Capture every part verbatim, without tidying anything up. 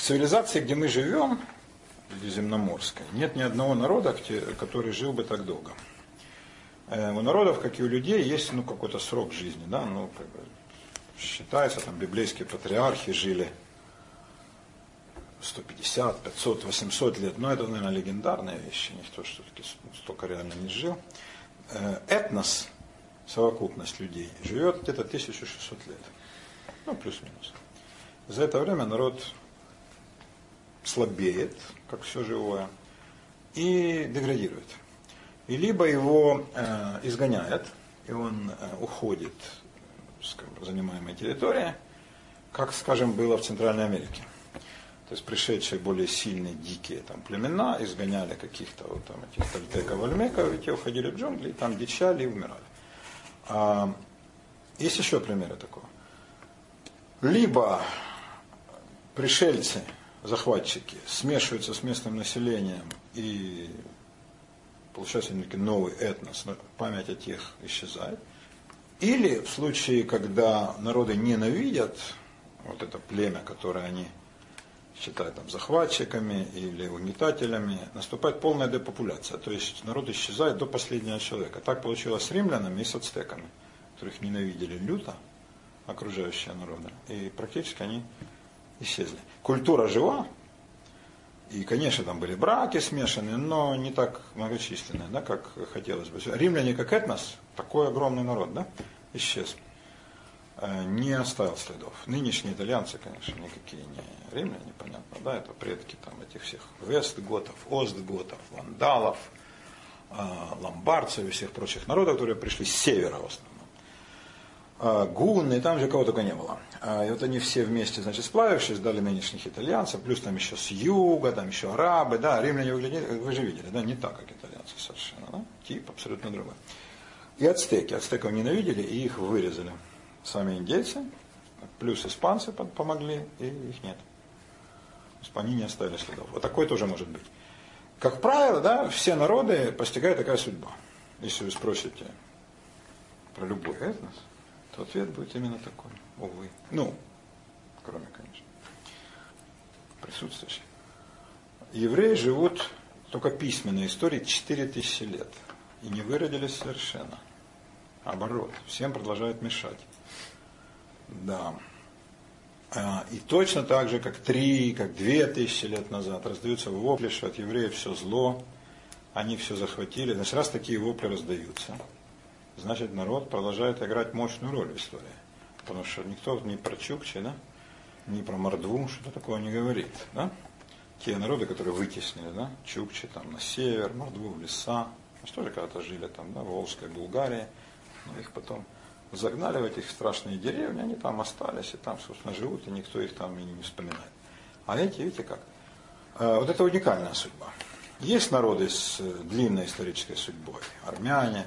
цивилизации, где мы живем, земноморской, нет ни одного народа, который жил бы так долго. У народов, как и у людей, есть ну, какой-то срок жизни. Да? Ну, как бы, считается, там библейские патриархи жили сто пятьдесят, пятьсот, восемьсот лет. Но это, наверное, легендарные вещи. Никто все-таки столько реально не жил. Этнос, совокупность людей, живет где-то тысячу шестьсот лет. Ну, плюс-минус. За это время народ слабеет, как все живое, и деградирует. И либо его э, изгоняют, и он э, уходит с занимаемой территории, как, скажем, было в Центральной Америке. То есть пришедшие более сильные дикие там, племена изгоняли каких-то вот, там, этих тальтеков, ольмеков, и те уходили в джунгли, и там дичали и умирали. А, есть еще примеры такого. Либо пришельцы, захватчики, смешиваются с местным населением и получается новый этнос, память о тех исчезает. Или в случае, когда народы ненавидят вот это племя, которое они считают там, захватчиками или угнетателями, наступает полная депопуляция. То есть народ исчезает до последнего человека. Так получилось с римлянами и с ацтеками, которых ненавидели люто окружающие народы. И практически они исчезли. Культура жива. И, конечно, там были браки смешанные, но не так многочисленные, да, как хотелось бы. Римляне, как этнос, такой огромный народ, да, исчез. Не оставил следов. Нынешние итальянцы, конечно, никакие не римляне, понятно, да, это предки там этих всех вестготов, остготов, вандалов, ломбардцев и всех прочих народов, которые пришли с севера в основном. Гунны, там же кого только не было. И вот они все вместе, значит, сплавившись, дали нынешних итальянцев, плюс там еще с юга, там еще арабы, да, римляне выглядели, вы же видели, да, не так, как итальянцы совершенно, да, тип абсолютно другой. И ацтеки, ацтеков ненавидели и их вырезали. Сами индейцы, плюс испанцы помогли, и их нет. Они не оставили следов. Вот такое тоже может быть. Как правило, да, все народы постигают такая судьба. Если вы спросите про любой этнос, то ответ будет именно такой. Увы. Ну, кроме, конечно, присутствующих. Евреи живут только письменной историей четыре тысячи лет. И не выродились совершенно. Наоборот, всем продолжают мешать. Да. И точно так же, как три, как две тысячи лет назад раздаются вопли, что от евреев все зло, они все захватили. Значит, раз такие вопли раздаются, значит, народ продолжает играть мощную роль в истории. Потому что никто ни про Чукчи, да, ни про Мордву что-то такого не говорит. Да? Те народы, которые вытеснили, да, Чукчи там, на север, Мордву в леса, что же когда-то жили там, да, в Волжской Булгарии, но их потом загнали в эти страшные деревни, они там остались, и там, собственно, живут, и никто их там и не вспоминает. А эти, видите как? Вот это уникальная судьба. Есть народы с длинной исторической судьбой. Армяне,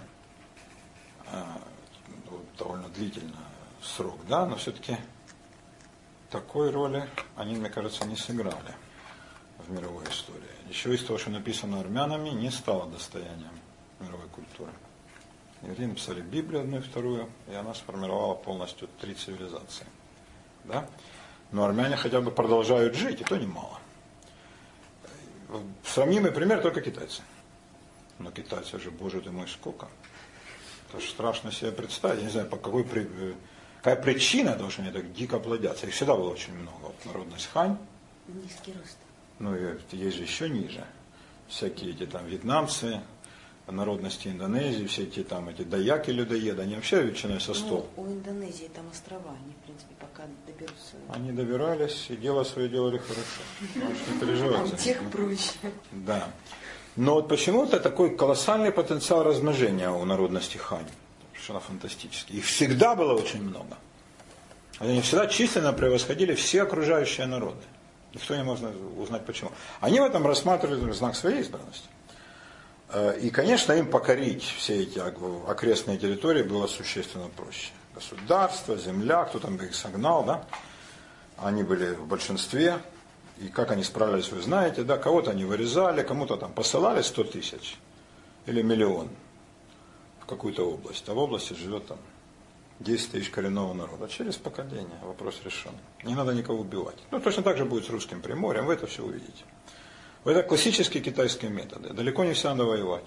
довольно длительный срок, да, но все-таки такой роли они, мне кажется, не сыграли в мировой истории. Еще из того, что написано армянами, не стало достоянием мировой культуры. Евреи написали Библию одну и вторую, и она сформировала полностью три цивилизации. Да? Но армяне хотя бы продолжают жить, и то немало. Сравнимый пример только китайцы. Но китайцы же, боже ты мой, сколько. Это же страшно себе представить. Я не знаю, по какой, какая причина того, что они так дико плодятся. Их всегда было очень много. Вот народность хань. Низкий рост. Ну, есть же еще ниже. Всякие эти там вьетнамцы, народности Индонезии, все эти там эти даяки, людоеды, они вообще ветчиной со стол. Ну, у Индонезии там острова, они, в принципе, пока доберутся. Они добирались и дело свое делали хорошо. Можешь не переживать. А у тех проще. Да. Но вот почему-то такой колоссальный потенциал размножения у народности хань. Что она фантастическая. Их всегда было очень много. Они всегда численно превосходили все окружающие народы. Никто не может узнать почему. Они в этом рассматривали знак своей избранности. И, конечно, им покорить все эти окрестные территории было существенно проще. Государство, земля, кто там их согнал, да? Они были в большинстве. И как они справлялись, вы знаете, да? Кого-то они вырезали, кому-то там посылали сто тысяч или миллион в какую-то область. А в области живет там десять тысяч коренного народа. Через поколение вопрос решен. Не надо никого убивать. Ну, точно так же будет с русским Приморьем, вы это все увидите. Это классические китайские методы. Далеко не все надо воевать.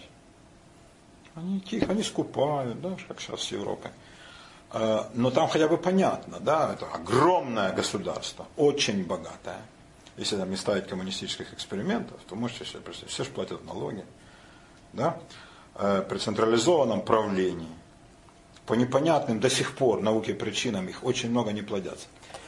Они тихо, они скупают, да, как сейчас с Европой. Но там хотя бы понятно, да, это огромное государство, очень богатое. Если там не ставить коммунистических экспериментов, то можете себе представить, все же платят налоги, да, при централизованном правлении, по непонятным до сих пор науке причинам их очень много не плодятся.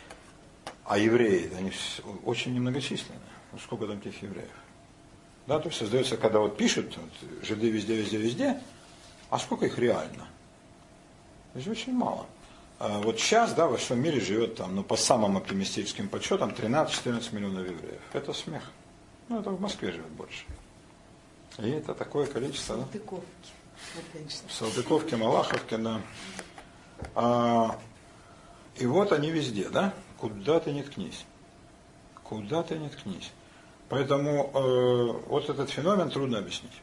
А евреи, они очень немногочисленные. Ну, сколько там тех евреев? Да, то есть создается, когда вот пишут, вот, жиды везде, везде, везде, а сколько их реально? Здесь очень мало. А вот сейчас, да, во всем мире живет там, ну, по самым оптимистическим подсчетам, тринадцать-четырнадцать миллионов евреев. Это смех. Ну, это в Москве живет больше. И это такое количество, да? Салтыковки, опять же. В Салтыковке, Малаховке, да. А, и вот они везде, да? Куда ты не ткнись. Куда ты не ткнись. Поэтому э, вот этот феномен трудно объяснить.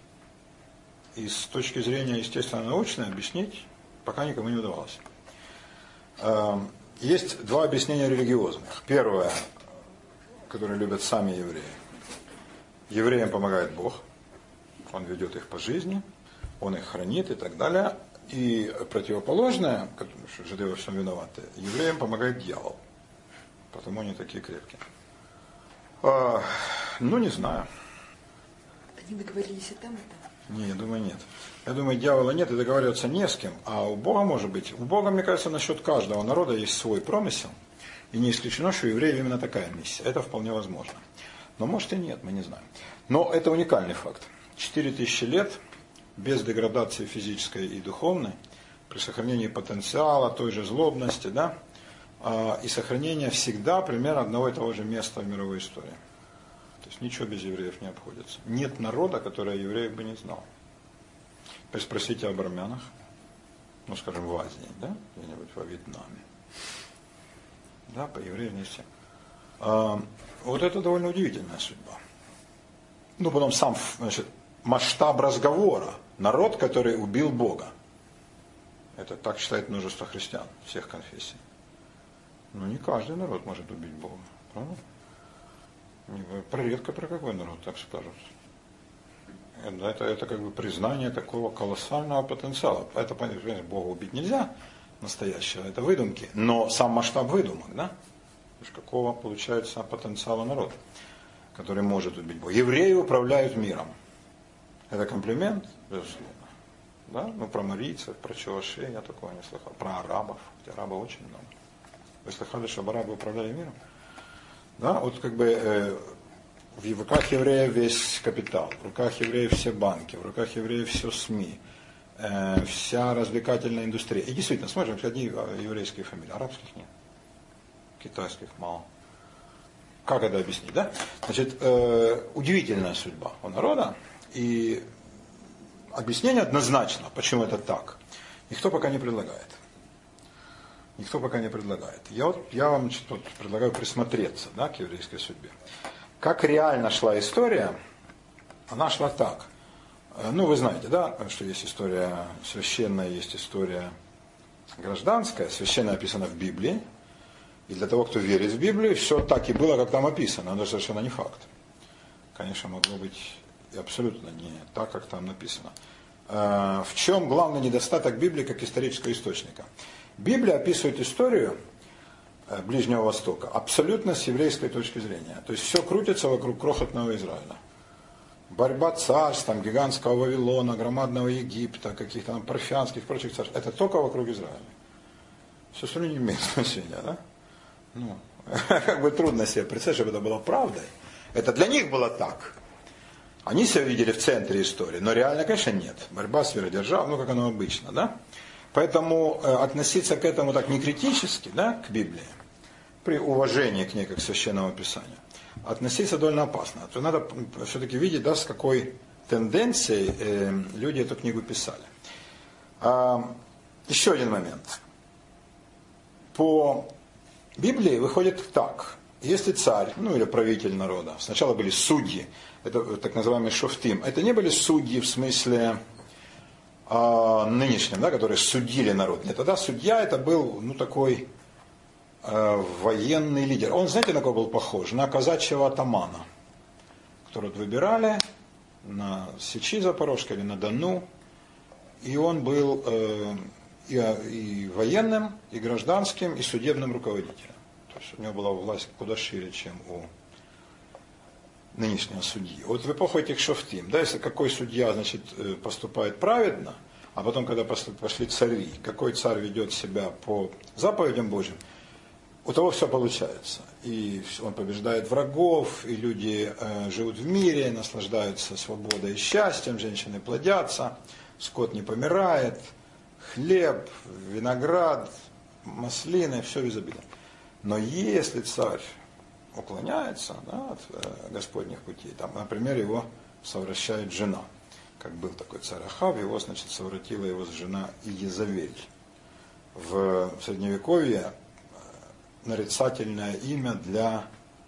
И с точки зрения естественно-научной объяснить пока никому не удавалось. Э, есть два объяснения религиозных. Первое, которое любят сами евреи. Евреям помогает Бог. Он ведет их по жизни, Он их хранит и так далее. И противоположное, что жиды во всем виноваты, евреям помогает дьявол. Потому они такие крепкие. А, ну, не знаю. Они договорились и там, и там? Не, я думаю, нет. Я думаю, дьявола нет и договариваться не с кем. А у Бога может быть. У Бога, мне кажется, насчет каждого народа есть свой промысел. И не исключено, что у евреев именно такая миссия. Это вполне возможно. Но может и нет, мы не знаем. Но это уникальный факт. Четыре тысячи лет без деградации физической и духовной, при сохранении потенциала, той же злобности, да, и сохранение всегда примерно одного и того же места в мировой истории. То есть ничего без евреев не обходится. Нет народа, который евреев бы не знал. Спросите об армянах, ну, скажем, в Азии, да, где-нибудь во Вьетнаме. Да, по евреям не все. А, вот это довольно удивительная судьба. Ну, потом сам, значит, масштаб разговора. Народ, который убил Бога. Это так считает множество христиан всех конфессий. Но не каждый народ может убить Бога. Правда? Про редко про какой народ так скажут. Это, это, это как бы признание такого колоссального потенциала. Это, понятно, Бога убить нельзя настоящего, это выдумки. Но сам масштаб выдумок, да? То есть какого получается потенциала народа, который может убить Бога. Евреи управляют миром. Это комплимент, безусловно. Да? Ну, про марийцев, про чувашей я такого не слыхал. Про арабов, хотя арабов очень много. Вы слыхали, что арабы управляли миром? Да, вот как бы э, в руках евреев весь капитал, в руках евреев все банки, в руках евреев все СМИ, э, вся развлекательная индустрия. И действительно, смотрим, одни еврейские фамилии, арабских нет, китайских мало. Как это объяснить, да? Значит, э, удивительная судьба у народа, и объяснение однозначно, почему это так, никто пока не предлагает. Никто пока не предлагает. Я, вот, я вам вот предлагаю присмотреться, да, к еврейской судьбе. Как реально шла история, она шла так. Ну, вы знаете, да, что есть история священная, есть история гражданская. Священная описана в Библии. И для того, кто верит в Библию, все так и было, как там описано. Но совершенно не факт. Конечно, могло быть и абсолютно не так, как там написано. В чем главный недостаток Библии как исторического источника? Библия описывает историю Ближнего Востока абсолютно с еврейской точки зрения. То есть все крутится вокруг крохотного Израиля. Борьба царств, там, гигантского Вавилона, громадного Египта, каких-то там парфянских, прочих царств. Это только вокруг Израиля. Все остальное не имеет значения, да? Ну, как бы трудно себе представить, чтобы это было правдой. Это для них было так. Они себя видели в центре истории, но реально, конечно, нет. Борьба с веродержавой, ну, как оно обычно, да? Поэтому э, относиться к этому так не критически, да, к Библии, при уважении к ней как к священному писанию, относиться довольно опасно. То надо все-таки видеть, да, с какой тенденцией э, люди эту книгу писали. А, еще один момент. По Библии выходит так. Если царь, ну или правитель народа, сначала были судьи, это так называемые шофтим, это не были судьи в смысле э, нынешним, да, которые судили народ. Нет, тогда судья это был, ну, такой э, военный лидер. Он, знаете, на кого был похож? На казачьего атамана, которого выбирали на Сечи Запорожской или на Дону. И он был э, и, и военным, и гражданским, и судебным руководителем. То есть у него была власть куда шире, чем у нынешнего судьи. Вот в эпоху этих шофтим, да, если какой судья, значит, поступает праведно, а потом, когда пошли цари, какой царь ведет себя по заповедям Божьим, у того все получается. И он побеждает врагов, и люди э, живут в мире, наслаждаются свободой и счастьем, женщины плодятся, скот не помирает, хлеб, виноград, маслины, все в изобилии. Но если царь уклоняется, да, от э, Господних путей, там, например, его совращает жена, как был такой царь Ахав, его, значит, совратила его жена Иезавель. В Средневековье нарицательное имя для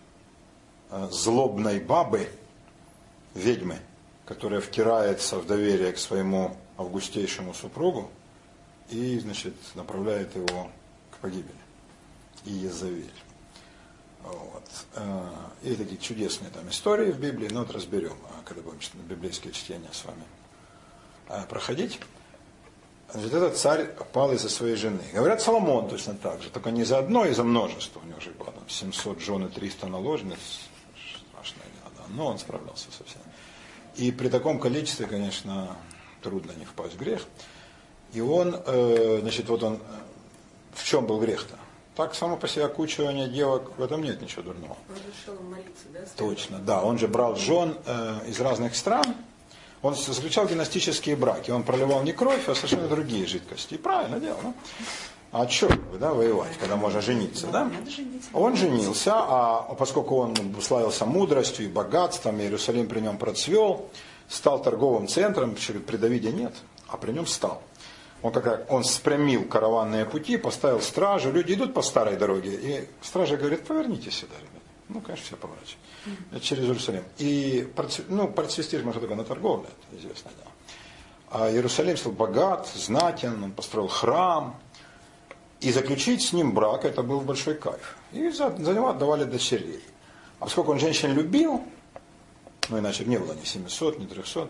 э, злобной бабы, ведьмы, которая втирается в доверие к своему августейшему супругу и, значит, направляет его к погибели. Иезавель. Вот. И такие чудесные там истории в Библии, но вот разберем, когда будем библейские чтения с вами проходить. Значит, этот царь пал из-за своей жены. Говорят, Соломон точно так же, только не за одно, а за множество. У него же было там семьсот жен и триста наложниц. Страшное дело, да. Но он справлялся со всем. И при таком количестве, конечно, трудно не впасть в грех. И он, значит, вот он, в чем был грех-то? Так само по себе окучивание девок, в этом нет ничего дурного. Он решил молиться, да? Точно, да. Он же брал жен э, из разных стран. Он заключал династические браки. Он проливал не кровь, а совершенно другие жидкости. И правильно делал, да? А что вы, да, воевать, когда можно жениться, да? Он женился, а поскольку он славился мудростью и богатством, Иерусалим при нем процвел, стал торговым центром, при Давиде нет, а при нем стал. Он, как, он спрямил караванные пути, поставил стражу, люди идут по старой дороге, и стража говорит, поверните сюда, ребята. Ну, конечно, все поворачивают. Mm-hmm. Через Иерусалим. И, ну, процвести можно только на торговле, это известное дело. А Иерусалим стал богат, знатен, он построил храм. И заключить с ним брак, это был большой кайф. И за, за него отдавали дочерей. А поскольку он женщин любил, ну, иначе не было ни семисот, ни трехсот,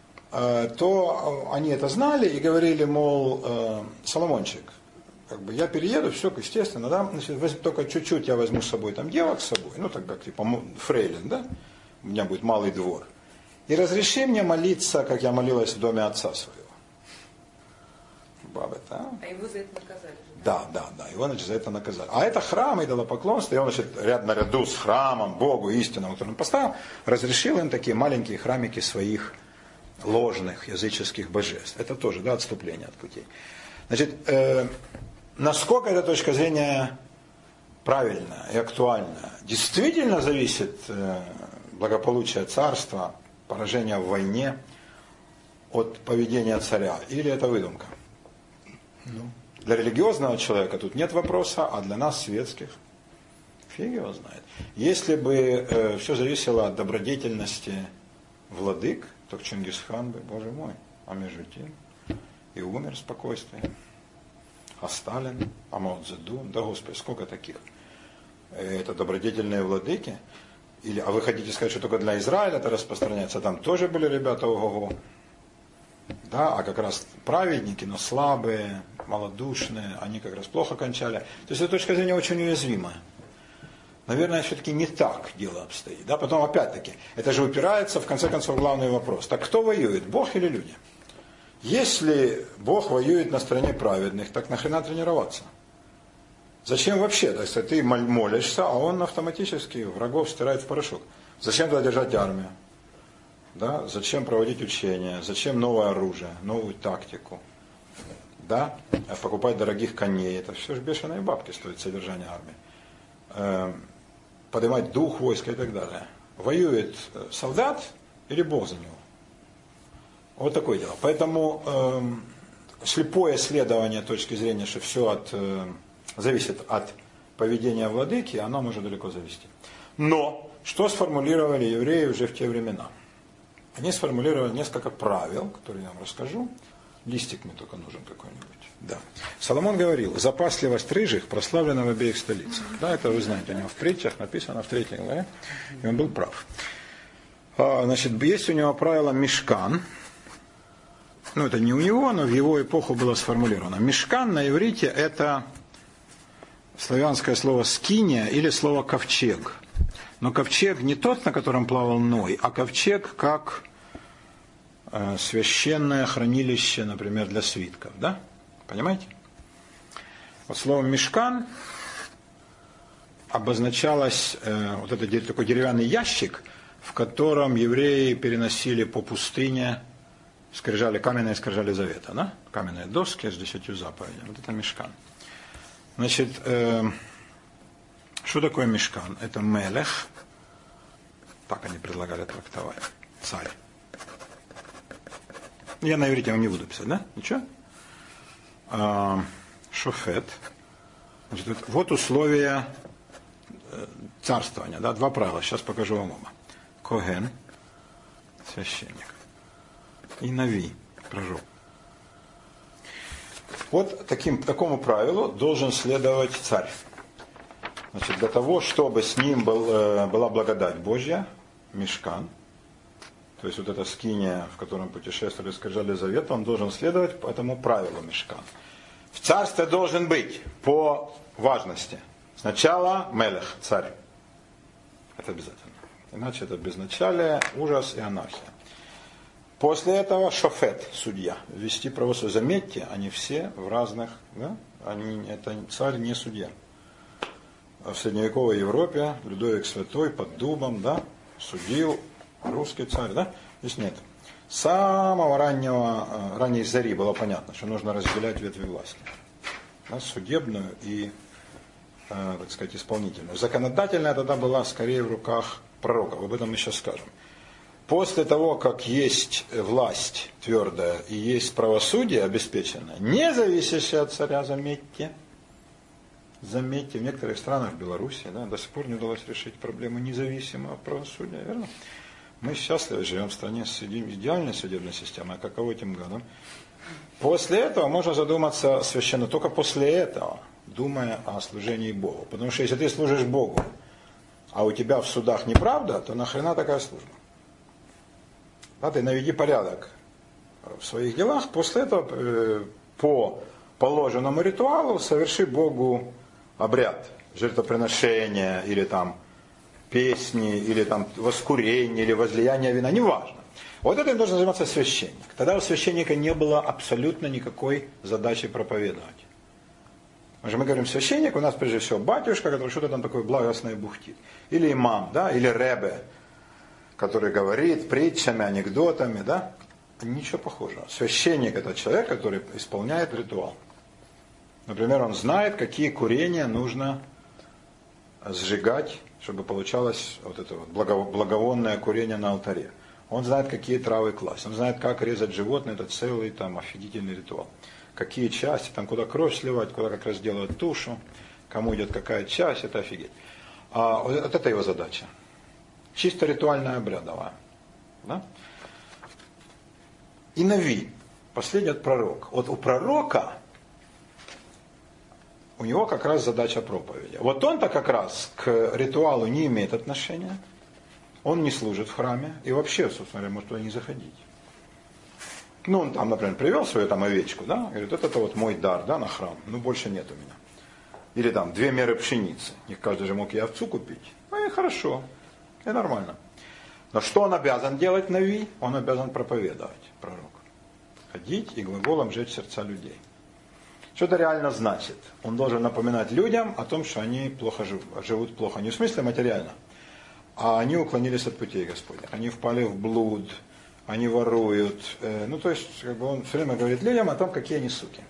то они это знали и говорили, мол, Соломончик, как бы я перееду, все, естественно, да, значит, только чуть-чуть я возьму с собой там девок с собой, ну, так как типа фрейлин, да, у меня будет малый двор. И разреши мне молиться, как я молилась в доме отца своего. Бабы, да? А его за это наказали? Да, да, да, его, значит, за это наказали. А это храм, идолопоклонство, и он, значит, ряд наряду с храмом, Богу, истинному, который он поставил, разрешил им такие маленькие храмики своих ложных языческих божеств. Это тоже, да, отступление от путей. Значит, э, насколько эта точка зрения правильная и актуальная, действительно зависит э, благополучие царства, поражение в войне от поведения царя, или это выдумка? Ну, для религиозного человека тут нет вопроса, а для нас, светских, фиг его знает. Если бы э, все зависело от добродетельности владык, так Чингисхан бы, боже мой, а между тем и умер в спокойствии. А Сталин, а Мао Цзэдун, да господи, сколько таких. Это добродетельные владыки. Или, а вы хотите сказать, что только для Израиля это распространяется? Там тоже были ребята ого-го. Да, а как раз праведники, но слабые, малодушные, они как раз плохо кончали. То есть эта точка зрения очень уязвимая. Наверное, все-таки не так дело обстоит. Да? Потом, опять-таки, это же упирается, в конце концов, в главный вопрос. Так кто воюет, Бог или люди? Если Бог воюет на стороне праведных, так нахрена тренироваться? Зачем вообще? То есть ты молишься, а он автоматически врагов стирает в порошок. Зачем тогда держать армию? Да? Зачем проводить учения? Зачем новое оружие, новую тактику? Да? Покупать дорогих коней. Это все же бешеные бабки стоит содержание армии. Поднимать дух войска и так далее. Воюет солдат или Бог за него? Вот такое дело. Поэтому э, слепое следование точки зрения, что все от, э, зависит от поведения владыки, оно может далеко завести. Но что сформулировали евреи уже в те времена? Они сформулировали несколько правил, которые я вам расскажу, Листик мне только нужен какой-нибудь. Да. Соломон говорил, запасливость рыжих прославлена в обеих столицах. Да, это вы знаете, у него в притчах написано в третьей главе, и он был прав. А, значит, есть у него правило мишкан. Ну, это не у него, но в его эпоху было сформулировано. Мишкан на иврите это славянское слово скиния или слово ковчег. Но ковчег не тот, на котором плавал Ной, а ковчег как э, священное хранилище, например, для свитков. Да? Понимаете? Вот словом мишкан обозначалось э, вот этот такой деревянный ящик, в котором евреи переносили по пустыне скрижали, каменные скрижали завета, да? Каменные доски с десятью заповедями. Вот это мишкан. Значит, э, что такое мишкан? Это мелех. Так они предлагали трактовать. Царь. Я на иврите вам не буду писать, да? Ничего? А, шофет. Значит, вот условия царствования, да? Два правила. Сейчас покажу вам оба. Коген, священник. И нави, пророк. Вот таким, такому правилу должен следовать царь. Значит, для того, чтобы с ним был, была благодать Божья, мишкан, то есть вот эта скиния, в котором путешествовали, скрижали завета, он должен следовать по этому правилу мишкан. В царстве должен быть по важности. Сначала мелех, царь. Это обязательно. Иначе это безначалие, ужас и анархия. После этого шофет, судья, вести правосудие. Заметьте, они все в разных, да? Они, это царь не судья. В средневековой Европе Людовик Святой под дубом, да, судил русский царь, да? Здесь нет. С самого раннего, ранней зари было понятно, что нужно разделять ветви власти. Да, судебную и, э, так сказать, исполнительную. Законодательная тогда была скорее в руках пророков. Об этом мы сейчас скажем. После того, как есть власть твердая и есть правосудие обеспеченное, не зависящее от царя, заметьте, заметьте, в некоторых странах, в Беларуси, да, до сих пор не удалось решить проблему независимого правосудия, верно? Мы счастливы живем в стране с идеальной судебной системой, а каково этим годом? После этого можно задуматься священно, только после этого, думая о служении Богу. Потому что если ты служишь Богу, а у тебя в судах неправда, то нахрена такая служба? Да, ты наведи порядок в своих делах, после этого э, по положенному ритуалу соверши Богу обряд, жертвоприношения, или там песни, или там воскурение, или возлияние вина, неважно. Вот этим должен заниматься священник. Тогда у священника не было абсолютно никакой задачи проповедовать. Потому что мы говорим священник, у нас прежде всего батюшка, который что-то там такое благостное бухтит. Или имам, да, или ребе, который говорит притчами, анекдотами, да? Ничего похожего. Священник – это человек, который исполняет ритуал. Например, он знает, какие курения нужно сжигать, чтобы получалось вот это вот благовонное курение на алтаре. Он знает, какие травы класть. Он знает, как резать животное. Это целый там офигительный ритуал. Какие части, там куда кровь сливать, куда как раз делать тушу, кому идет какая часть, это офигеть. А вот это его задача. Чисто ритуальная обрядовая. Да? И нави, последний от пророк. Вот у пророка, у него как раз задача проповеди. Вот он-то как раз к ритуалу не имеет отношения. Он не служит в храме. И вообще, собственно говоря, может туда не заходить. Ну, он там, например, привел свою там овечку, да, говорит, вот это вот мой дар, да, на храм. Ну, больше нет у меня. Или там две меры пшеницы. Не каждый же мог и овцу купить. Ну, и хорошо. И нормально. Но что он обязан делать нави? Он обязан проповедовать, пророк. Ходить и глаголом жечь сердца людей. Что это реально значит? Он должен напоминать людям о том, что они плохо живут, живут плохо. Не в смысле материально, а они уклонились от путей Господних. Они впали в блуд, они воруют. Ну, то есть, как бы он все время говорит людям о том, какие они суки.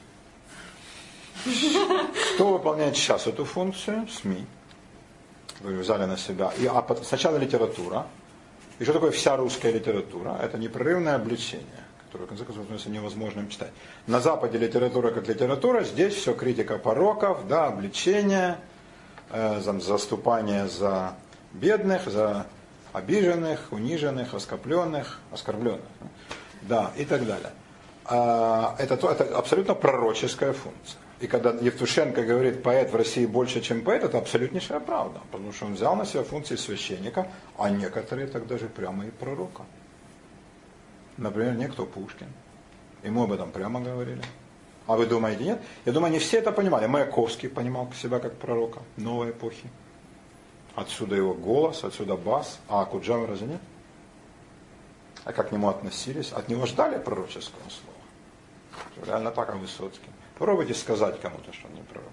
Кто выполняет сейчас эту функцию? СМИ. Взяли на себя. И, а сначала литература. И что такое вся русская литература? Это непрерывное обличение, которое, в конце концов, становится невозможным читать. На Западе литература как литература, здесь все критика пороков, да, обличение, э, заступание за бедных, за обиженных, униженных, оскорбленных, оскорбленных, да, и так далее. это, это абсолютно пророческая функция. И когда Евтушенко говорит, поэт в России больше, чем поэт, это абсолютнейшая правда. Потому что он взял на себя функции священника, а некоторые так даже прямо и пророка. Например, некто Пушкин. Ему об этом прямо говорили. А вы думаете, нет? Я думаю, не все это понимали. Маяковский понимал себя как пророка новой эпохи. Отсюда его голос, отсюда бас. А Акуджава разве нет? А как к нему относились? От него ждали пророческого слова. Реально так, а Высоцкий. Попробуйте сказать кому-то, что он не пророк.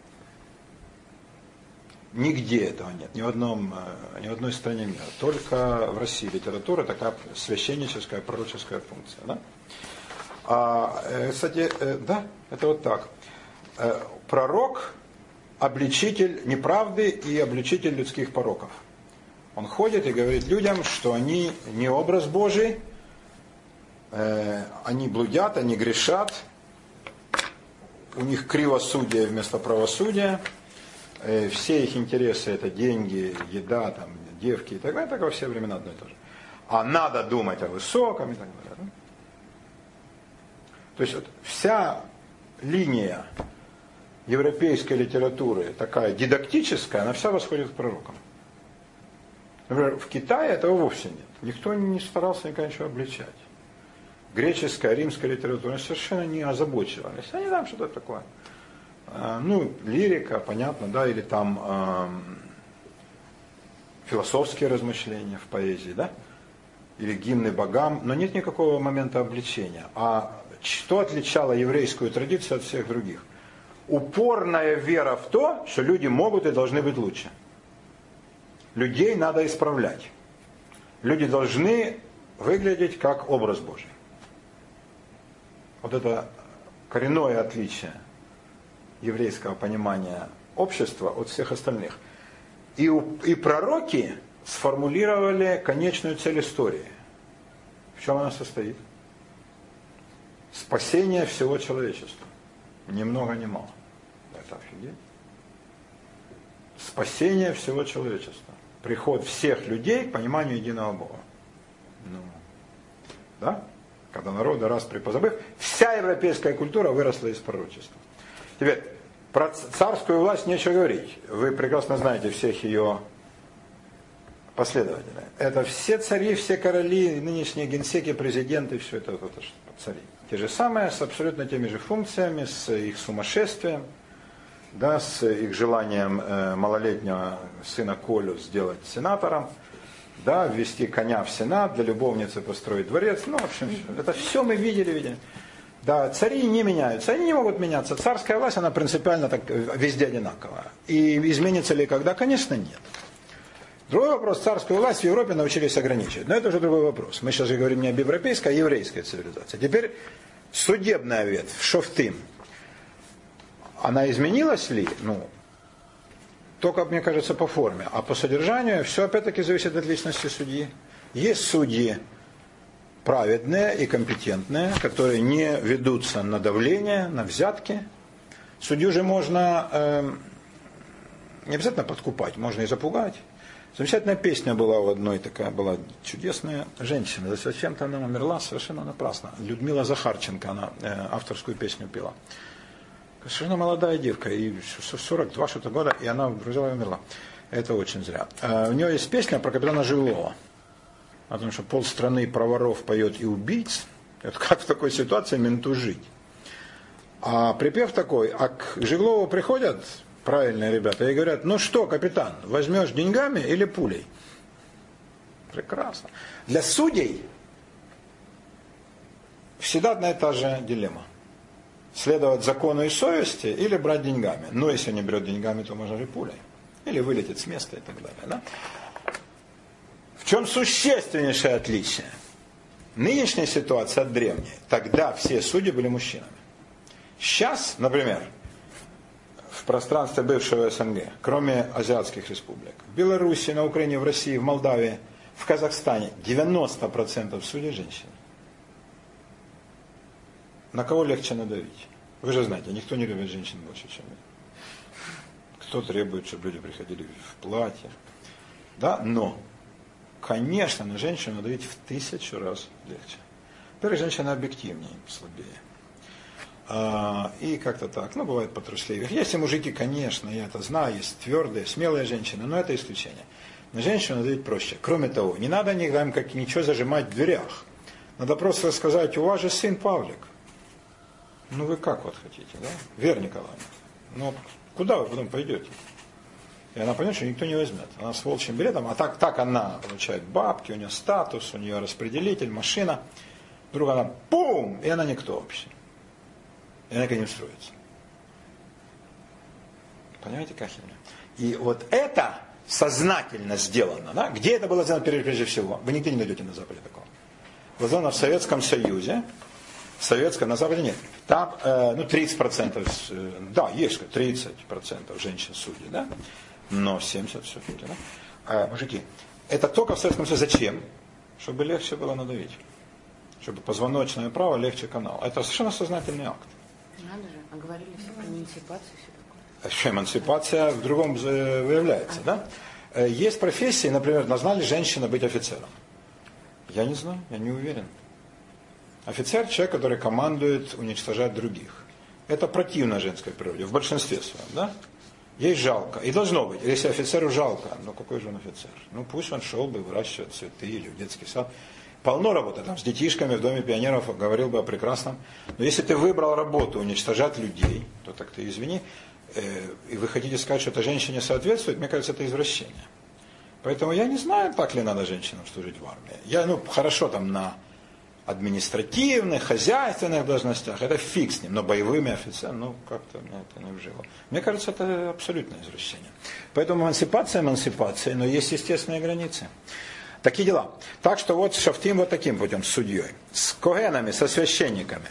Нигде этого нет, ни в, одном, ни в одной стране мира. Только в России литература такая священническая, пророческая функция. Да? А, кстати, да, это вот так. Пророк – обличитель неправды и обличитель людских пороков. Он ходит и говорит людям, что они не образ Божий, они блудят, они грешат, у них кривосудие вместо правосудия, все их интересы это деньги, еда, там, девки и так далее, так во все времена одно и то же. А надо думать о высоком и так далее. Да? То есть вот, вся линия европейской литературы, такая дидактическая, она вся восходит к пророкам. Например, в Китае этого вовсе нет. Никто не старался никогда ничего обличать. Греческая, римская литература совершенно не озабочивались. Они там что-то такое. Ну, лирика, понятно, да, или там э, философские размышления в поэзии, да, или гимны богам, но нет никакого момента обличения. А что отличало еврейскую традицию от всех других? Упорная вера в то, что люди могут и должны быть лучше. Людей надо исправлять. Люди должны выглядеть как образ Божий. Вот это коренное отличие еврейского понимания общества от всех остальных. И, и пророки сформулировали конечную цель истории. В чем она состоит? Спасение всего человечества. Ни много ни мало. Это офигеть. Спасение всего человечества. Приход всех людей к пониманию единого Бога. Ну, да? Когда народы раз припозабыв, вся европейская культура выросла из пророчества. Теперь, про царскую власть нечего говорить. Вы прекрасно знаете всех ее последователей. Это все цари, все короли, нынешние генсеки, президенты, все это, это, это цари. Те же самые, с абсолютно теми же функциями, с их сумасшествием, да, с их желанием э, малолетнего сына Колю сделать сенатором, да, ввести коня в сенат, для любовницы построить дворец. Ну, в общем, это все мы видели, видели. Да, цари не меняются, они не могут меняться. Царская власть, она принципиально так везде одинаковая. И изменится ли когда? Конечно, нет. Другой вопрос, царскую власть в Европе научились ограничивать. Но это уже другой вопрос. Мы сейчас же говорим не об европейской, а еврейской цивилизации. Теперь судебная ветвь, шофтим. Она изменилась ли? Ну, только, мне кажется, по форме. А по содержанию все опять-таки зависит от личности судьи. Есть судьи праведные и компетентные, которые не ведутся на давление, на взятки. Судью же можно э, не обязательно подкупать, можно и запугать. Замечательная песня была у одной, такая была чудесная женщина. Зачем-то она умерла совершенно напрасно. Людмила Захарченко, она э, авторскую песню пела. Совершенно молодая девка, и сорок два что-то года, и она взяла и умерла. Это очень зря. Э, у нее есть песня про капитана Живлова. О том, что полстраны про воров поет и убийц. Это как в такой ситуации менту жить? А припев такой, а к Живлову приходят правильные ребята и говорят, ну что, капитан, возьмешь деньгами или пулей? Прекрасно. Для судей всегда одна и та же дилемма. Следовать закону и совести или брать деньгами. Но если не берет деньгами, то можно же пулей. Или вылететь с места и так далее. Да? В чем существеннейшее отличие? Нынешняя ситуация от древней. Тогда все судьи были мужчинами. Сейчас, например, в пространстве бывшего СНГ, кроме азиатских республик, в Беларуси, на Украине, в России, в Молдавии, в Казахстане девяносто процентов судей женщин. На кого легче надавить? Вы же знаете, никто не любит женщин больше, чем я. Кто требует, чтобы люди приходили в платье. Да, но, конечно, на женщину надавить в тысячу раз легче. Во-первых, женщина объективнее, слабее. А, и как-то так. Ну, бывает потрусливее. Есть и мужики, конечно, я это знаю, есть твердые, смелые женщины, но это исключение. На женщину надо ведь проще. Кроме того, не надо никогда как ничего зажимать в дверях. Надо просто сказать: у вас же сын Павлик. Ну вы как вот хотите, да? Вера Николаевна, ну куда вы потом пойдете? И она понимает, что никто не возьмет. Она с волчьим билетом, а так, так она получает бабки, у нее статус, у нее распределитель, машина. Вдруг она бум, и она никто вообще. И она к ним строится. Понимаете, как херня? И вот это сознательно сделано. Да? Где это было сделано прежде всего? Вы нигде не найдете на Западе такого. Было сделано в Советском Союзе. В Советском, на Западе нет. Там э, ну, тридцать процентов, э, да, есть тридцать процентов женщин-судей, да? Но семьдесят процентов все-таки. Да? А, мужики, это только в Советском Союзе. Зачем? Чтобы легче было надавить. Чтобы позвоночное право легче канал. Это совершенно сознательный акт. Надо же, а говорили все про эмансипацию, все такое. Что эмансипация в другом выявляется, да? Есть профессии, например, должна ли женщина быть офицером? Я не знаю, я не уверен. Офицер – человек, который командует уничтожать других. Это противно женской природе, в большинстве своем, да? Ей жалко. И должно быть. Если офицеру жалко, ну какой же он офицер? Ну пусть он шел бы выращивать цветы или в детский сад. Полно работы там с детишками в Доме пионеров, говорил бы о прекрасном. Но если ты выбрал работу уничтожать людей, то так ты извини, э, и вы хотите сказать, что эта женщине соответствует, мне кажется, это извращение. Поэтому я не знаю, так ли надо женщинам служить в армии. Я, ну, хорошо там на административных, хозяйственных должностях, это фиг с ним, но боевыми офицерами, ну, как-то мне это не вжило. Мне кажется, это абсолютное извращение. Поэтому эмансипация, эмансипация, но есть естественные границы. Такие дела. Так что вот шафтим вот таким путем, с судьей. С когенами, со священниками.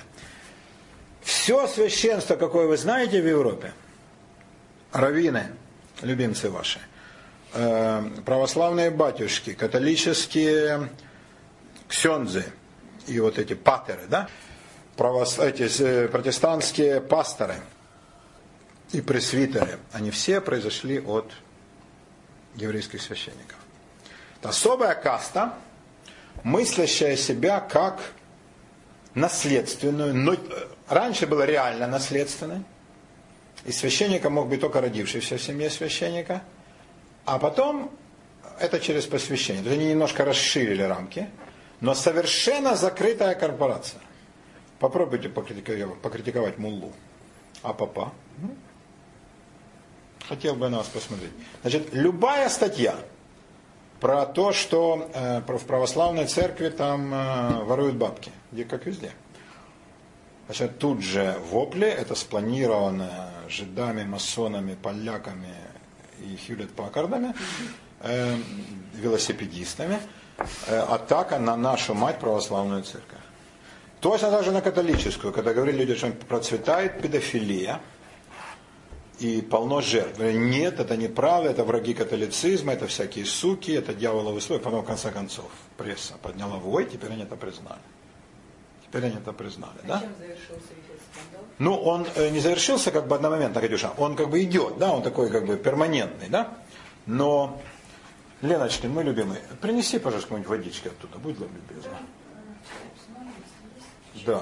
Все священство, какое вы знаете в Европе, раввины, любимцы ваши, православные батюшки, католические ксензы и вот эти патеры, да, правос... эти протестантские пасторы и пресвитеры, они все произошли от еврейских священников. Это особая каста, мыслящая себя как наследственную, но раньше было реально наследственной, и священником мог быть только родившийся в семье священника, а потом это через посвящение. То есть они немножко расширили рамки, но совершенно закрытая корпорация. Попробуйте покритиковать, покритиковать муллу. А папа? Хотел бы на вас посмотреть. Значит, любая статья про то, что э, в православной церкви там э, воруют бабки, где как везде. Значит, тут же вопли, это спланировано жидами, масонами, поляками и Хьюлетт-Паккардами, э, велосипедистами, э, атака на нашу мать православную церковь. Точно так же на католическую, когда говорили люди, что процветает педофилия и полно жертв. Нет, это неправда, это враги католицизма, это всякие суки, это дьяволовы слой. Потом, в конце концов, пресса подняла вой, теперь они это признали. Теперь они это признали. А да? Чем завершился весь скандал? Ну, он э, не завершился как бы одномоментно, Катюша. Он как бы идет, да, он такой как бы перманентный, да. Но, Леночка, мой любимый, принеси, пожалуйста, какой-нибудь водички оттуда, будь любезна. Да.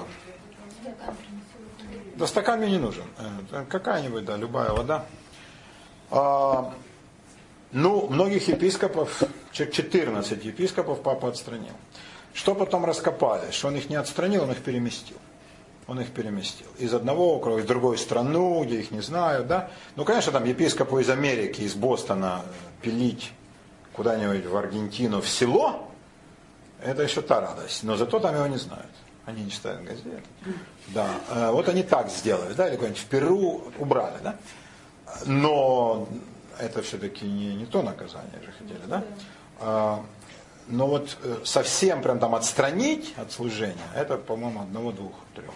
Да стакан мне не нужен. Какая-нибудь, да, любая вода. А, ну, многих епископов, четырнадцать епископов папа отстранил. Что потом раскопали? Что он их не отстранил, он их переместил. Он их переместил. Из одного округа в другую страну, где их не знают, да. Ну, конечно, там епископу из Америки, из Бостона пилить куда-нибудь в Аргентину, в село, это еще та радость. Но зато там его не знают. Они не читают газеты. Да. Вот они так сделали, да, или куда-нибудь в Перу und да. Но это все-таки не, не то наказание же хотели, да. Но вот совсем прям там отстранить от служения, это, по-моему, одного, двух, трех.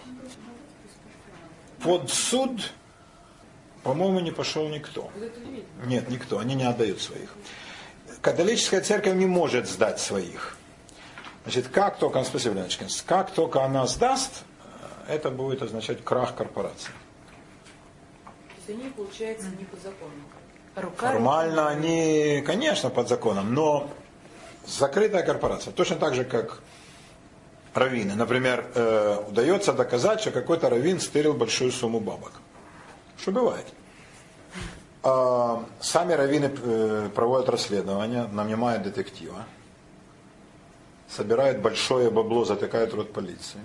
Под суд, по-моему, не пошел никто. Нет, никто, они не отдают своих. Католическая церковь не может сдать своих. Значит, как только, спасибо, Леночка, как только она сдаст, это будет означать крах корпорации. То есть они, получается, не под законом. Рука Формально рука. Они, конечно, под законом, но закрытая корпорация. Точно так же, как раввины. Например, э, удается доказать, что какой-то раввин стырил большую сумму бабок. Что бывает. А, сами раввины э, проводят расследование, нанимают детектива, собирают большое бабло, затыкают рот полиции.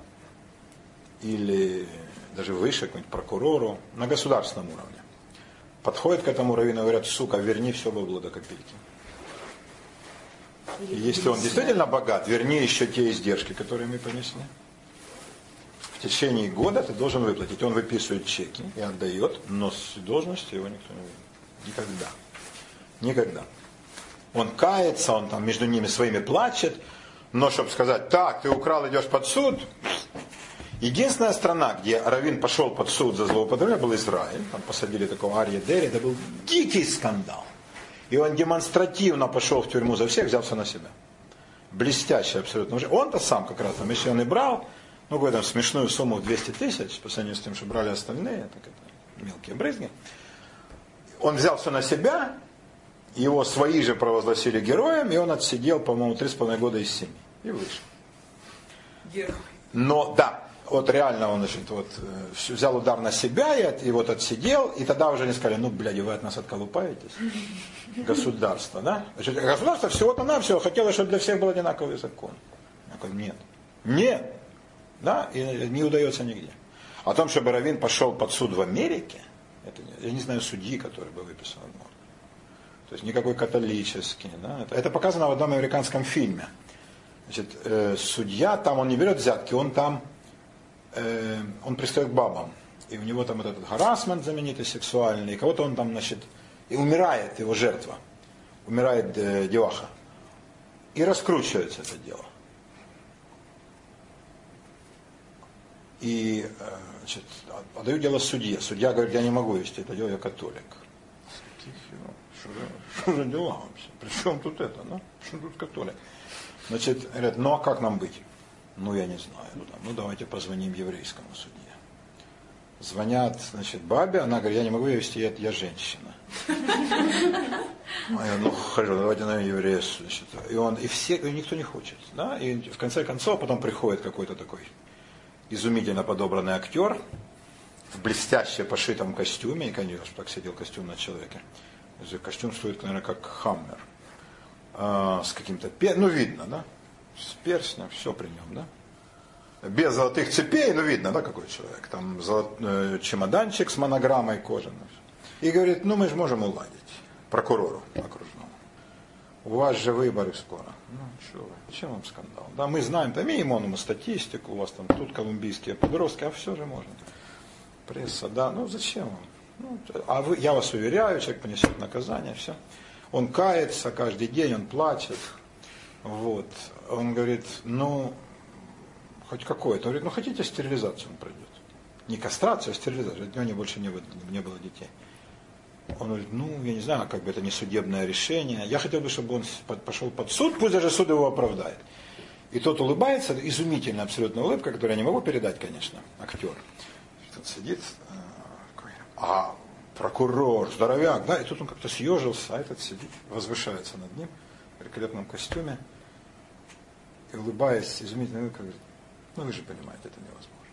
Или даже выше, какому-нибудь прокурору, на государственном уровне. Подходят к этому раввину и говорят: сука, верни все бабло до копейки. И если он действительно богат, верни еще те издержки, которые мы понесли. В течение года ты должен выплатить. Он выписывает чеки и отдает, но с должности его никто не видит. Никогда. Никогда. Он кается, он там между ними своими плачет, но чтобы сказать: так, ты украл, идешь под суд. Единственная страна, где раввин пошел под суд за злоупотребление, был Израиль. Там посадили такого Арье Дери, это был дикий скандал. И он демонстративно пошел в тюрьму за всех, взялся на себя. Блестящий абсолютно. Он-то сам как раз, там, если он и брал, ну, какую-то смешную сумму в двести тысяч, по сравнению с тем, что брали остальные, так это мелкие брызги. Он взялся на себя, его свои же провозгласили героем, и он отсидел, по-моему, три с половиной года из семи. И вышел. Герой. Но, да. Вот реально он, значит, вот, взял удар на себя и, и вот отсидел, и тогда уже не сказали: ну, блядь, вы от нас отколупаетесь. Государство, да? Значит, государство всего-то навсего хотело, чтобы для всех был одинаковый закон. Я говорю: нет. Нет. Да? И не удается нигде. О том, чтобы раввин пошел под суд в Америке, это, я не знаю судьи, который бы выписал норму. То есть никакой католический. Да? Это, это показано в одном американском фильме. Значит, э, судья там, он не берет взятки, он там он пристает к бабам, и у него там вот этот харассмент знаменитый сексуальный, и кого-то он там, значит, и умирает его жертва, умирает э, деваха, и раскручивается это дело. И, э, значит, отдаю дело судье. Судья говорит: я не могу вести это дело, я католик. Что за дела вообще? При чем тут это? Ну, что тут католик? Значит, говорят: ну а как нам быть? Ну, я не знаю. Ну, там, ну, давайте позвоним еврейскому судье. Звонят, значит, бабе, она говорит: я не могу ее вести, я, я женщина. А я: ну, хорошо, давайте на еврея. Значит. И он, и все, и никто не хочет. Да? И в конце концов потом приходит какой-то такой изумительно подобранный актер в блестяще пошитом костюме, и, конечно, так сидел костюм на человеке. Костюм стоит, наверное, как хаммер. А, с каким-то, ну, видно, да? С перстнем, все при нем, да? Без золотых цепей, ну видно, да, какой человек. Там золот, э, чемоданчик с монограммой кожаной. И говорит: ну мы же можем уладить. Прокурору окружному. У вас же выборы скоро. Ну что вы, зачем вам скандал? Да, мы знаем, там имеем статистику, у вас там тут колумбийские подростки, а все же можно. Пресса, да, ну зачем вам? Ну, а вы, я вас уверяю, человек понесет наказание, все. Он кается каждый день, он плачет. Вот. Он говорит: ну, хоть какое-то. Он говорит: ну, хотите, стерилизацию он пройдет. Не кастрацию, а стерилизацию. От него не больше не было, не было детей. Он говорит: ну, я не знаю, как бы это не судебное решение. Я хотел бы, чтобы он пошел под суд, пусть даже суд его оправдает. И тот улыбается, изумительная абсолютно улыбка, которую я не могу передать, конечно, актер. Тут сидит, а прокурор, здоровяк, да, и тут он как-то съежился, а этот сидит, возвышается над ним в великолепном костюме. И улыбаясь, изумительно, говорит: ну вы же понимаете, это невозможно.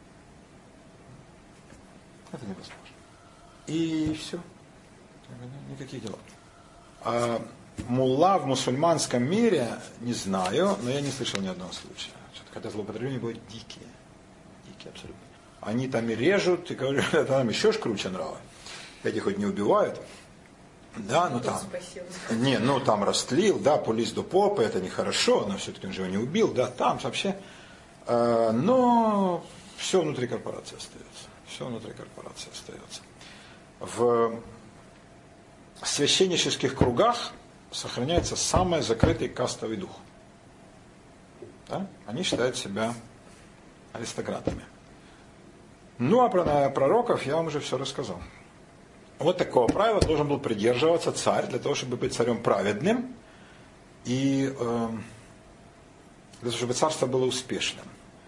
Это невозможно. И все. Никаких дел. А мулла в мусульманском мире, не знаю, но я не слышал ни одного случая. Хотя злоупотребления были дикие. Дикие абсолютно. Они там и режут, и говорят: это нам еще ж круче нравы. Эти хоть не убивают. Да, ну там, не, ну там растлил, да, пулис до попы, это нехорошо, но все-таки он же его не убил, да, там вообще, э, но все внутри корпорации остается, все внутри корпорации остается. В священнических кругах сохраняется самый закрытый кастовый дух. Да? Они считают себя аристократами. Ну а про пророков я вам уже все рассказал. Вот такого правила должен был придерживаться царь для того, чтобы быть царем праведным и э, для того, чтобы царство было успешным.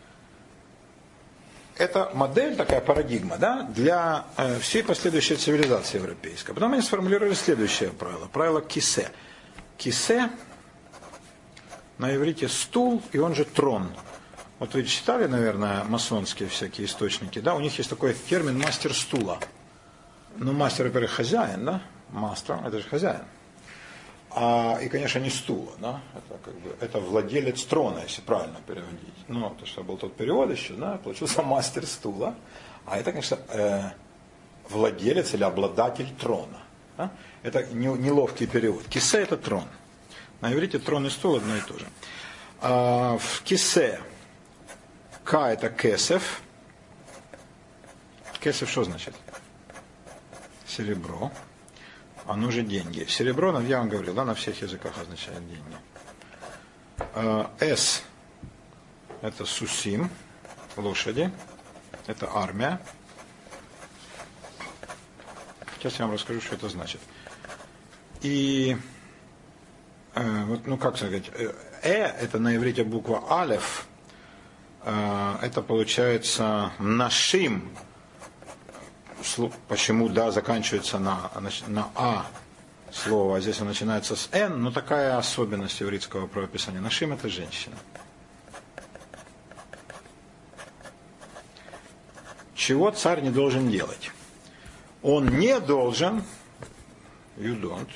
Это модель, такая парадигма, да, для э, всей последующей цивилизации европейской. Потом они сформулировали следующее правило. Правило кисе. Кисе на иврите стул, и он же трон. Вот вы читали, наверное, масонские всякие источники, да? У них есть такой термин «мастер стула». Ну, мастер, во-первых, хозяин, да? Мастер, это же хозяин. А, и, конечно, не стула, да? Это, как бы, это владелец трона, если правильно переводить. Ну, то, что был тот перевод еще, да? Получился мастер стула. А это, конечно, э, владелец или обладатель трона. Да? Это неловкий перевод. Кисе – это трон. На иврите трон и стул одно и то же. А, в кисе К – это кесев. Кесев что значит? Серебро. Оно же деньги. Серебро, я вам говорил, да, на всех языках означает деньги. С – это сусим, лошади. Это армия. Сейчас я вам расскажу, что это значит. И, э, вот, ну как сказать, Э – это на иврите буква Алеф. Э, это получается нашим. Почему да заканчивается на, на А слово, а здесь он начинается с Н, но такая особенность ивритского правописания. Нашим – это женщина. Чего царь не должен делать? Он не должен, you don't,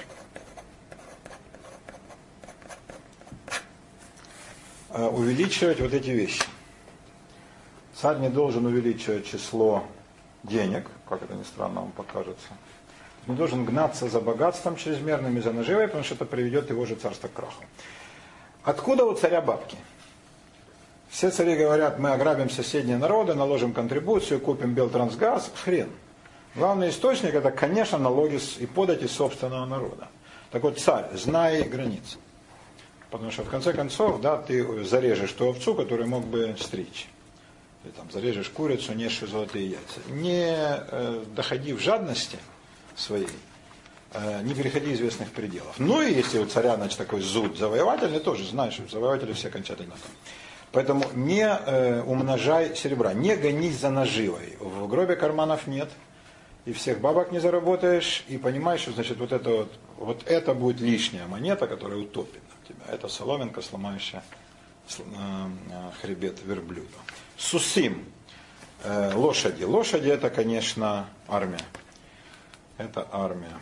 увеличивать вот эти вещи. Царь не должен увеличивать число денег, как это ни странно вам покажется. Не должен гнаться за богатством чрезмерным и за наживой, потому что это приведет его же царство к краху. Откуда у царя бабки? Все цари говорят, мы ограбим соседние народы, наложим контрибуцию, купим Белтрансгаз. Хрен. Главный источник – это, конечно, налоги и подати собственного народа. Так вот, царь, знай границы. Потому что, в конце концов, да, ты зарежешь ту овцу, которую мог бы стричь. Или там зарежешь курицу, несшую золотые яйца. Не э, доходи в жадности своей, э, не переходи известных пределов. Ну и если у царя, значит, такой зуд завоевательный, тоже знаешь, что завоеватели все кончают одинаково. Поэтому не э, умножай серебра, не гонись за наживой. В гробе карманов нет, и всех бабок не заработаешь, и понимаешь, что значит вот это вот, вот это будет лишняя монета, которая утопит тебя. Это соломинка, сломающая хребет верблюда. Сусим, э, лошади. Лошади это, конечно, армия. Это армия.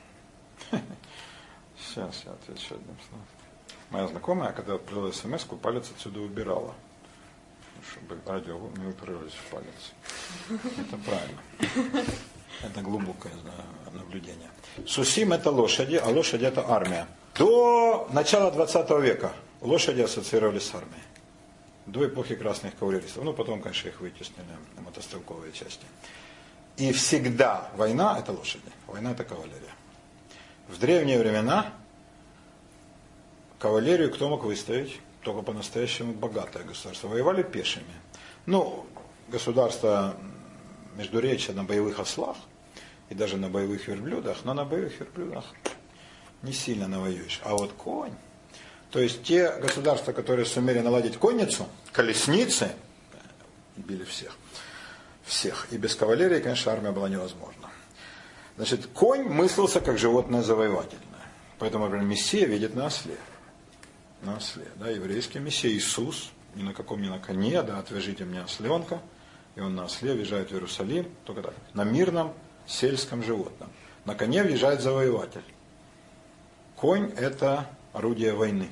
Сейчас я отвечу одним словом. Моя знакомая, когда отправила смс-ку, палец отсюда убирала, чтобы радио не уперлось в палец. Это правильно. Это глубокое наблюдение. Сусим это лошади, а лошади это армия. До начала двадцатого века лошади ассоциировались с армией. До эпохи красных кавалеристов. Ну, потом, конечно, их вытеснили мотострелковые части. И всегда война это лошади. Война это кавалерия. В древние времена кавалерию кто мог выставить? Только по-настоящему богатое государство. Воевали пешими. Ну, государство Междуречья на боевых ослах и даже на боевых верблюдах, но на боевых верблюдах не сильно навоюешь. А вот конь. То есть те государства, которые сумели наладить конницу, колесницы, били всех. Всех. И без кавалерии, конечно, армия была невозможна. Значит, конь мыслился как животное завоевательное. Поэтому, например, Мессия видит на осле. На осле. Да, еврейский Мессия Иисус, ни на каком, ни на коне, да, отвяжите мне осленка. И он на осле въезжает в Иерусалим, только так, на мирном сельском животном. На коне въезжает завоеватель. Конь это орудие войны.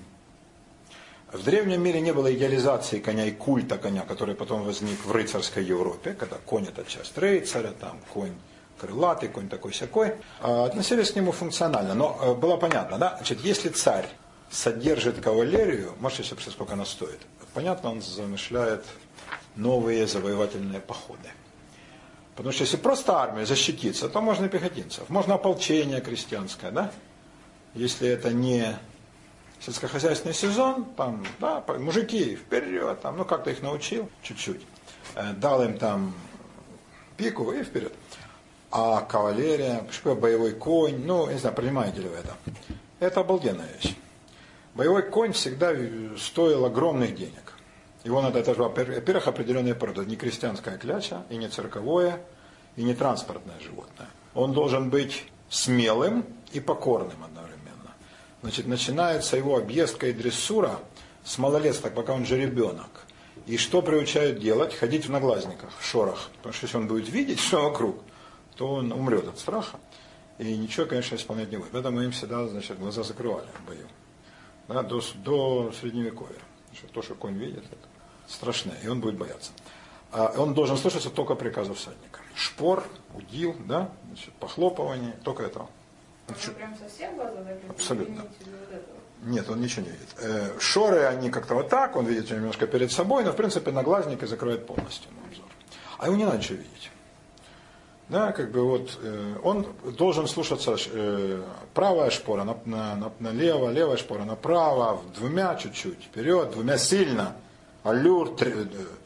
В древнем мире не было идеализации коня и культа коня, который потом возник в рыцарской Европе, когда конь это часть рыцаря, там конь крылатый, конь такой-сякой. Относились к нему функционально, но было понятно, да? Значит, если царь содержит кавалерию, можете себе представить, сколько она стоит. Понятно, он замышляет новые завоевательные походы. Потому что если просто армия защититься, то можно и пехотинцев. Можно ополчение крестьянское, да? Если это не сельскохозяйственный сезон, там, да, мужики вперед, там, ну как-то их научил чуть-чуть, дал им там пику и вперед. А кавалерия, боевой конь, ну, не знаю, понимаете ли вы это? Это обалденная вещь. Боевой конь всегда стоил огромных денег. Его надо, это же, во-первых, определенная порода. Это не крестьянская кляча, и не цирковое, и не транспортное животное. Он должен быть смелым и покорным одновременно. Значит, начинается его объездка и дрессура с малолетства, пока он же ребенок. И что приучают делать? Ходить в наглазниках, в шорах. Потому что если он будет видеть, что вокруг, то он умрет от страха. И ничего, конечно, исполнять не будет. Поэтому им всегда, значит, глаза закрывали в бою. Да, до, до средневековья. Значит, то, что конь видит, это страшное, и он будет бояться. А он должен слушаться только приказа всадника. Шпор, удил, да, значит, похлопывание, только этого. Он прям совсем глаза закрыты? Абсолютно. Вот этого? Нет, он ничего не видит. Шоры, они как-то вот так, он видит немножко перед собой, но в принципе наглазники закрывают полностью на обзор. А ему не надо ничего видеть. Да, как бы вот он должен слушаться правая шпора на, на, на, налево, левая шпора направо, двумя чуть-чуть вперед, двумя сильно, аллюр, три,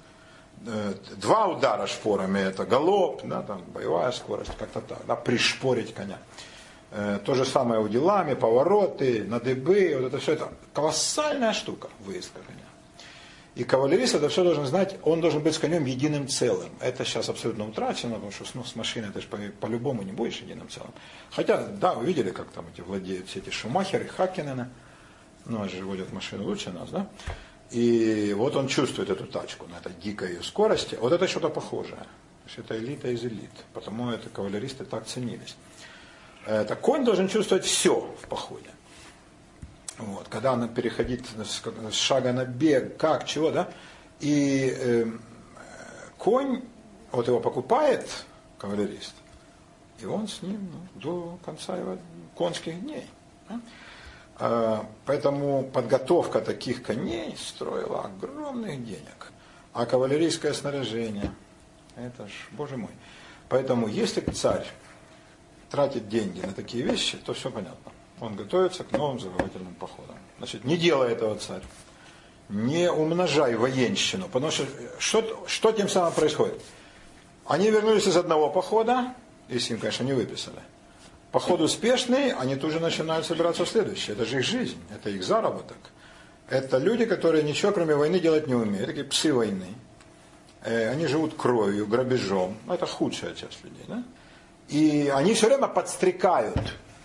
два удара шпорами, это галоп, да, там, боевая скорость, как-то так, да, пришпорить коня. То же самое уделами, повороты, на дыбы, вот это все, это колоссальная штука, выездка коня. И кавалерист это все должен знать, он должен быть с конем единым целым. Это сейчас абсолютно утрачено, потому что ну, с машиной ты же по-любому не будешь единым целым. Хотя, да, вы видели, как там эти владеют все эти Шумахеры, Хаккинены, ну, они же водят машину лучше нас, да? И вот он чувствует эту тачку на этой дикой ее скорости. Вот это что-то похожее. То есть это элита из элит. Потому это кавалеристы так ценились. Это конь должен чувствовать все в походе. Вот, когда она переходит с шага на бег, как, чего, да? И э, конь, вот его покупает кавалерист, и он с ним ну, до конца его конских дней. Да? А, поэтому подготовка таких коней стоила огромных денег. А кавалерийское снаряжение, это ж, боже мой. Поэтому если царь тратит деньги на такие вещи, то все понятно. Он готовится к новым завоевательным походам. Значит, не делай этого, царь. Не умножай военщину. Потому что что, что тем самым происходит? Они вернулись из одного похода, если им, конечно, не выписали. Поход успешный, они тут же начинают собираться в следующий. Это же их жизнь, это их заработок. Это люди, которые ничего кроме войны делать не умеют. Такие псы войны. Они живут кровью, грабежом. Это худшая часть людей. Да? И они все время подстрекают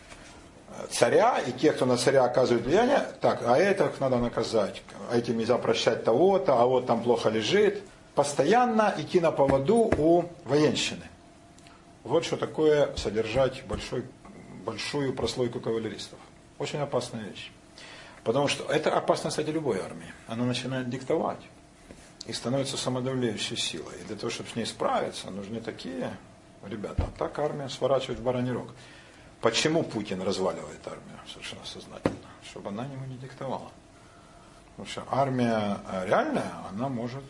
царя и тех, кто на царя оказывает влияние, так, а этих надо наказать, а этим нельзя прощать того-то, а вот там плохо лежит. Постоянно идти на поводу у военщины. Вот что такое содержать большой, большую прослойку кавалеристов. Очень опасная вещь. Потому что это опасно, кстати, любой армии. Она начинает диктовать и становится самодавляющей силой. И для того, чтобы с ней справиться, нужны такие ребята. А так армия сворачивает в бараний рог. Почему Путин разваливает армию совершенно сознательно? Чтобы она ему не диктовала. Потому что армия реальная, она может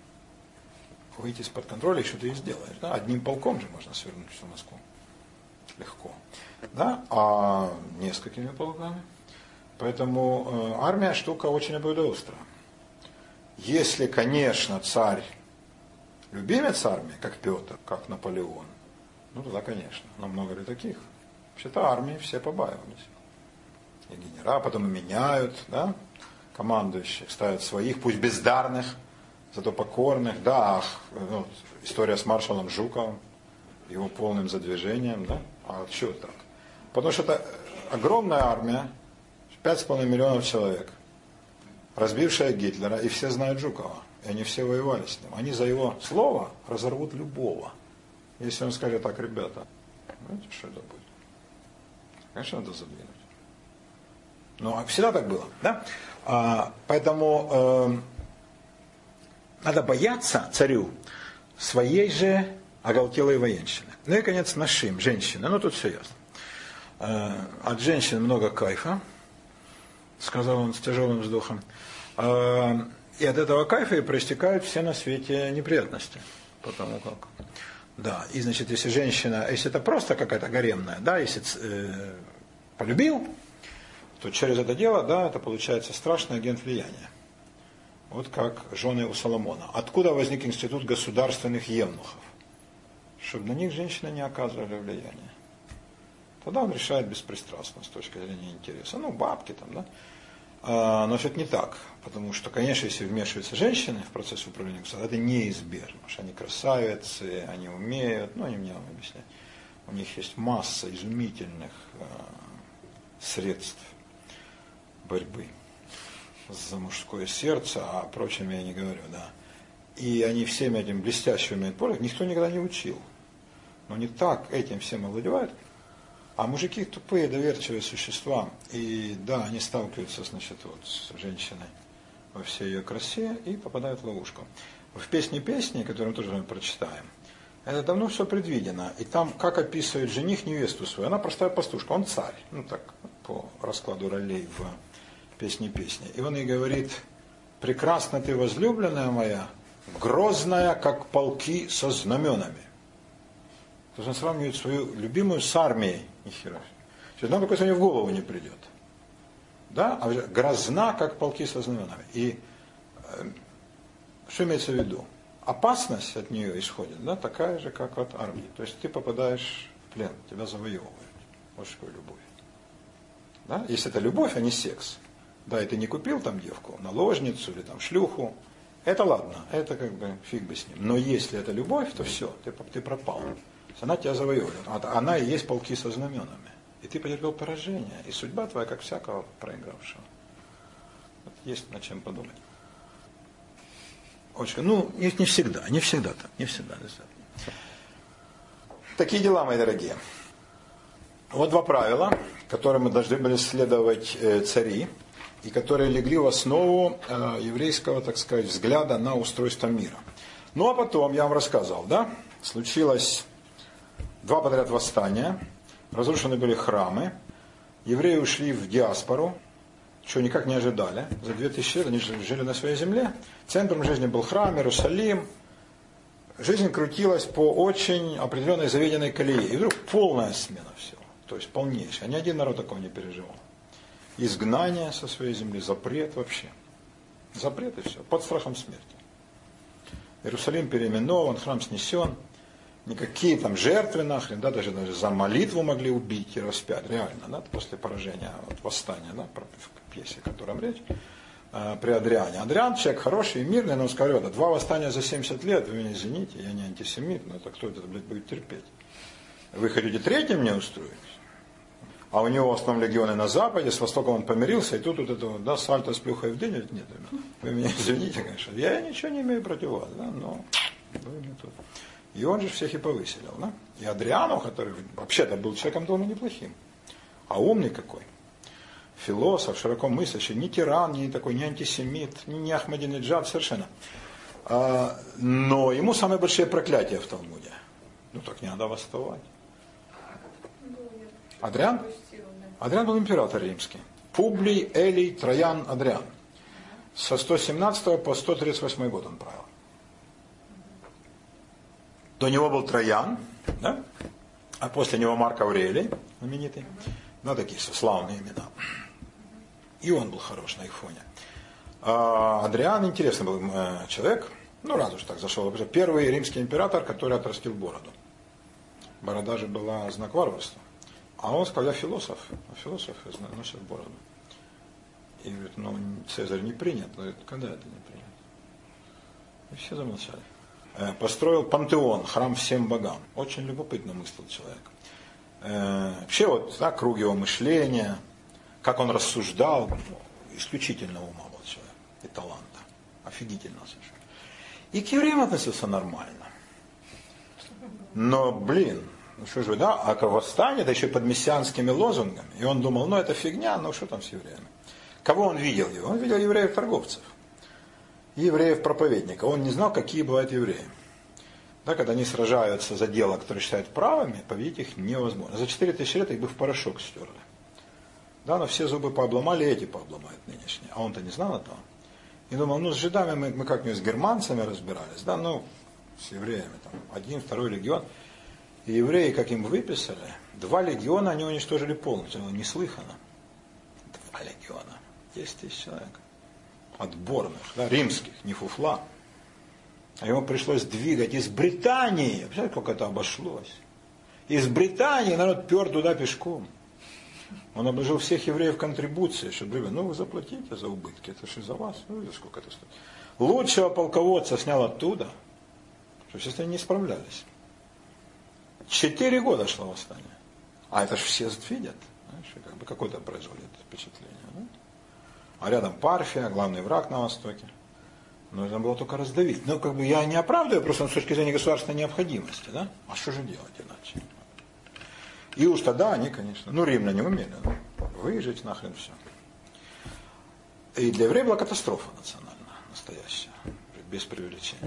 выйти из-под контроля и что-то и сделать. Да? Одним полком же можно свернуть всю Москву. Легко. Да? А несколькими полками. Поэтому э, армия штука очень обоюдоострая. Если, конечно, царь любимец армии, как Петр, как Наполеон, ну тогда, конечно. Но много ли таких? Вообще-то армии все побаивались. И генералы потом меняют, да, командующих, ставят своих, пусть бездарных, зато покорных. Да, ну, история с маршалом Жуковым, его полным задвижением, да. А что так? Потому что это огромная армия, пять с половиной миллионов человек, разбившая Гитлера, и все знают Жукова. И они все воевали с ним. Они за его слово разорвут любого. Если он скажет так, ребята, знаете, что это будет? Конечно, надо задвинуть. Но всегда так было. Да? А, поэтому э, надо бояться царю своей же оголтелой военщины. Ну и, конец, нашим, женщины. Ну, тут все ясно. Э, от женщин много кайфа, сказал он с тяжелым вздохом. Э, и от этого кайфа и проистекают все на свете неприятности. Потому как... Да, и значит, если женщина, если это просто какая-то гаремная, да, если э, полюбил, то через это дело, да, это получается страшный агент влияния. Вот как жены у Соломона. Откуда возник институт государственных евнухов? Чтобы на них женщины не оказывали влияния. Тогда он решает беспристрастно с точки зрения интереса. Ну, бабки там, да. А, но это не так. Потому что, конечно, если вмешиваются женщины в процесс управления государством, это неизбежно. Потому что они красавицы, они умеют, ну, они мне вам объяснять. У них есть масса изумительных э, средств борьбы за мужское сердце, а о прочем я не говорю, да. и они всеми этим блестяще умеют пользоваться, никто никогда не учил. Но не так этим всем овладевают. А мужики тупые, доверчивые существа. И да, они сталкиваются, значит, вот, с женщиной во всей ее красе и попадают в ловушку. В «Песне песни», которую мы тоже мы прочитаем, это давно все предвидено. И там, как описывает жених невесту свою, она простая пастушка, он царь. Ну так, по раскладу ролей в «Песне песни». И он ей говорит: «Прекрасна ты, возлюбленная моя, грозная, как полки со знаменами». То есть он сравнивает свою любимую с армией. Нихера. Сейчас нам такое сегодня в голову не придет. Да? А грозна, как полки со знаменами. И э, что имеется в виду? Опасность от нее исходит, да, такая же, как от армии. То есть ты попадаешь в плен, тебя завоевывают. Вот что такое любовь. Да? Если это любовь, а не секс. Да, и ты не купил там девку, наложницу или там шлюху, это ладно, это как бы фиг бы с ним. Но если это любовь, то все, ты, ты пропал. Она тебя завоевывает. Она и есть полки со знаменами. И ты потерпел поражение. И судьба твоя, как всякого проигравшего. Вот есть над чем подумать. Очень, ну, не, не всегда, не всегда так, не всегда. Такие дела, мои дорогие. Вот два правила, которым мы должны были следовать э, цари, и которые легли в основу э, еврейского, так сказать, взгляда на устройство мира. Ну, а потом, я вам рассказывал, да, случилось два подряд восстания, разрушены были храмы, евреи ушли в диаспору, что никак не ожидали. За две тысячи лет они жили на своей земле. Центром жизни был храм, Иерусалим. Жизнь крутилась по очень определенной заведенной колее. И вдруг полная смена всего. То есть полнейшая. Ни один народ такого не переживал. Изгнание со своей земли, запрет вообще. Запрет и все. Под страхом смерти. Иерусалим переименован, храм снесен. Никакие там жертвы нахрен, да, даже, даже за молитву могли убить и распять, реально, да, после поражения, вот, восстания, да, в пьесе, о котором речь, э, при Адриане. Адриан человек хороший и мирный, но он сказал: да, два восстания за семьдесят лет, вы меня извините, я не антисемит, но это кто это, блядь, будет терпеть? Вы хотите третьим мне устроить? А у него в основном легионы на западе, с востоком он помирился, и тут вот это, да, сальто с плюхой в день, нет, вы меня извините, конечно, я ничего не имею против вас, да, но вы не тут. И он же всех и повыселил, да? И Адриану, который вообще-то был человеком довольно неплохим, а умный какой, философ, широко мыслящий, не тиран, не такой, не антисемит, не Ахмадинеджад, совершенно. А, но ему самые большие проклятия в Талмуде. Ну так не надо восставать. Адриан? Адриан был император римский. Публий Элий Троян Адриан. Со сто семнадцатого по сто тридцать восьмой год он правил. До него был Троян, да? А после него Марк Аврелий, знаменитый. Ну, такие славные имена. И он был хорош на их фоне. А Адриан интересный был человек, ну, раз уж так зашел. Первый римский император, который отрастил бороду. Борода же была знак варварства. А он сказал: я философ, а философы носят бороду. И говорит: ну, Цезарь не принят. Он говорит: когда это не принято? И все замолчали. Построил пантеон, храм всем богам. Очень любопытно мыслил человек. Э, вообще вот да, круг его мышления, как он рассуждал, исключительно ума был человек и таланта. Офигительно совершенно. И к евреям относился нормально. Но, блин, ну что же, да, а к восстанию, да еще под мессианскими лозунгами. И он думал: ну это фигня, ну что там с евреями? Кого он видел его? Он видел евреев-торговцев. Евреев-проповедников. Он не знал, какие бывают евреи. Да, когда они сражаются за дело, которое считают правыми, победить их невозможно. За четыре тысячи лет их бы в порошок стерли. Да, но все зубы пообломали, эти пообломают нынешние. А он-то не знал этого. И думал: ну с жидами мы, мы как-нибудь с германцами разбирались, да, ну с евреями, там, один, второй легион. И евреи, как им выписали, два легиона они уничтожили полностью. Неслыханно. Два легиона. десять тысяч человек. Отборных, да, римских, не фуфла. А ему пришлось двигать из Британии. Представляете, как это обошлось? Из Британии народ пер туда пешком. Он обложил всех евреев контрибуцией, чтобы, ну вы заплатите за убытки, это же за вас, ну сколько это стоит. Лучшего полководца снял оттуда, то есть если они не справлялись. Четыре года шло восстание. А это же все видят. Знаешь, как бы какое-то производит впечатление. Да? А рядом Парфия, главный враг на востоке. Нужно было только раздавить. Ну, как бы я не оправдываю, просто с точки зрения государственной необходимости, да? А что же делать иначе? И уж тогда они, конечно, ну, римляне умели, ну, выжить нахрен все. И для евреев была катастрофа национальная, настоящая, без преувеличения.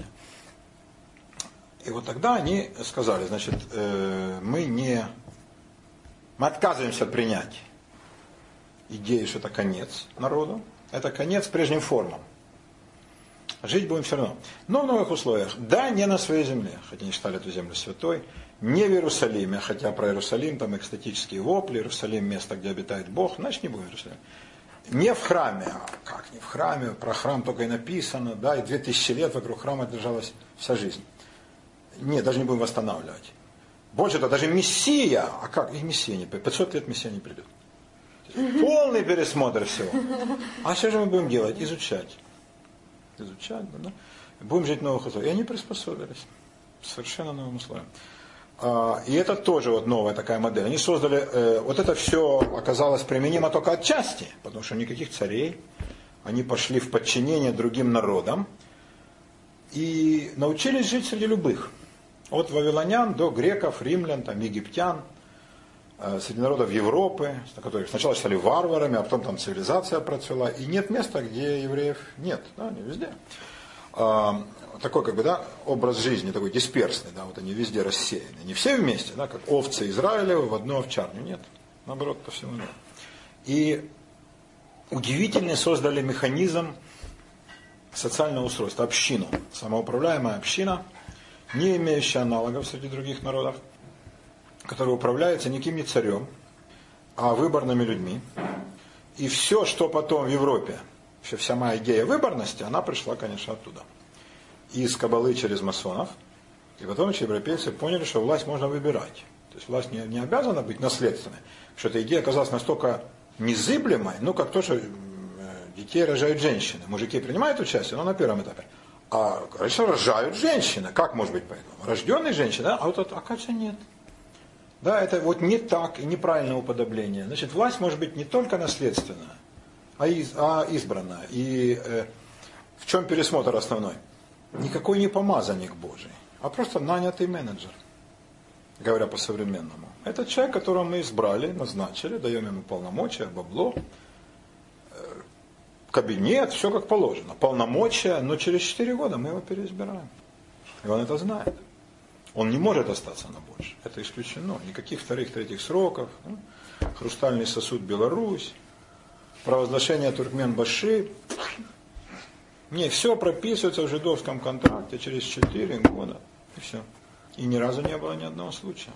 И вот тогда они сказали, значит, э, мы не, мы отказываемся принять идею, что это конец народу, это конец прежним формам. Жить будем все равно. Но в новых условиях. Да, не на своей земле, хотя не считали эту землю святой. Не в Иерусалиме, хотя про Иерусалим там экстатические вопли. Иерусалим место, где обитает Бог. Значит, не будем в Иерусалиме. Не в храме. А как не в храме? Про храм только и написано. Да, и две тысячи лет вокруг храма держалась вся жизнь. Нет, даже не будем восстанавливать. Больше того, даже Мессия. А как? И Мессия не придет. пятьсот лет Мессия не придет. Полный пересмотр всего. А что же мы будем делать? Изучать. Изучать, да? Будем жить в новых условиях. И они приспособились. Совершенно новым условиям. И это тоже вот новая такая модель. Они создали, вот это все оказалось применимо только отчасти, потому что никаких царей. Они пошли в подчинение другим народам и научились жить среди любых. От вавилонян до греков, римлян, там, египтян, среди народов Европы, которые сначала стали варварами, а потом там цивилизация процвела. И нет места, где евреев нет, да, они везде. А, такой как бы, да, образ жизни, такой дисперсный, да, вот они везде рассеяны. Не все вместе, да, как овцы Израилевы в одну овчарню, нет. Наоборот, по всему миру. И удивительно создали механизм социального устройства, общину, самоуправляемая община, не имеющая аналогов среди других народов, который управляется никем не царем, а выборными людьми. И все, что потом в Европе, вообще вся моя идея выборности, она пришла, конечно, оттуда. Из кабалы через масонов. И потом эти европейцы поняли, что власть можно выбирать. То есть власть не, не обязана быть наследственной. Что эта идея оказалась настолько незыблемой, ну, как то, что детей рожают женщины. Мужики принимают участие, но на первом этапе. А, конечно, рожают женщины. Как может быть поэтому? Рожденные женщины, да? А вот, оказывается, нет. Да, это вот не так и неправильное уподобление. Значит, власть может быть не только наследственная, а, из, а избранная. И э, в чем пересмотр основной? Никакой не помазанник Божий, а просто нанятый менеджер, говоря по-современному. Это человек, которого мы избрали, назначили, даем ему полномочия, бабло, э, кабинет, все как положено. Полномочия, но через четыре года мы его переизбираем. И он это знает. Он не может остаться на больше. Это исключено. Никаких вторых, третьих сроков. Хрустальный сосуд Беларусь. Провозглашение Туркмен-Баши. Не, все прописывается в жидовском контракте через четыре года. И все. И ни разу не было ни одного случая.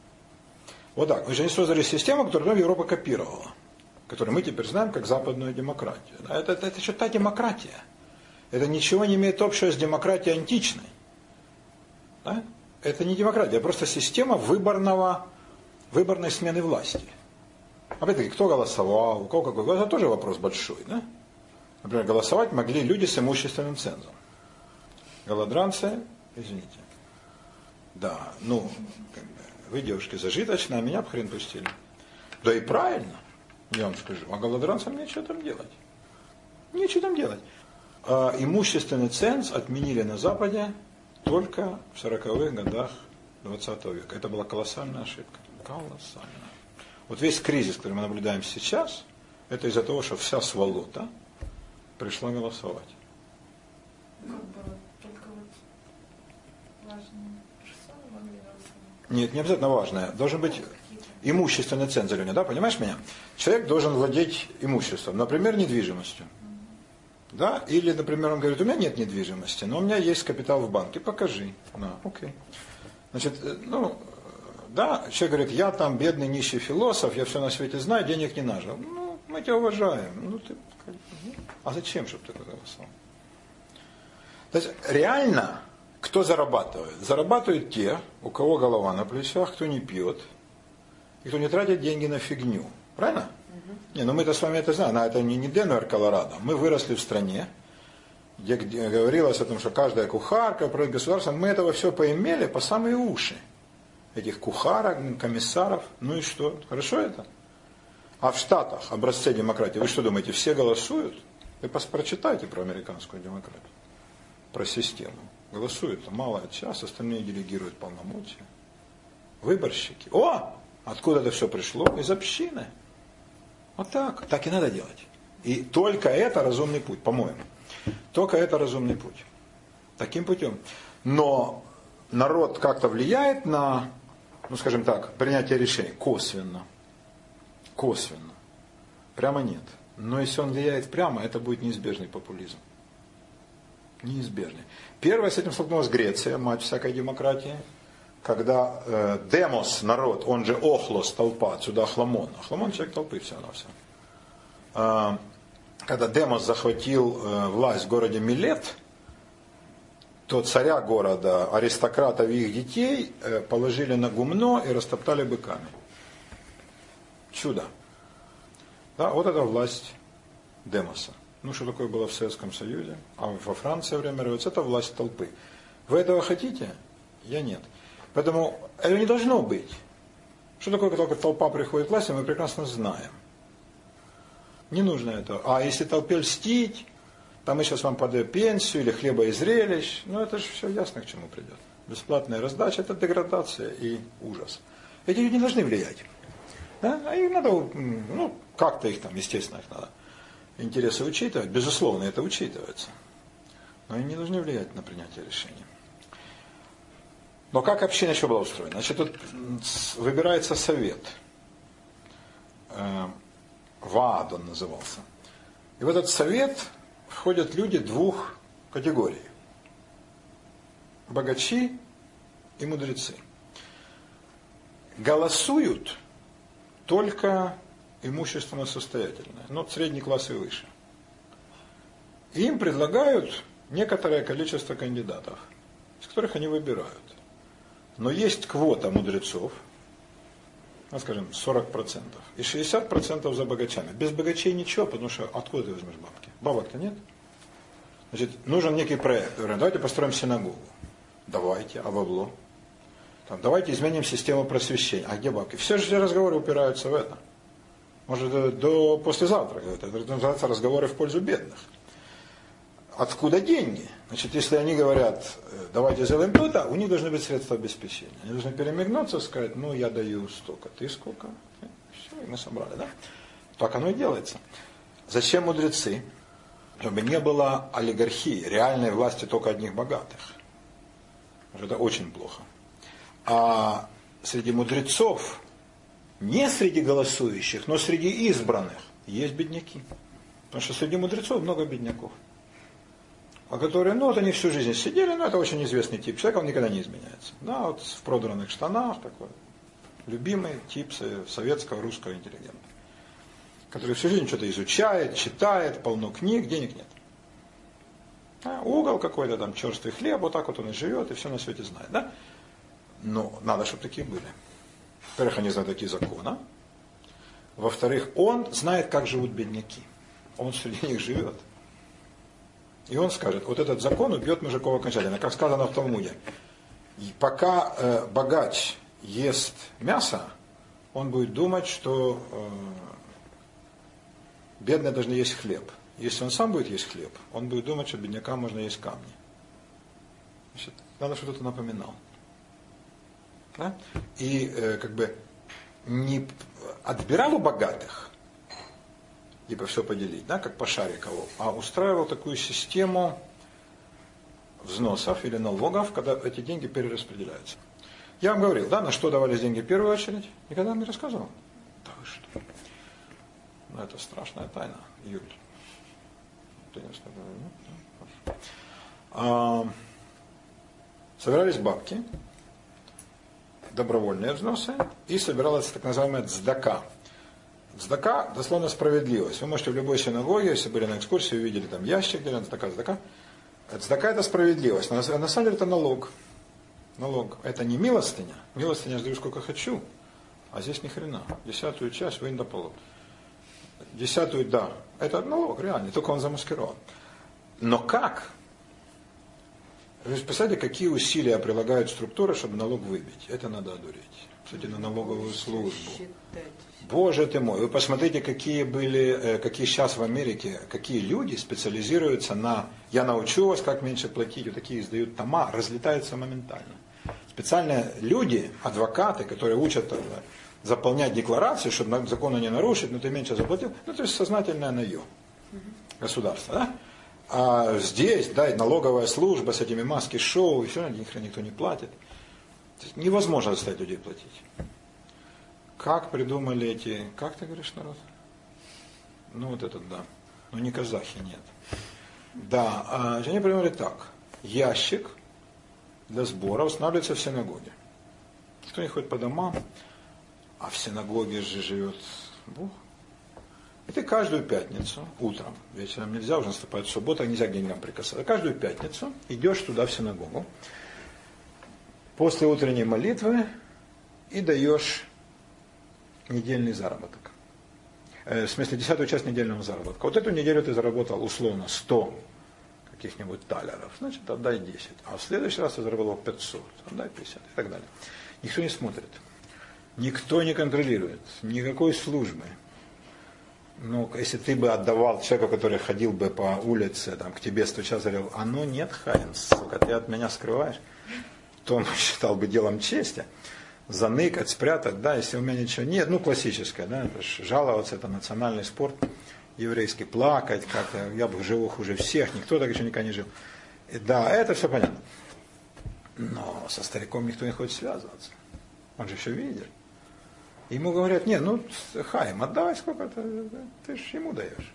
Вот так. Мы же не создали систему, которую Европа копировала. Которую мы теперь знаем как западную демократию. Это, это, это еще та демократия. Это ничего не имеет общего с демократией античной. Да? Это не демократия, а просто система выборного, выборной смены власти. Опять-таки, кто голосовал, у кого какой голос, это тоже вопрос большой. Да? Например, голосовать могли люди с имущественным цензом. Голодранцы, извините. Да, ну, вы, девушки, зажиточные, а меня в хрен пустили. Да и правильно, я вам скажу. А голодранцам нечего там делать. Нечего там делать. А имущественный ценз отменили на Западе только в сороковых годах двадцатого века. Это была колоссальная ошибка. Колоссальная. Вот весь кризис, который мы наблюдаем сейчас, это из-за того, что вся сволота пришла голосовать. Как бы только вот важные персоны могли голосовать. Нет, не обязательно важное. Должен быть имущественный ценз, да, понимаешь меня? Человек должен владеть имуществом, например, недвижимостью. Да? Или, например, он говорит, у меня нет недвижимости, но у меня есть капитал в банке, покажи. Да, окей. Значит, ну, да, человек говорит, я там бедный нищий философ, я все на свете знаю, денег не нажил. Ну, мы тебя уважаем. Ну, ты, а зачем, чтобы ты голосовал? То есть, реально, кто зарабатывает? Зарабатывают те, у кого голова на плечах, кто не пьет, и кто не тратит деньги на фигню. Правильно? Не, ну мы-то с вами это знаем, но это не, не Денвер, Колорадо. Мы выросли в стране, где, где говорилось о том, что каждая кухарка, про государство, мы этого все поимели по самые уши. Этих кухарок, комиссаров, ну и что? Хорошо это? А в Штатах, образце демократии, вы что думаете, все голосуют? Вы прочитайте про американскую демократию. про систему. Голосует малая часть, остальные делегируют полномочия. Выборщики. О! Откуда это все пришло? Из общины. Вот так. Так и надо делать. И только это разумный путь, по-моему. Только это разумный путь. Таким путем. Но народ как-то влияет на, ну скажем так, принятие решений. Косвенно. Косвенно. Прямо нет. Но если он влияет прямо, это будет неизбежный популизм. Неизбежный. Первая с этим столкнулась Греция, мать всякой демократии. Когда э, демос, народ, он же охлос, толпа, отсюда охламон. Охламон человек толпы всего-навсего. Э, когда демос захватил э, власть в городе Милет, то царя города, аристократов и их детей э, положили на гумно и растоптали быками. Чудо. Да, вот это власть демоса. Ну, что такое было в Советском Союзе, а во Франции время революции, это власть толпы. Вы этого хотите? Я нет. Поэтому это не должно быть. Что такое, когда толпа приходит к власти, мы прекрасно знаем. Не нужно этого. А если толпе льстить, там мы сейчас вам подаем пенсию или хлеба и зрелищ, ну это же все ясно, к чему придет. Бесплатная раздача – это деградация и ужас. Эти люди не должны влиять. Да? А их надо, ну, как-то их там, естественно, их надо интересы учитывать. Безусловно, это учитывается. Но они не должны влиять на принятие решений. Но как община еще была устроена? Значит, тут выбирается совет. Ваад он назывался. И в этот совет входят люди двух категорий. Богачи и мудрецы. Голосуют только имущественно состоятельные, но средний класс и выше. И им предлагают некоторое количество кандидатов, из которых они выбирают. Но есть квота мудрецов, ну, скажем, сорок процентов, и шестьдесят процентов за богачами. Без богачей ничего, потому что откуда ты возьмешь бабки? Бабок-то нет. Значит, нужен некий проект. Говорят, давайте построим синагогу. Давайте, а бабло? Там, давайте изменим систему просвещения. А где бабки? Все же разговоры упираются в это. Может, до послезавтра. Это называется разговоры в пользу бедных. Откуда деньги? Значит, если они говорят, давайте сделаем то-то, у них должны быть средства обеспечения. Они должны перемигнуться, сказать, ну, я даю столько, ты сколько? Все, и мы собрали, да? Так оно и делается. Зачем мудрецы? Чтобы не было олигархии, реальной власти только одних богатых. Это очень плохо. А среди мудрецов, не среди голосующих, но среди избранных, есть бедняки. Потому что среди мудрецов много бедняков. А которые, ну вот они всю жизнь сидели, но это очень известный тип человека, он никогда не изменяется. Да, вот в продранных штанах такой любимый тип советского, русского интеллигента. Который всю жизнь что-то изучает, читает, полно книг, денег нет. А, угол какой-то там, черствый хлеб, вот так вот он и живет, и все на свете знает, да? Но надо, чтобы такие были. Во-первых, они знают такие законы. Во-вторых, он знает, как живут бедняки. Он среди них живет. И он скажет, вот этот закон убьет мужиков окончательно. Как сказано в Талмуде. И пока э, богач ест мясо, он будет думать, что э, бедные должны есть хлеб. Если он сам будет есть хлеб, он будет думать, что беднякам можно есть камни. Значит, надо, чтобы кто-то напоминал. Да? И э, как бы не отбирал у богатых, типа все поделить, да, как по Шарикову, а устраивал такую систему взносов или налогов, когда эти деньги перераспределяются. Я вам говорил, да, на что давались деньги в первую очередь? Никогда вам не рассказывал? Да вы что? Ну, это страшная тайна, Юль. Ты не рассказывал? Ну, а, собирались бабки, добровольные взносы, и собиралась так называемая цдака. Цдака, дословно справедливость. Вы можете в любой синагоге, если были на экскурсии, увидели там ящик, где цдака, цдака. Цдака это справедливость, но на самом деле это налог. Налог. Это не милостыня. Милостыня я сдаю сколько хочу, а здесь ни хрена. Десятую часть вы не дополут. Десятую, да. Это налог, реально, только он замаскирован. Но как? Вы представляете, какие усилия прилагают структуры, чтобы налог выбить? Это надо одуреть. кстати, на налоговую службу. Боже ты мой, вы посмотрите, какие были, какие сейчас в Америке, какие люди специализируются на «я научу вас, как меньше платить», вот такие издают тома, разлетаются моментально. Специальные люди, адвокаты, которые учат заполнять декларацию, чтобы законы не нарушить, но ты меньше заплатил, ну то есть сознательное наем государства, да? А здесь, да, налоговая служба с этими маски-шоу, и все, никто, никто не платит. Невозможно заставить людей платить. Как придумали эти, как ты говоришь, народ? Ну вот этот, да. Ну не казахи, нет. Да, а, они придумали так. Ящик для сбора устанавливается в синагоге. Никто не ходит по домам, а в синагоге же живет Бог. И ты каждую пятницу, утром, вечером нельзя, уже наступает суббота, нельзя к деньгам прикасаться. Каждую пятницу идешь туда в синагогу, после утренней молитвы и даешь недельный заработок. Э, в смысле, десятую часть недельного заработка. Вот эту неделю ты заработал условно сто каких-нибудь талеров, значит, отдай десять. А в следующий раз ты заработал пятьсот, отдай пятьдесят и так далее. Никто не смотрит. Никто не контролирует. Никакой службы. Ну, если ты бы отдавал человеку, который ходил бы по улице, там, к тебе стучался, говорил, а ну нет, Хайм, сука, ты от меня скрываешь, то он считал бы делом чести. Заныкать, спрятать, да, если у меня ничего нет, ну, классическое, да, это ж жаловаться, это национальный спорт, еврейский, плакать, как-то, я бы живу хуже всех, никто так еще никогда не жил. И, да, это все понятно. Но со стариком никто не хочет связываться. Он же еще видит. Ему говорят, не, ну, Хайм, отдавай сколько-то, ты же ему даешь.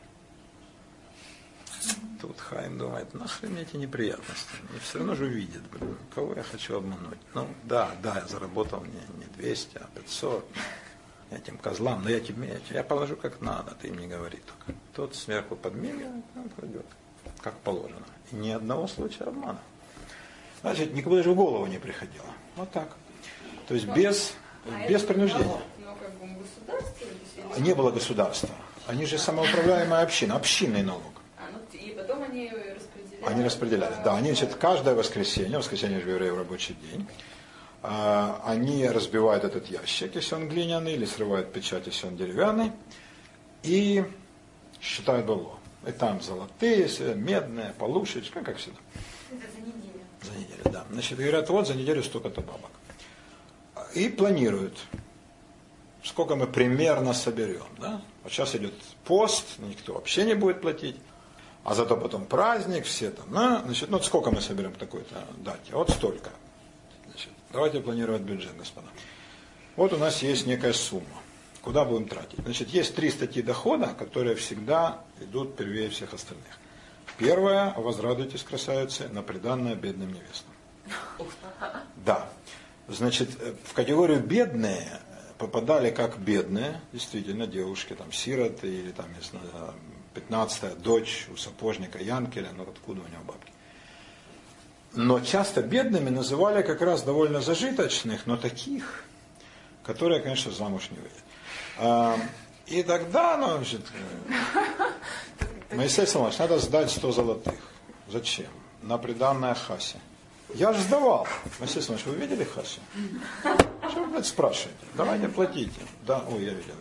Тут Хайм думает, нахрен мне эти неприятности. И все равно же увидит, блин, кого я хочу обмануть. Ну, да, да, я заработал мне не двести, а пятьсот. Этим козлам, но я тебе, я положу как надо, ты им не говори только. Тот сверху подмигивает, он кладет, как положено. И ни одного случая обмана. Значит, никому даже в голову не приходило. Вот так. То есть без, а без принуждения. Но как бы государство? Не было государства. Они же самоуправляемая община, общинный налог. А, ну, и потом они распределяли? Они распределяли, да. Они, значит, каждое воскресенье, воскресенье же евреев рабочий день, они разбивают этот ящик, если он глиняный, или срывают печать, если он деревянный, и считают бабло. И там золотые, медные, полушечки, как всегда. Это за неделю? За неделю, да. Значит, говорят, вот за неделю столько-то бабок. И планируют, сколько мы примерно соберем. Да? Вот сейчас идет пост, никто вообще не будет платить, а зато потом праздник, все там. Ну, значит, ну сколько мы соберем к такой-то дате? Вот столько. Значит, давайте планировать бюджет, господа. Вот у нас есть некая сумма. Куда будем тратить? Значит, есть три статьи дохода, которые всегда идут первее всех остальных. Первое, возрадуйтесь, красавицы, на приданное бедным невестам. Да. Значит, в категорию бедные попадали как бедные, действительно, девушки, там, сироты, или там, не знаю, пятнадцатая дочь у сапожника Янкеля, ну откуда у него бабки. Но часто бедными называли как раз довольно зажиточных, но таких, которые, конечно, замуж не выйдут. И тогда, ну, значит, Моисей Самович, надо сдать сто золотых. Зачем? На приданное Хасе. Я же сдавал. Моисей Самович, вы видели Хасю? Что вы, блядь, спрашиваете? Давайте платите. Да, ой, я видел.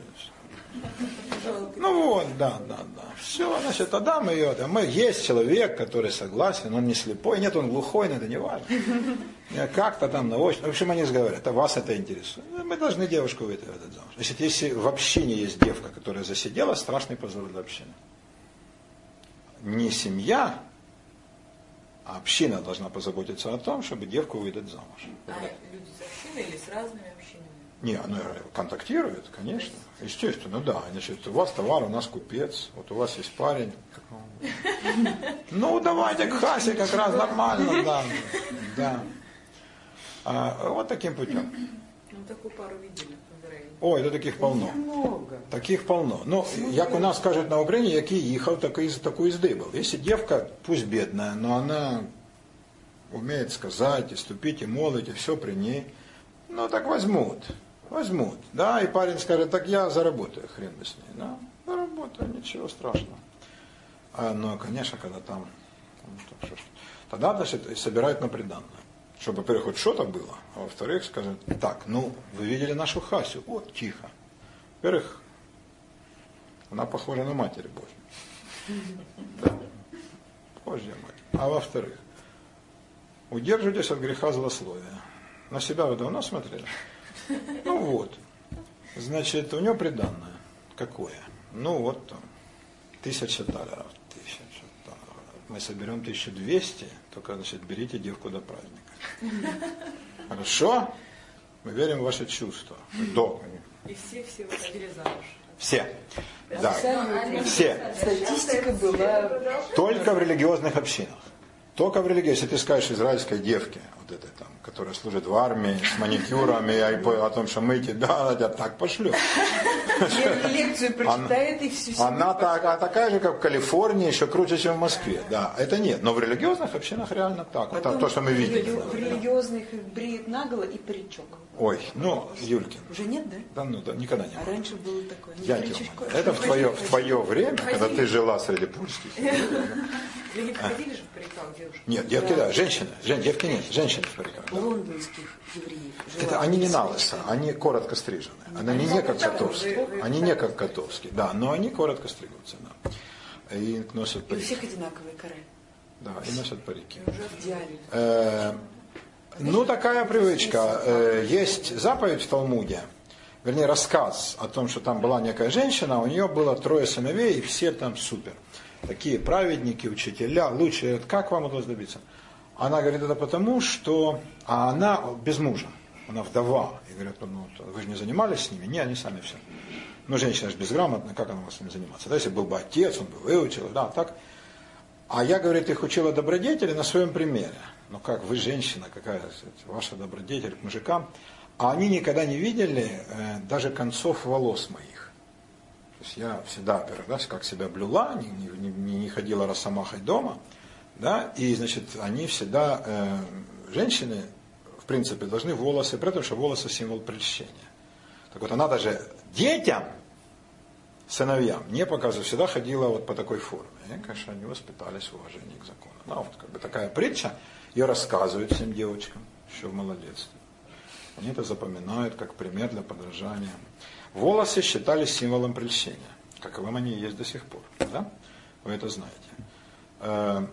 Ну вот, да, да, да. Все, значит, тогда мы ее... Мы, есть человек, который согласен, он не слепой, нет, он глухой, но это не важно. Как-то там на очередь. В общем, они говорят, а вас это интересует. Мы должны девушку выйти в этот замуж. Значит, если в общине есть девка, которая засидела, страшный позор для общины. Не семья, а община должна позаботиться о том, чтобы девку выдать замуж. А люди с общиной или с разными общинами? Не, ну, контактируют, конечно. Естественно, да. Значит, у вас товар, у нас купец, вот у вас есть парень. Ну, давайте к Хасе как раз нормально, да. да. А, вот таким путем. Ну, такую пару видели в Израиле. Ой, это таких полно. Много. Таких полно. Ну, як у нас кажуть на Україні, який їхав, такий, такой езды был. Если девка, пусть бедная, но она умеет сказать, и ступить, и молить, и все при ней, ну, так возьмут. Возьмут. Да, и парень скажет, так я заработаю, хрен бы с ней. Да, заработаю, ничего страшного. А, но, конечно, когда там, ну, так, что, тогда, значит, собирают на приданное. Чтобы, во-первых, хоть что-то было, а во-вторых, сказать, так, ну, вы видели нашу Хасю? О, тихо. Во-первых, она похожа на Матерь Божью. Да. Божья Матерь. А во-вторых, удерживайтесь от греха злословия. На себя вы давно смотрели? Ну вот. Значит, у него приданное. Какое? Ну вот там, тысяча талеров. Тысяча талеров. Мы соберем тысячу двести, только, значит, берите девку до праздника. Хорошо? Мы верим в ваши чувства. Да. И все все выходили замуж. Все. Да. Все. Статистика была... Только в религиозных общинах. Только в религии. Если ты скажешь израильской девке, вот этой там, которая служит в армии, с маникюрами, о том, что мыть, да, она тебя так пошлет. Лекцию прочитает и все. Она так, а такая же, как в Калифорнии, еще круче, чем в Москве. Да, это нет. Но в религиозных общинах реально так. Потом то, что мы видим. В религиозных их бреет наголо и паричок. Ой, ну, Юлькин. Уже нет, да? Да, ну, да, никогда не было. А раньше было такое. Я это в твое, в твое время, когда ты жила среди польских. Вы не приходили же в париках девушек? Нет, девки, да, женщины. Жен, девки нет, женщины в париках. У лондонских евреев. Это они не на лысо, они коротко стрижены. Они не как котовские. Они не как котовские, да, но они коротко стригутся, да. И носят И у парики. всех одинаковые каре. Да, и носят парики. Уже в идеале. Э, ну, такая привычка. Э, есть заповедь в Талмуде, вернее, рассказ о том, что там была некая женщина, у нее было трое сыновей, и все там супер. Такие праведники, учителя, лучшие. Как вам удалось добиться? Она говорит, это потому, что... А она без мужа, она вдова. И говорят, ну, вы же не занимались с ними? Не, они сами все. Ну, женщина же безграмотная, как она может с ними заниматься? Да, если был бы отец, он бы выучил, да, так. А я, говорит, их учила добродетели на своем примере. Ну как, вы женщина, какая ваша добродетель к мужикам. А они никогда не видели э, даже концов волос моих. То есть я всегда, во-первых, да, как себя блюла, не, не, не ходила росомахой дома, да, и, значит, они всегда, э, женщины, в принципе, должны волосы, при этом, что волосы символ прельщения. Так вот, она даже детям, сыновьям, не показывает, всегда ходила вот по такой форме. И, конечно, они воспитались в уважении к закону. Ну, вот как бы такая притча, ее рассказывают всем девочкам еще в малолетстве. Они это запоминают как пример для подражания. Волосы считались символом прельщения, каковым они и есть до сих пор. Да? Вы это знаете.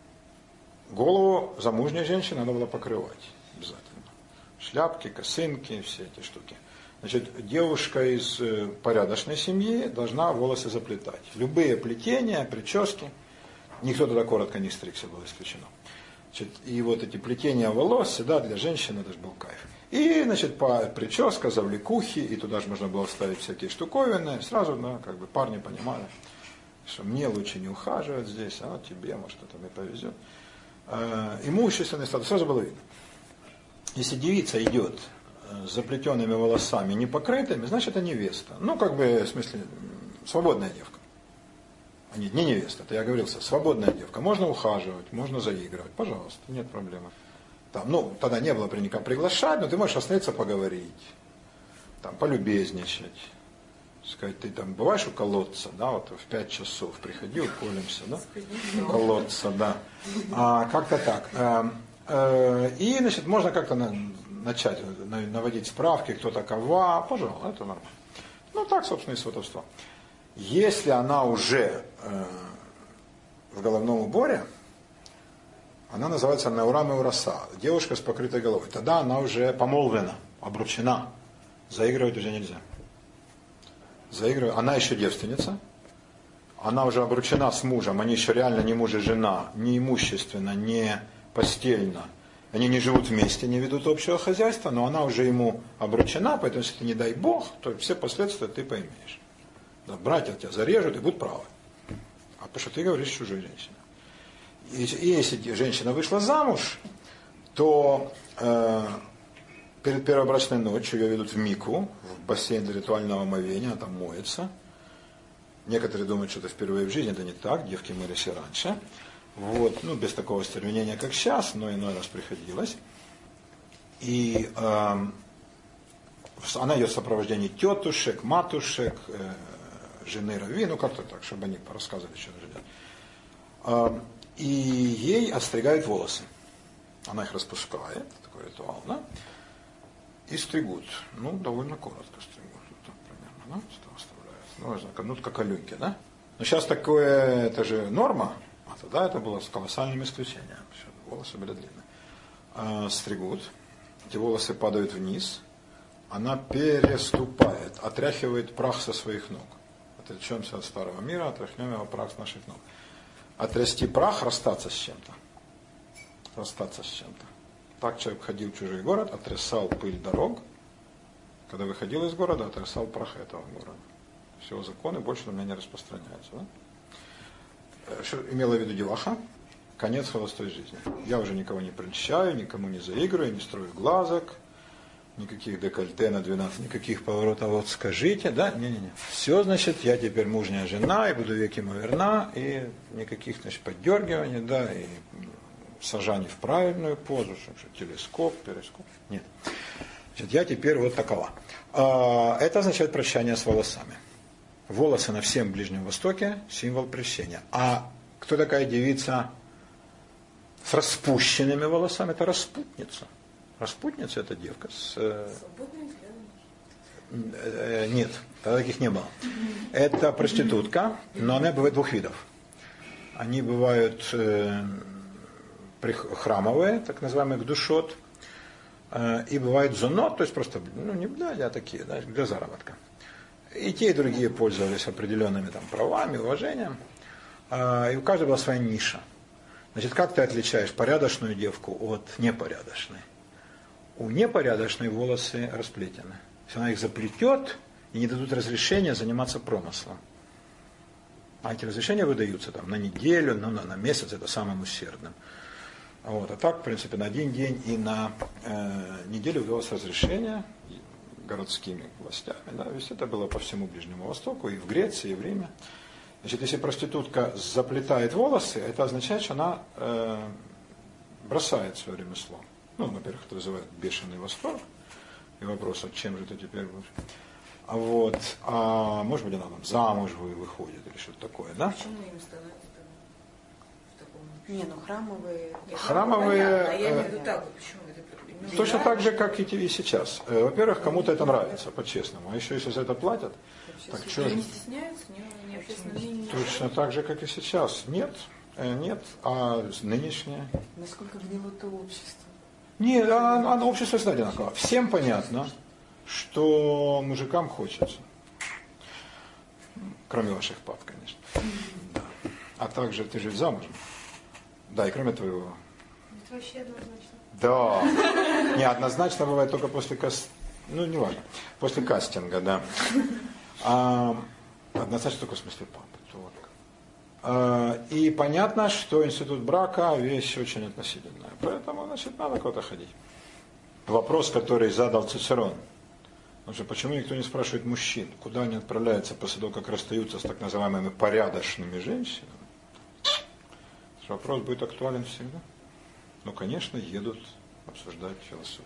Голову замужней женщины надо было покрывать обязательно. Шляпки, косынки, все эти штуки. Значит, девушка из порядочной семьи должна волосы заплетать. Любые плетения, прически, никто туда коротко не стригся, было исключено. Значит, и вот эти плетения волос всегда для женщины это же был кайф. И, значит, по прическа, завлекухи, и туда же можно было вставить всякие штуковины. Сразу, да, как бы парни понимали, что мне лучше не ухаживать здесь, а тебе, может, это мне повезет. Имущественный статус сразу было видно. Если девица идет с заплетенными волосами, не покрытыми, значит, это невеста. Ну, как бы, в смысле, свободная девка. А нет, не невеста, это я говорил, свободная девка. Можно ухаживать, можно заигрывать, пожалуйста, нет проблемы. Там, ну, тогда не было никого приглашать, но ты можешь остановиться поговорить, там, полюбезничать. Сказать, ты там бываешь у колодца, да, вот в пять часов приходи, уколемся, да, у колодца, да. А, как-то так. А, а, и, значит, можно как-то на, начать наводить справки, кто такова, пожалуйста, это нормально. Ну, так, собственно, и сватовство. Если она уже э, в головном уборе, она называется Неурам и Ураса, девушка с покрытой головой. Тогда она уже помолвлена, обручена. Заигрывать уже нельзя. Заигрывать. Она еще девственница. Она уже обручена с мужем. Они еще реально не муж и жена, не имущественно, не постельно. Они не живут вместе, не ведут общего хозяйства, но она уже ему обручена, поэтому если ты не дай Бог, то все последствия ты поймешь. Да, братья тебя зарежут и будут правы. А потому что ты говоришь чужой женщине. И, и если женщина вышла замуж, то э, перед первой брачной ночью ее ведут в мику, в бассейн для ритуального омовения, она там моется. Некоторые думают, что это впервые в жизни, это не так, девки мылись и раньше. Вот, ну, без такого стервенения, как сейчас, но иной раз приходилось. И э, она идет в сопровождении тетушек, матушек, э, жены Рави, ну как-то так, чтобы они рассказывали, что нужно делать. Э, и ей отстригают волосы. Она их распускает, такой ритуал, да? И стригут. Ну, довольно коротко стригут. Вот так примерно, да? Что оставляют. Ну, ну, как олюньки, да? Но сейчас такое, это же норма, а тогда это было с колоссальным исключением. Волосы были длинные. А, стригут. Эти волосы падают вниз. Она переступает, отряхивает прах со своих ног. Отречемся от старого мира, отряхнем его прах с наших ног. Отрясти прах, расстаться с чем-то. Расстаться с чем-то. Так человек ходил в чужой город, отрясал пыль дорог. Когда выходил из города, отрясал прах этого города. Все, законы больше на меня не распространяются. Да? Что имела в виду деваха? Конец холостой жизни. Я уже никого не прельщаю, никому не заигрываю, не строю глазок, никаких декольте на двенадцать, никаких поворотов. Вот скажите, да? Не-не-не. Все, значит, я теперь мужняя жена, и буду веки ему верна, и никаких, значит, поддергиваний, да, и сажаний в правильную позу, что телескоп, перископ. Нет. Значит, я теперь вот такова. Это означает прощание с волосами. Волосы на всем Ближнем Востоке – символ прощения. А кто такая девица с распущенными волосами? Это распутница. Распутница – это девка с... Свободными взглядами? Нет, тогда таких не было. Это проститутка, но она бывает двух видов. Они бывают э, храмовые, так называемые гдушот, э, и бывают зонот, то есть просто, ну не для, а такие, да, для заработка. И те, и другие пользовались определенными там правами, уважением, э, и у каждого была своя ниша. Значит, как ты отличаешь порядочную девку от непорядочной? У непорядочной волосы расплетены. Если она их заплетет, и не дадут разрешения заниматься промыслом. А эти разрешения выдаются там, на неделю, ну, на, на месяц, это самым усердным. Вот. А так, в принципе, на один день и на э, неделю выдалось разрешение городскими властями. Да. Весь это было по всему Ближнему Востоку, и в Греции, и в Риме. Значит, если проститутка заплетает волосы, это означает, что она э, бросает свое ремесло. Ну, во-первых, это вызывает бешеный восторг. И вопрос, а чем же ты теперь будешь? А вот, а может быть, она там замуж выходит или что-то такое, да? Почему им становится в таком? Не, ну храмовые. Храмовые. Понятно, я э, имею в виду так, почему это? Точно так же, как и и сейчас. Э, Во-первых, кому-то это нравится, по-честному. А еще если за это платят, так что Они же? не стесняются, не, не общественное мнение. Точно так же, как и сейчас. Нет, э, нет, а нынешнее. Насколько гнило то общество? Нет, оно, оно общество всегда одинаково. Всем понятно, что мужикам хочется. Кроме ваших пап, конечно. Да. А также ты же замужем. Да, и кроме твоего. Это вообще однозначно. Да. Не, однозначно бывает только после кастинга. Ну, не важно. После кастинга, да. А, однозначно только в смысле папы. Только. А, и понятно, что институт брака вещь очень относительная. Поэтому, значит, надо куда-то ходить. Вопрос, который задал Цицерон. Потому что почему никто не спрашивает мужчин, куда они отправляются после того, как расстаются с так называемыми порядочными женщинами? Вопрос будет актуален всегда. Ну, конечно, едут обсуждать философию.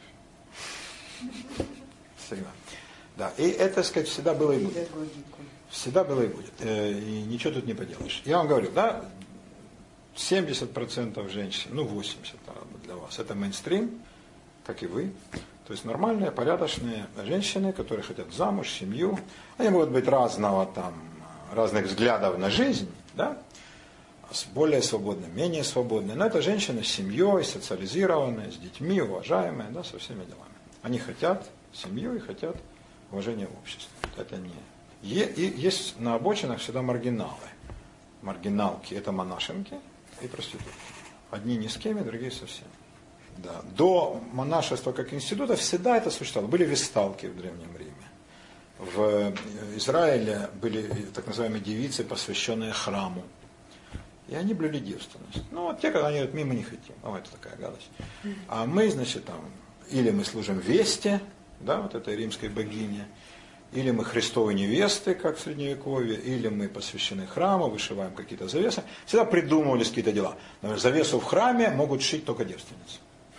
Всегда. Да, и это, так сказать, всегда было и будет. Всегда было и будет. И ничего тут не поделаешь. Я вам говорю, да, семьдесят процентов женщин, ну восемьдесят процентов для вас, это мейнстрим, как и вы. То есть нормальные, порядочные женщины, которые хотят замуж, семью. Они могут быть разного там, разных взглядов на жизнь, да, более свободные, менее свободные. Но это женщины с семьей, социализированные, с детьми, уважаемые, да, со всеми делами. Они хотят семью и хотят уважения в обществе. Это не. И есть на обочинах всегда маргиналы. Маргиналки – это монашенки и проститутки. Одни ни с кем, другие со всеми. Да. До монашества как института всегда это существовало. Были весталки в Древнем Риме. В Израиле были так называемые девицы, посвященные храму. И они блюли девственность. Ну, вот те, когда они говорят, мимо не хотим. О, это такая гадость. А мы, значит, там, или мы служим Весте, да, вот этой римской богине, или мы Христовы невесты, как в Средневековье, или мы посвящены храму, вышиваем какие-то завесы. Всегда придумывались какие-то дела. Например, завесу в храме могут шить только девственницы.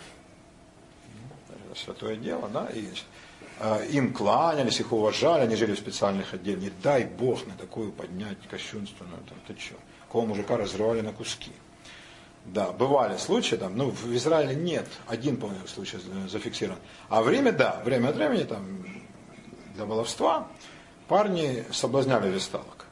Это святое дело, да, и э, им кланялись, их уважали, они жили в специальных отделах. Не дай Бог на такую поднять кощунственную, там, ты что? Кого мужика разрывали на куски. Да, бывали случаи, там, ну, в Израиле нет, один, по-моему, случай зафиксирован. А в Риме, да, время от времени там для баловства парни соблазняли весталок.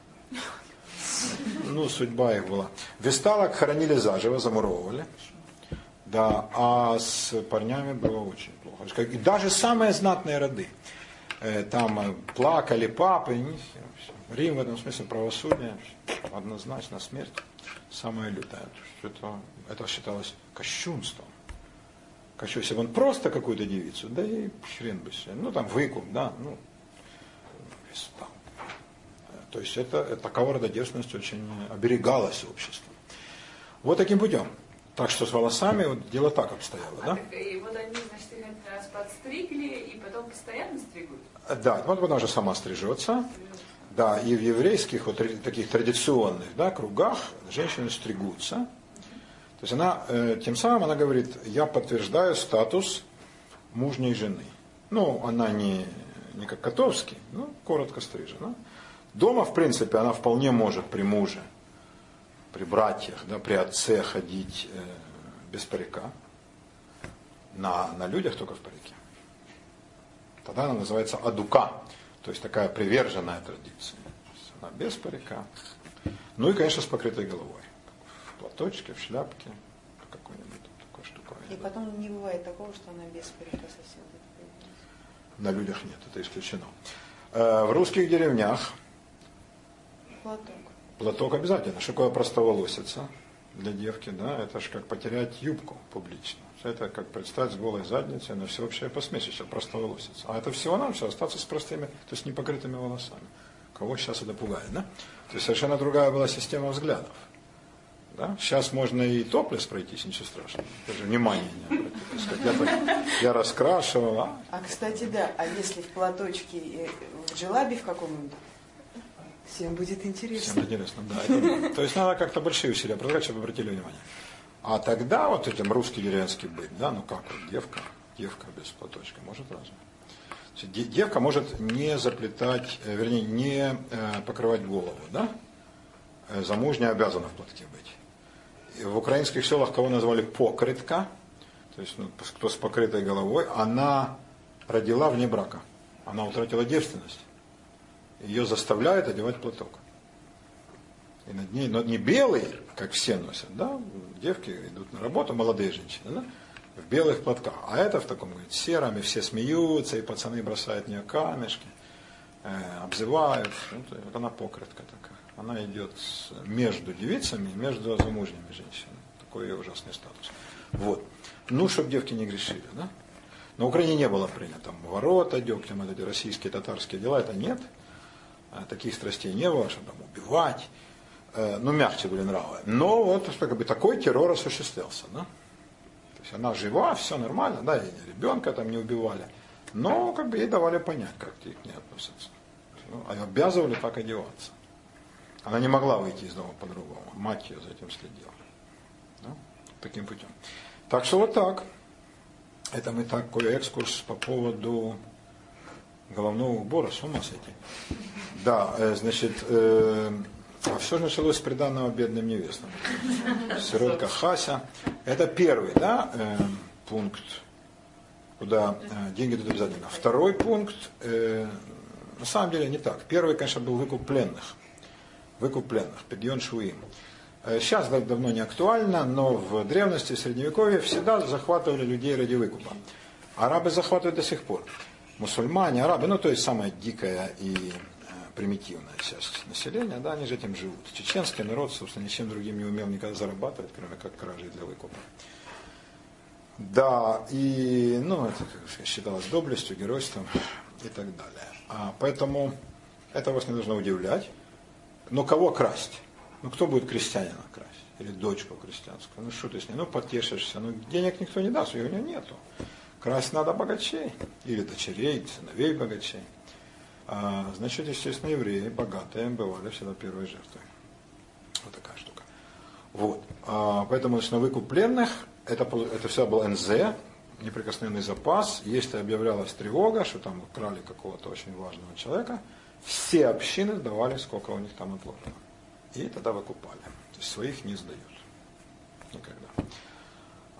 Ну, судьба их была. Весталок хоронили заживо, замуровывали. Да, а с парнями было очень плохо. И даже самые знатные роды. Там плакали папы. Рим в этом смысле правосудие однозначно смерть. Самое лютое. Это, это считалось кощунством. Кощунством. Если бы он просто какую-то девицу, да и хрен бы себе. Ну там выкуп, да, ну, вестал. То есть это, это такого рода девственность очень оберегалась обществом. Вот таким путем. Так что с волосами вот дело так обстояло, а да? Так, и вот они, значит, их один раз подстригли и потом постоянно стригут? Да, вот она же сама стрижется. Да, и в еврейских вот таких традиционных, да, кругах женщины стригутся. То есть она, э, тем самым она говорит, я подтверждаю статус мужней жены. Ну, она не, не как Котовский, ну, коротко стрижена. Дома, в принципе, она вполне может при муже, при братьях, да, при отце ходить э, без парика. На, на людях только в парике. Тогда она называется адука. То есть такая приверженная традиция. Она без парика. Ну и, конечно, с покрытой головой. В платочке, в шляпке, в какой-нибудь такой штуковине. И потом не бывает такого, что она без парика совсем. На людях нет, это исключено. В русских деревнях Платок. Платок обязательно. Что такое простоволосица для девки? Да? Это же как потерять юбку публично. Это как предстать с голой задницей на всеобщее посмешище, простоволосица. А это всего-навсего остаться с простыми, то есть непокрытыми волосами. Кого сейчас это пугает, да? То есть совершенно другая была система взглядов. Да? Сейчас можно и топлес пройтись, ничего страшного. Даже внимания не обратить. Я, так, я раскрашивал. А? а, кстати, да, а если в платочке, в джелабе в каком-нибудь, всем будет интересно. Всем интересно, да. Это, то есть надо как-то большие усилия прилагать, чтобы обратили внимание. А тогда вот этим русский деревенский быт, да, ну как вот девка, девка без платочка, может разве? Девка может не заплетать, вернее, не покрывать голову, да? Замужняя обязана в платке быть. В украинских селах кого назвали покрытка, то есть ну, кто с покрытой головой, она родила вне брака, она утратила девственность. Ее заставляют одевать платок. И над ней, но не белый, как все носят, да, девки идут на работу, молодые женщины, да, в белых платках. А это в таком, говорит, сером, и все смеются, и пацаны бросают в нее камешки, э, обзывают. Вот она покрытка такая. Она идет между девицами, между замужними женщинами. Такой ее ужасный статус. Вот. Ну, чтобы девки не грешили, да. На Украине не было принято там ворота, дегтем, эти российские, татарские дела, это нет. Таких страстей не было, чтобы там убивать. Ну, мягче были нравы. Но вот как бы, такой террор осуществлялся. Да? То есть она жива, все нормально, да, и ребенка там не убивали. Но как бы ей давали понять, как к ней относятся. Ну, а обязывали так одеваться. Она не могла выйти из дома по-другому. Мать ее за этим следила. Да? Таким путем. Так что вот так. Это мы такой экскурс по поводу головного убора. С ума сойти. Да, значит... Э, А все началось с приданного бедным невестам. Сиротка Хася. Это первый, да, э, пункт, куда э, деньги идут обязательно. Второй пункт, э, на самом деле не так. Первый, конечно, был выкуп пленных. Выкуп пленных, пидьон швуим. Э, сейчас давно не актуально, но в древности, в Средневековье всегда захватывали людей ради выкупа. Арабы захватывают до сих пор. Мусульмане, арабы, ну то есть самая дикая и примитивная часть населения, да, они же этим живут. Чеченский народ, собственно, ничем другим не умел никогда зарабатывать, кроме как кражей для выкупа. Да, и, ну, это считалось доблестью, геройством и так далее. А поэтому это вас не должно удивлять. Но кого красть? Ну, кто будет крестьянина красть? Или дочку крестьянскую? Ну, что ты с ней? Ну, потешишься. Ну, денег никто не даст, ее у него нету. Красть надо богачей. Или дочерей, сыновей богачей. А, значит, естественно, евреи, богатые, бывали всегда первой жертвой. Вот такая штука. Вот. А, поэтому, значит, на выкуп пленных, это, это все был эн зэ, неприкосновенный запас. Если объявлялась тревога, что там украли какого-то очень важного человека, все общины сдавали, сколько у них там отложено. И тогда выкупали. То есть своих не сдают. Никогда.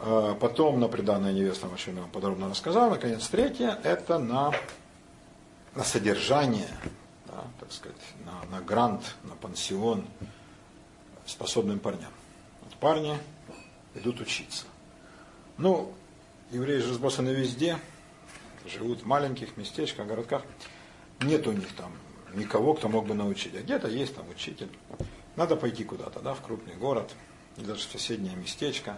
Потом на приданное невестам, о чем я вам подробно рассказал. Наконец, третье, это на, на содержание, да, так сказать, на, на грант, на пансион способным парням. Вот парни идут учиться. Ну, евреи же разбросаны везде, живут в маленьких местечках, городках. Нет у них там никого, кто мог бы научить. А где-то есть там учитель. Надо пойти куда-то, да, в крупный город, или даже в соседнее местечко.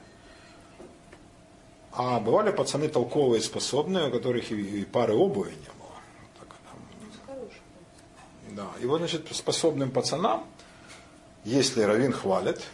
А бывали пацаны толковые, способные, у которых и, и пары обуви не было. Так, там, да. И вот, значит, способным пацанам, если раввин хвалит,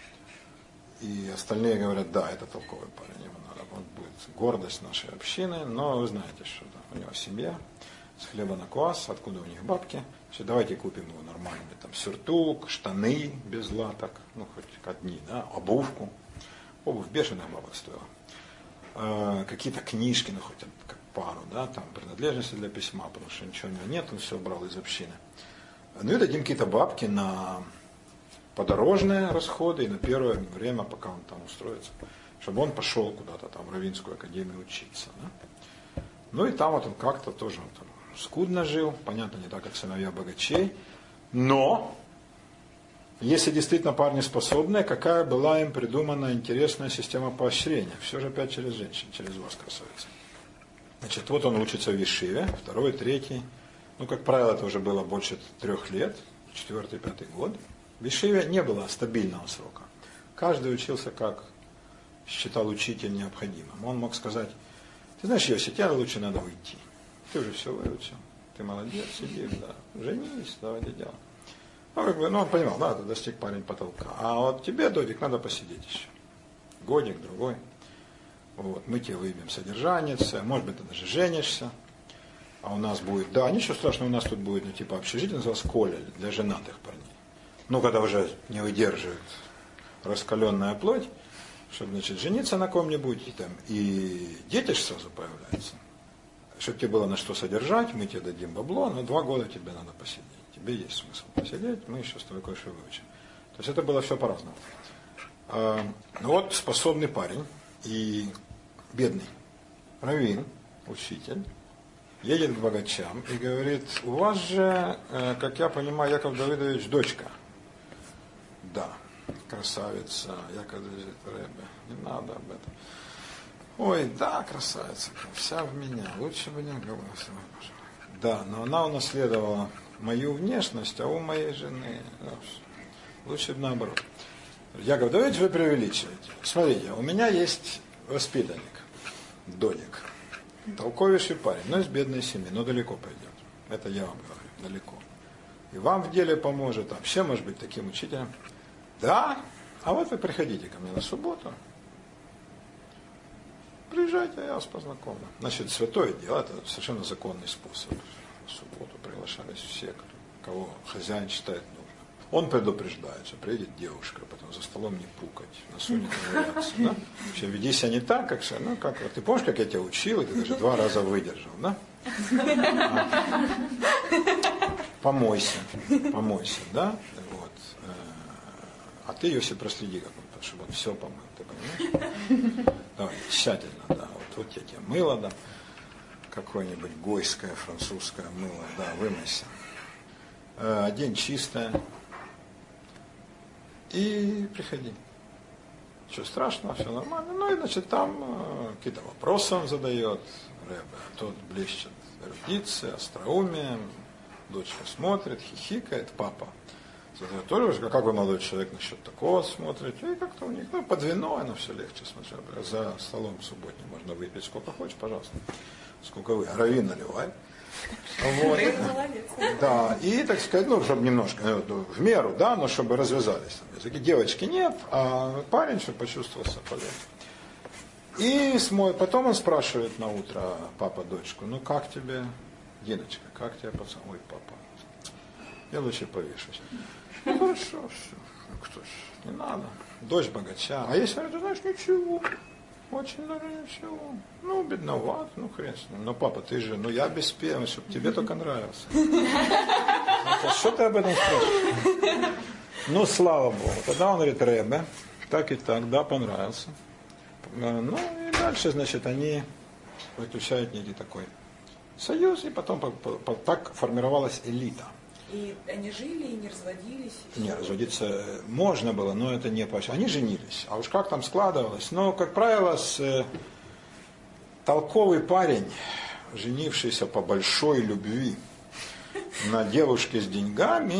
и остальные говорят, да, это толковый парень, ему надо, он будет гордость нашей общины, но вы знаете, что да, у него семья, с хлеба на квас, откуда у них бабки, все, давайте купим ему нормальный там сюртук, штаны без латок, ну хоть одни, да, обувку. Обувь бешеных бабок стоила. Какие-то книжки, ну хоть как пару, да, там принадлежности для письма, потому что ничего у него нет, он все брал из общины. Ну и дадим какие-то бабки на подорожные расходы и на первое время, пока он там устроится, чтобы он пошел куда-то там в Раввинскую академию учиться. Да? Ну и там вот он как-то тоже он там скудно жил, понятно, не так, как сыновья богачей, но если действительно парни способные, какая была им придумана интересная система поощрения? Все же опять через женщин, через вас, красавица. Значит, вот он учится в Ешиве, второй, третий, ну, как правило, это уже было больше трех лет, четвертый, пятый год. В Ешиве не было стабильного срока. Каждый учился, как считал учитель необходимым. Он мог сказать, ты знаешь, Йоси, тебе лучше надо уйти. Ты уже все выучил, ты молодец, сидишь, да, женись, давай дело. Ну, как бы, ну, он понимал, да, ты достиг парень потолка. А вот тебе, Додик, надо посидеть еще. Годик, другой. Вот, мы тебе выявим содержание, может быть, ты даже женишься. А у нас будет, да, ничего страшного, у нас тут будет, ну, типа, общежитие, называлось Коля, для женатых парней. Ну, когда уже не выдерживает раскаленная плоть, чтобы, значит, жениться на ком-нибудь, и, там, и дети же сразу появляются. Чтобы тебе было на что содержать, мы тебе дадим бабло, но два года тебе надо посидеть. Тебе есть смысл посидеть, мы еще с тобой кое-что выучим. То есть это было все по-разному. А, ну вот способный парень и бедный раввин, учитель, едет к богачам и говорит, у вас же, как я понимаю, Яков Давидович, дочка. Да, красавица, Яков Давидович Ребе, не надо об этом. Ой, да, красавица, вся в меня, лучше бы не говорила. Да, но она унаследовала мою внешность, а у моей жены, ну, лучше бы наоборот. Яков Давидович, вы преувеличиваете. Смотрите, у меня есть воспитанник, Додик, толковейший парень, но из бедной семьи, но далеко пойдет. Это я вам говорю, далеко. И вам в деле поможет, вообще может быть таким учителем. Да, а вот вы приходите ко мне на субботу, приезжайте, я вас познакомлю. Значит, святое дело, это совершенно законный способ. В субботу приглашались все, кого хозяин считает нужным. Он предупреждает, что приедет девушка, потом за столом не пукать, носу не ковыряться. Да? Вообще, веди себя не так, как, ну, как ты помнишь, как я тебя учил, и ты даже два раза выдержал, да? А, помойся, помойся, да? Вот. А ты, Йоси, проследи, как он, чтобы он все помыл, ты понимаешь? Давай, тщательно, да. Вот, вот я тебе мыло дам. Какое-нибудь гойское, французское мыло, да, вымойся. Э, одень чистое. И приходи. Ничего страшного, все нормально. Ну и, значит, там э, какие-то вопросы он задает. Ребе, тот блещет эрудицией, остроумием. Дочка смотрит, хихикает, папа. Задает тоже, как вы, молодой человек, насчет такого смотрите. И как-то у них, ну, под вино оно все легче смотреть. За столом субботним можно выпить сколько хочешь, пожалуйста. Сколько вы, раввин наливает. Вот. Да, и, так сказать, ну, чтобы немножко, ну, в меру, да, но чтобы развязались там языки. Девочки нет, а парень, чтобы почувствовал себя полезным. И смой, потом он спрашивает на утро папа дочку, ну как тебе, Диночка, как тебе пацан? Ой, папа, я лучше повешусь. Ну хорошо, все, ну кто ж, не надо. Дочь богача. А если ты знаешь, ничего. Очень даже ничего. Ну, бедноват, ну хрен с ним. Но папа, ты же, ну я беспечный, чтобы тебе только нравился. Что ты об этом спрашиваешь? Ну, слава Богу. Тогда он говорит, Ребе, так и так, да, понравился. Ну и дальше, значит, они заключают некий такой союз, и потом по, по, по, так формировалась элита. И они жили и не разводились? И не, все. разводиться можно было, но это не поощрялось. Они женились, а уж как там складывалось. Но, как правило, с, э, толковый парень, женившийся по большой любви на девушке с деньгами,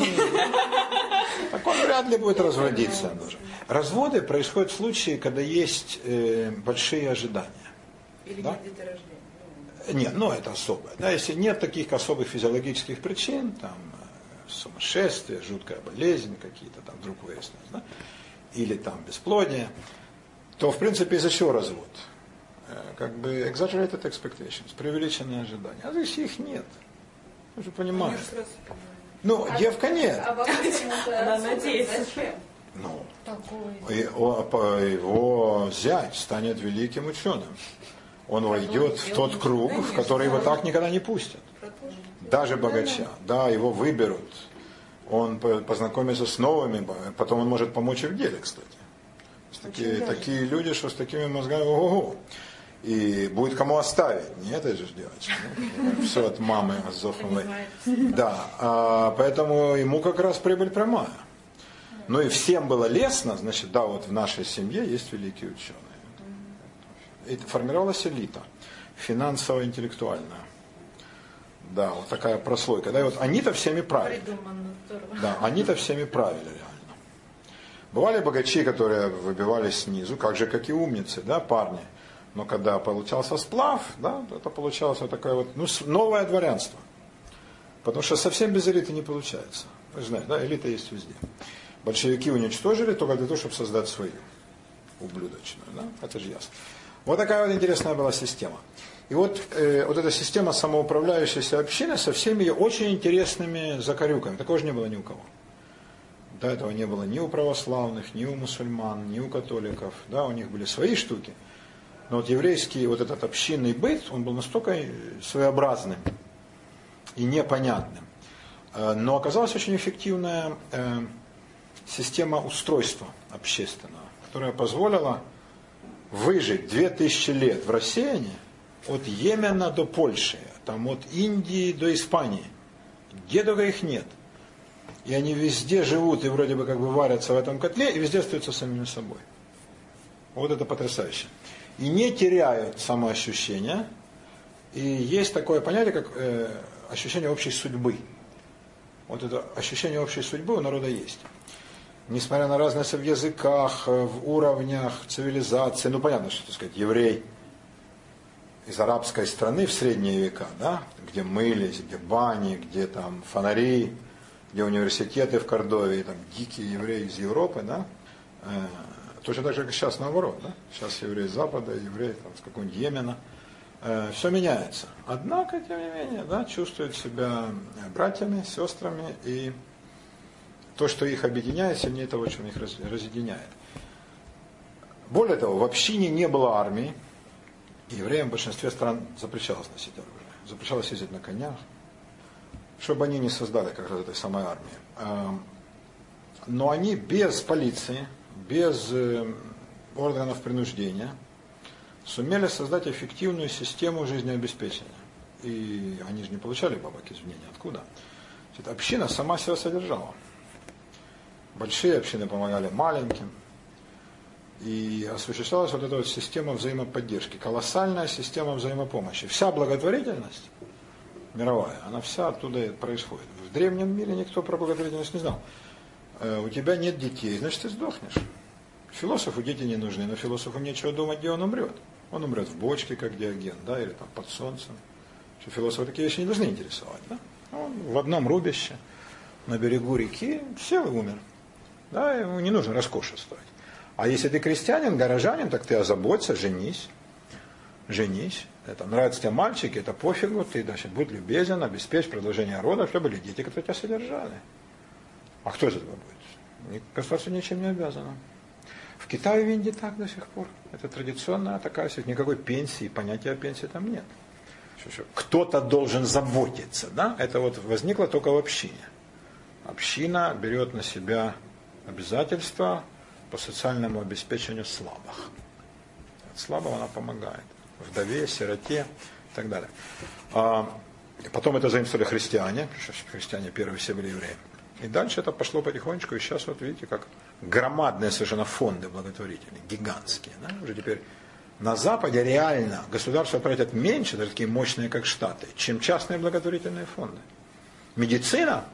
так он вряд ли будет разводиться. Разводы происходят в случае, когда есть э, большие ожидания. Или да? нет деторождения? Нет, ну это особое. Да, если нет таких особых физиологических причин, там сумасшествие, жуткая болезнь какие-то там вдруг выяснилось, да? Или там бесплодие, то в принципе из-за чего развод? Как бы exaggerated expectations, преувеличенные ожидания. А здесь их нет. Вы же понимаете. Ну, А, девка нет. А баба почему-то Она отсюда. надеется. Зачем? Ну, Такой. его, его зять станет великим ученым. Он войдет в тот круг, в который его так никогда не пустят. Даже богача. Да, его выберут. Он познакомится с новыми, потом он может помочь и в деле, кстати. Такие, такие люди, что с такими мозгами, ого-го. И будет кому оставить, не этой же девочке. Ну, все от мамы Азофовой. Да, а, поэтому ему как раз прибыль прямая. Ну и всем было лестно, значит, да, вот в нашей семье есть великие ученые. И формировалась элита, финансово-интеллектуальная. Да, вот такая прослойка. Да, и вот они-то всеми правили. Да, они-то всеми правили реально. Бывали богачи, которые выбивались снизу, как же, как и умницы, да, парни. Но когда получался сплав, да, это получалось вот такое вот, ну, новое дворянство. Потому что совсем без элиты не получается. Вы же знаете, да, элита есть везде. Большевики уничтожили только для того, чтобы создать свою, ублюдочную, да, это же ясно. Вот такая вот интересная была система. И вот, э, вот эта система самоуправляющейся общины со всеми ее очень интересными закорюками. Такого же не было ни у кого. До этого не было ни у православных, ни у мусульман, ни у католиков. Да, у них были свои штуки. Но вот еврейский вот этот общинный быт, он был настолько своеобразным и непонятным. Но оказалась очень эффективная э, система устройства общественного, которая позволила выжить две тысячи лет в рассеянии от Йемена до Польши, там от Индии до Испании. Где только их нет. И они везде живут и вроде бы как бы варятся в этом котле, и везде остаются самими собой. Вот это потрясающе. И не теряют самоощущения. И есть такое понятие, как э, ощущение общей судьбы. Вот это ощущение общей судьбы у народа есть. Несмотря на разность в языках, в уровнях цивилизации, ну понятно, что, так сказать, еврей из арабской страны в средние века, да, где мылись, где бани, где там фонари, где университеты в Кордове, там дикие евреи из Европы, да, э, точно так же, как сейчас наоборот, да, сейчас евреи с Запада, евреи там, с какого-нибудь Йемена, э, все меняется. Однако, тем не менее, да, чувствуют себя братьями, сестрами, и то, что их объединяет, сильнее того, чем их разъединяет. Более того, в общине не было армии, евреям в большинстве стран запрещалось носить оружие, запрещалось ездить на конях, чтобы они не создали как раз этой самой армии. Но они без полиции, без органов принуждения сумели создать эффективную систему жизнеобеспечения. И они же не получали бабок извне, ниоткуда. Община сама себя содержала. Большие общины помогали маленьким. И осуществлялась вот эта вот система взаимоподдержки, колоссальная система взаимопомощи. Вся благотворительность мировая, она вся оттуда происходит. В древнем мире никто про благотворительность не знал. У тебя нет детей, значит ты сдохнешь. Философу дети не нужны, но философу нечего думать, где он умрет. Он умрет в бочке, как Диоген, да, или там под солнцем. Что философы такие вещи не должны интересовать, да? Он в одном рубище, на берегу реки, сел и умер. Да, ему не нужно роскошествовать. А если ты крестьянин, горожанин, так ты озаботься, женись. Женись. Это нравятся тебе мальчики, это пофигу, ты, значит, будь любезен, обеспечь продолжение рода, чтобы были дети, которые тебя содержали. А кто за тебя будет? Государство ничем не обязано. В Китае, в Индии так до сих пор. Это традиционная такая, никакой пенсии, понятия о пенсии там нет. Кто-то должен заботиться, да? Это вот возникло только в общине. Община берет на себя обязательства по социальному обеспечению слабых. Слабым она помогает. Вдове, сироте и так далее. А потом это заимствовали христиане, христиане первые все были евреи. И дальше это пошло потихонечку, и сейчас вот видите, как громадные совершенно фонды благотворительные, гигантские. Да? Уже теперь на Западе реально государства тратят меньше, даже такие мощные, как Штаты, чем частные благотворительные фонды. Медицина,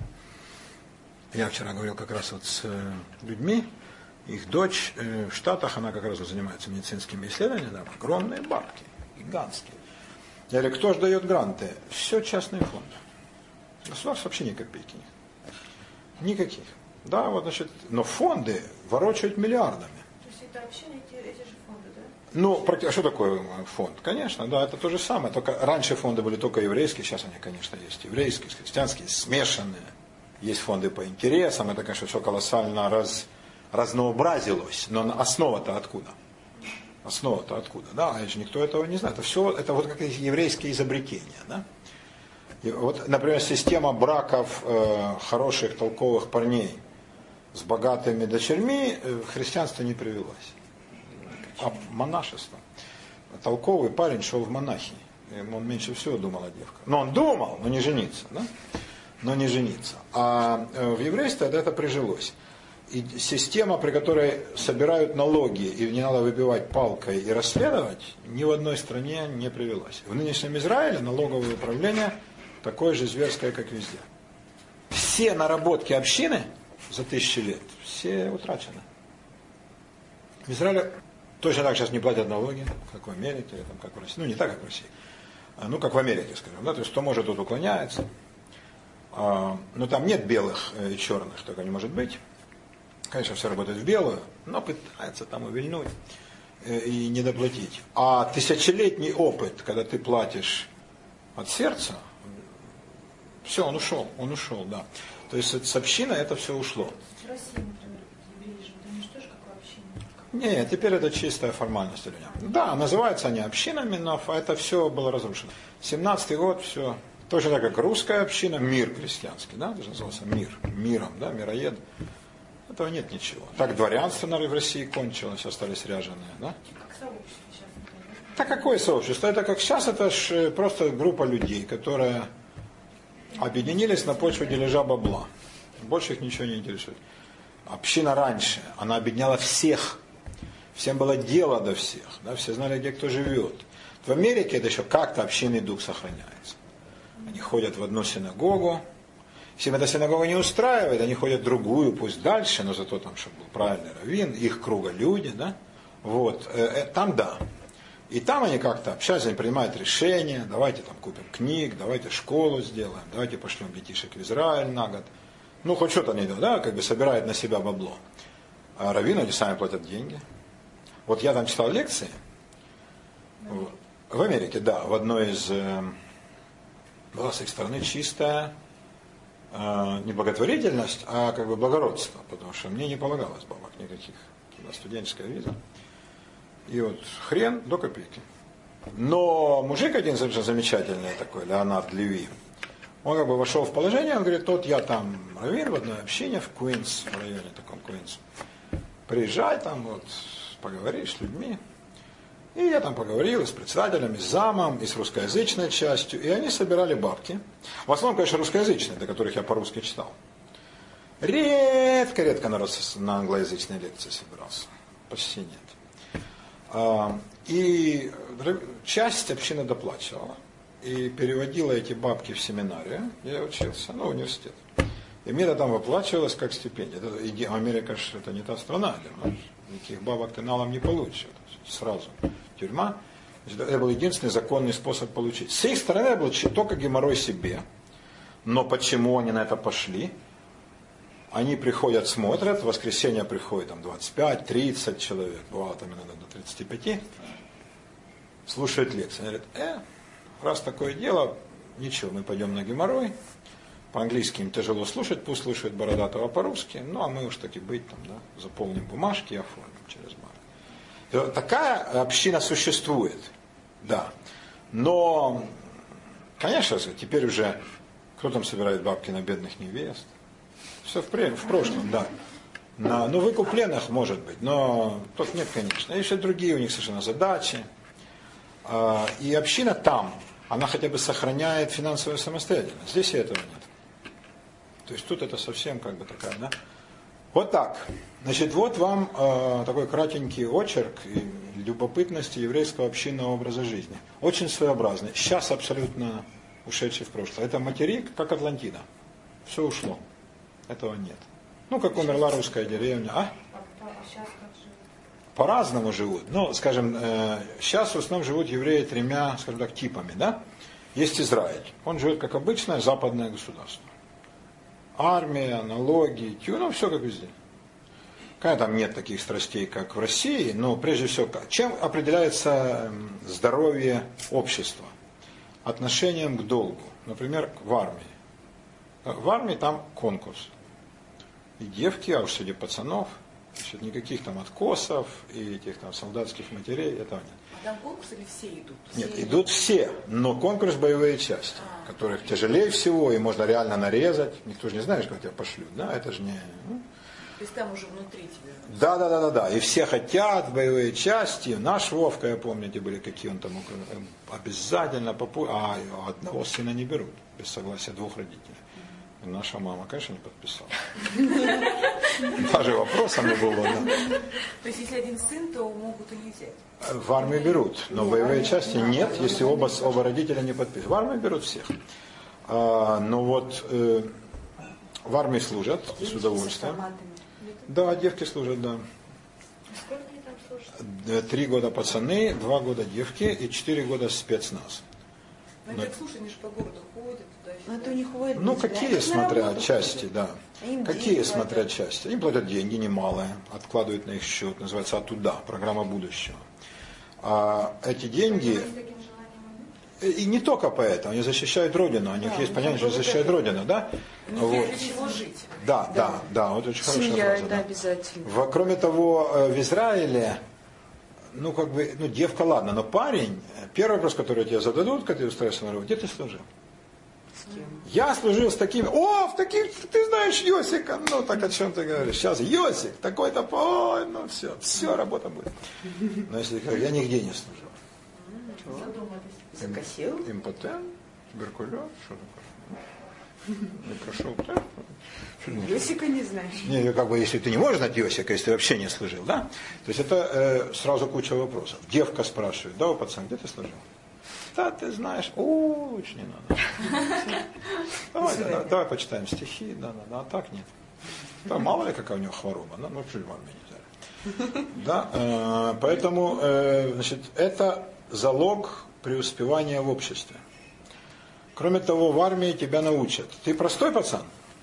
я вчера говорил как раз вот с людьми, их дочь в Штатах, она как раз занимается медицинскими исследованиями, да, огромные бабки, гигантские. Я говорю, кто же дает гранты? Все частные фонды. Государство вообще ни копейки нет. Никаких. Да, вот, значит, но фонды ворочают миллиардами. То есть это вообще эти, эти же фонды, да? Ну, а что такое фонд? Конечно, да, это то же самое. Только раньше фонды были только еврейские, сейчас они, конечно, есть еврейские, христианские, смешанные. Есть фонды по интересам, это, конечно, все колоссально раз, разнообразилось. Но основа-то откуда? Основа-то откуда? Да, а никто этого не знает. Это все, это вот как еврейские изобретения, да? И вот, например, система браков э, хороших, толковых парней с богатыми дочерьми э, в христианство не привелось. А монашество. Толковый парень шел в монахи. Он меньше всего думал о девках. Но он думал, но не жениться. Да? Но не жениться. А э, в еврействе это прижилось. И система, при которой собирают налоги, и не надо выбивать палкой и расследовать, ни в одной стране не привелась. В нынешнем Израиле налоговое управление такое же зверское, как везде. Все наработки общины за тысячи лет, все утрачены. В Израиле точно так сейчас не платят налоги, как в Америке, или там, как в России. Ну, не так, как в России. Ну, как в Америке, скажем. Да? То есть, кто может, тот уклоняется. Но там нет белых и черных, только не может быть. Конечно, все работает в белую, но пытается там увильнуть и не доплатить. А тысячелетний опыт, когда ты платишь от сердца, все, он ушел, он ушел, да. То есть с общины это все ушло. В России, например, евреи живут, они же тоже как община? Нет, теперь это чистая формальность для меня. Да, называются они общинами, но это все было разрушено. семнадцатый год, все. Точно так, как русская община, мир крестьянский, да, это же назывался мир, миром, да, мироед. Этого нет ничего. Так дворянство, наверное, в России кончилось, остались ряженые, да? Как сообщество сейчас, например. Так какое сообщество? Это как сейчас, это ж просто группа людей, которые объединились на почве дележа бабла. Больше их ничего не интересует. Община раньше, она объединяла всех. Всем было дело до всех. Да? Все знали, где кто живет. В Америке это еще как-то общинный дух сохраняется. Они ходят в одну синагогу. Если им эта синагога не устраивает, они ходят в другую, пусть дальше, но зато там, чтобы был правильный раввин, их круга люди, да? Вот. Там да. И там они как-то общаются, они принимают решения, давайте там купим книг, давайте школу сделаем, давайте пошлем детишек в Израиль на год. Ну, хоть что-то они, да, как бы собирают на себя бабло. А раввины, они сами платят деньги. Вот я там читал лекции, в, в Америке, да, в одной из, э, была с их стороны чистая, э, не благотворительность, а как бы благородство, потому что мне не полагалось бабок никаких, туда студенческая виза. И вот хрен до копейки. Но мужик один совершенно замечательный такой, Леонард Леви, он как бы вошел в положение, он говорит, вот я там раввин в одной общине в Куинс, в районе таком Куинс. Приезжай там, вот, поговори с людьми. И я там поговорил и с председателем, и с замом, и с русскоязычной частью. И они собирали бабки. В основном, конечно, русскоязычные, до которых я по-русски читал. Редко-редко народ на англоязычные лекции собирался. Почти нет. И часть общины доплачивала и переводила эти бабки в семинарию, где я учился, ну, университет. И мне это там выплачивалось как стипендия. Это, Америка же это не та страна, где никаких бабок ты налом не получишь. Сразу тюрьма. Это был единственный законный способ получить. С их стороны это был только геморрой себе. Но почему они на это пошли? Они приходят, смотрят, в воскресенье приходит там двадцать пять тридцать человек, бывало там иногда до тридцати пяти, слушают лекции. Они говорят, э, раз такое дело, ничего, мы пойдем на геморрой, по-английски им тяжело слушать, пусть слушают Бородатого по-русски, ну а мы уж таки быть там, да, заполним бумажки и оформим через банк. Такая община существует, да. Но, конечно, теперь уже кто там собирает бабки на бедных невест? Все в, в прошлом, да. На, ну, выкуп пленных может быть, но тут нет, конечно. Есть и другие у них совершенно задачи. И община там, она хотя бы сохраняет финансовую самостоятельность. Здесь и этого нет. То есть тут это совсем как бы такая, да? Вот так. Значит, вот вам э, такой кратенький очерк любопытности еврейского общинного образа жизни. Очень своеобразный. Сейчас абсолютно ушедший в прошлое. Это материк, как Атлантида. Все ушло. Этого нет. Ну, как умерла русская деревня. А? По-разному живут. Ну, скажем, э, сейчас в основном живут евреи тремя, скажем так, типами. Да? Есть Израиль. Он живет как обычное западное государство. Армия, налоги, тю, ну, все как везде. Конечно, там нет таких страстей, как в России, но прежде всего, чем определяется здоровье общества? Отношением к долгу. Например, в армии. В армии там конкурс. И девки, а уж среди пацанов, значит, никаких там откосов и этих там солдатских матерей, этого нет. А там конкурс или все идут? Все нет, идут? идут все, но конкурс боевые части, а. которых тяжелее всего, и можно реально нарезать. Никто же не знает, как тебя пошлют, да, это же не... Ну. То есть там уже внутри тебя. Да, да, да, да, да. И все хотят боевые части. Наш Вовка, я помните, были какие он там обязательно попу... А одного сына не берут без согласия двух родителей. И наша мама, конечно, не подписала. Даже вопроса не было. То есть если один сын, то могут и не взять. В армию берут, но боевые части нет, если оба, оба родителя не подписывают. В армию берут всех. А, но вот э, в армии служат с удовольствием. Да, девки служат, да. Сколько они там служат? Три года пацаны, два года девки и четыре года спецназ. Ну, Но... так слушай, они же по городу ходят туда-сюда. Ну, это у них ходят. Ну, какие, да, смотря части, ходят. да. Им какие, смотря платят. Части. Им платят деньги немалые, откладывают на их счет, называется «Оттуда», программа будущего. А эти деньги... И не только поэтому, они защищают Родину, у них да, есть понятие, что защищают это. Родину, да? Не вот. для чего жить. Да, да, да, да, вот очень хорошая Семья, фраза. Да, да. обязательно. В, кроме того, в Израиле, ну, как бы, ну, девка, ладно, но парень, первый вопрос, который тебе зададут, когда ты устраиваешься на работу, где ты служил? С кем? Я служил с такими, о, в таких, ты знаешь Йосика, ну, так о чем ты говоришь? Сейчас Йосик, такой-то, ой, ну, все, все, работа будет. Но если я нигде не служил. Задумались. Закосил? Импотент, туберкулез, что такое? Не прошел тест. Йосика не знаешь. Не, как бы, если ты не можешь знать Йосика, если ты вообще не служил, да? То есть это э, сразу куча вопросов. Девка спрашивает, да, пацан, где ты служил? Да, ты знаешь, о, лучше не надо. Давай, давай, давай почитаем стихи, да, да, да, а так нет. Да, мало ли какая у него хвороба, да, ну чуть в армии не взяли. Да, э, поэтому, э, значит, это залог преуспевания в обществе. Кроме того, в армии тебя научат. Ты простой пацан,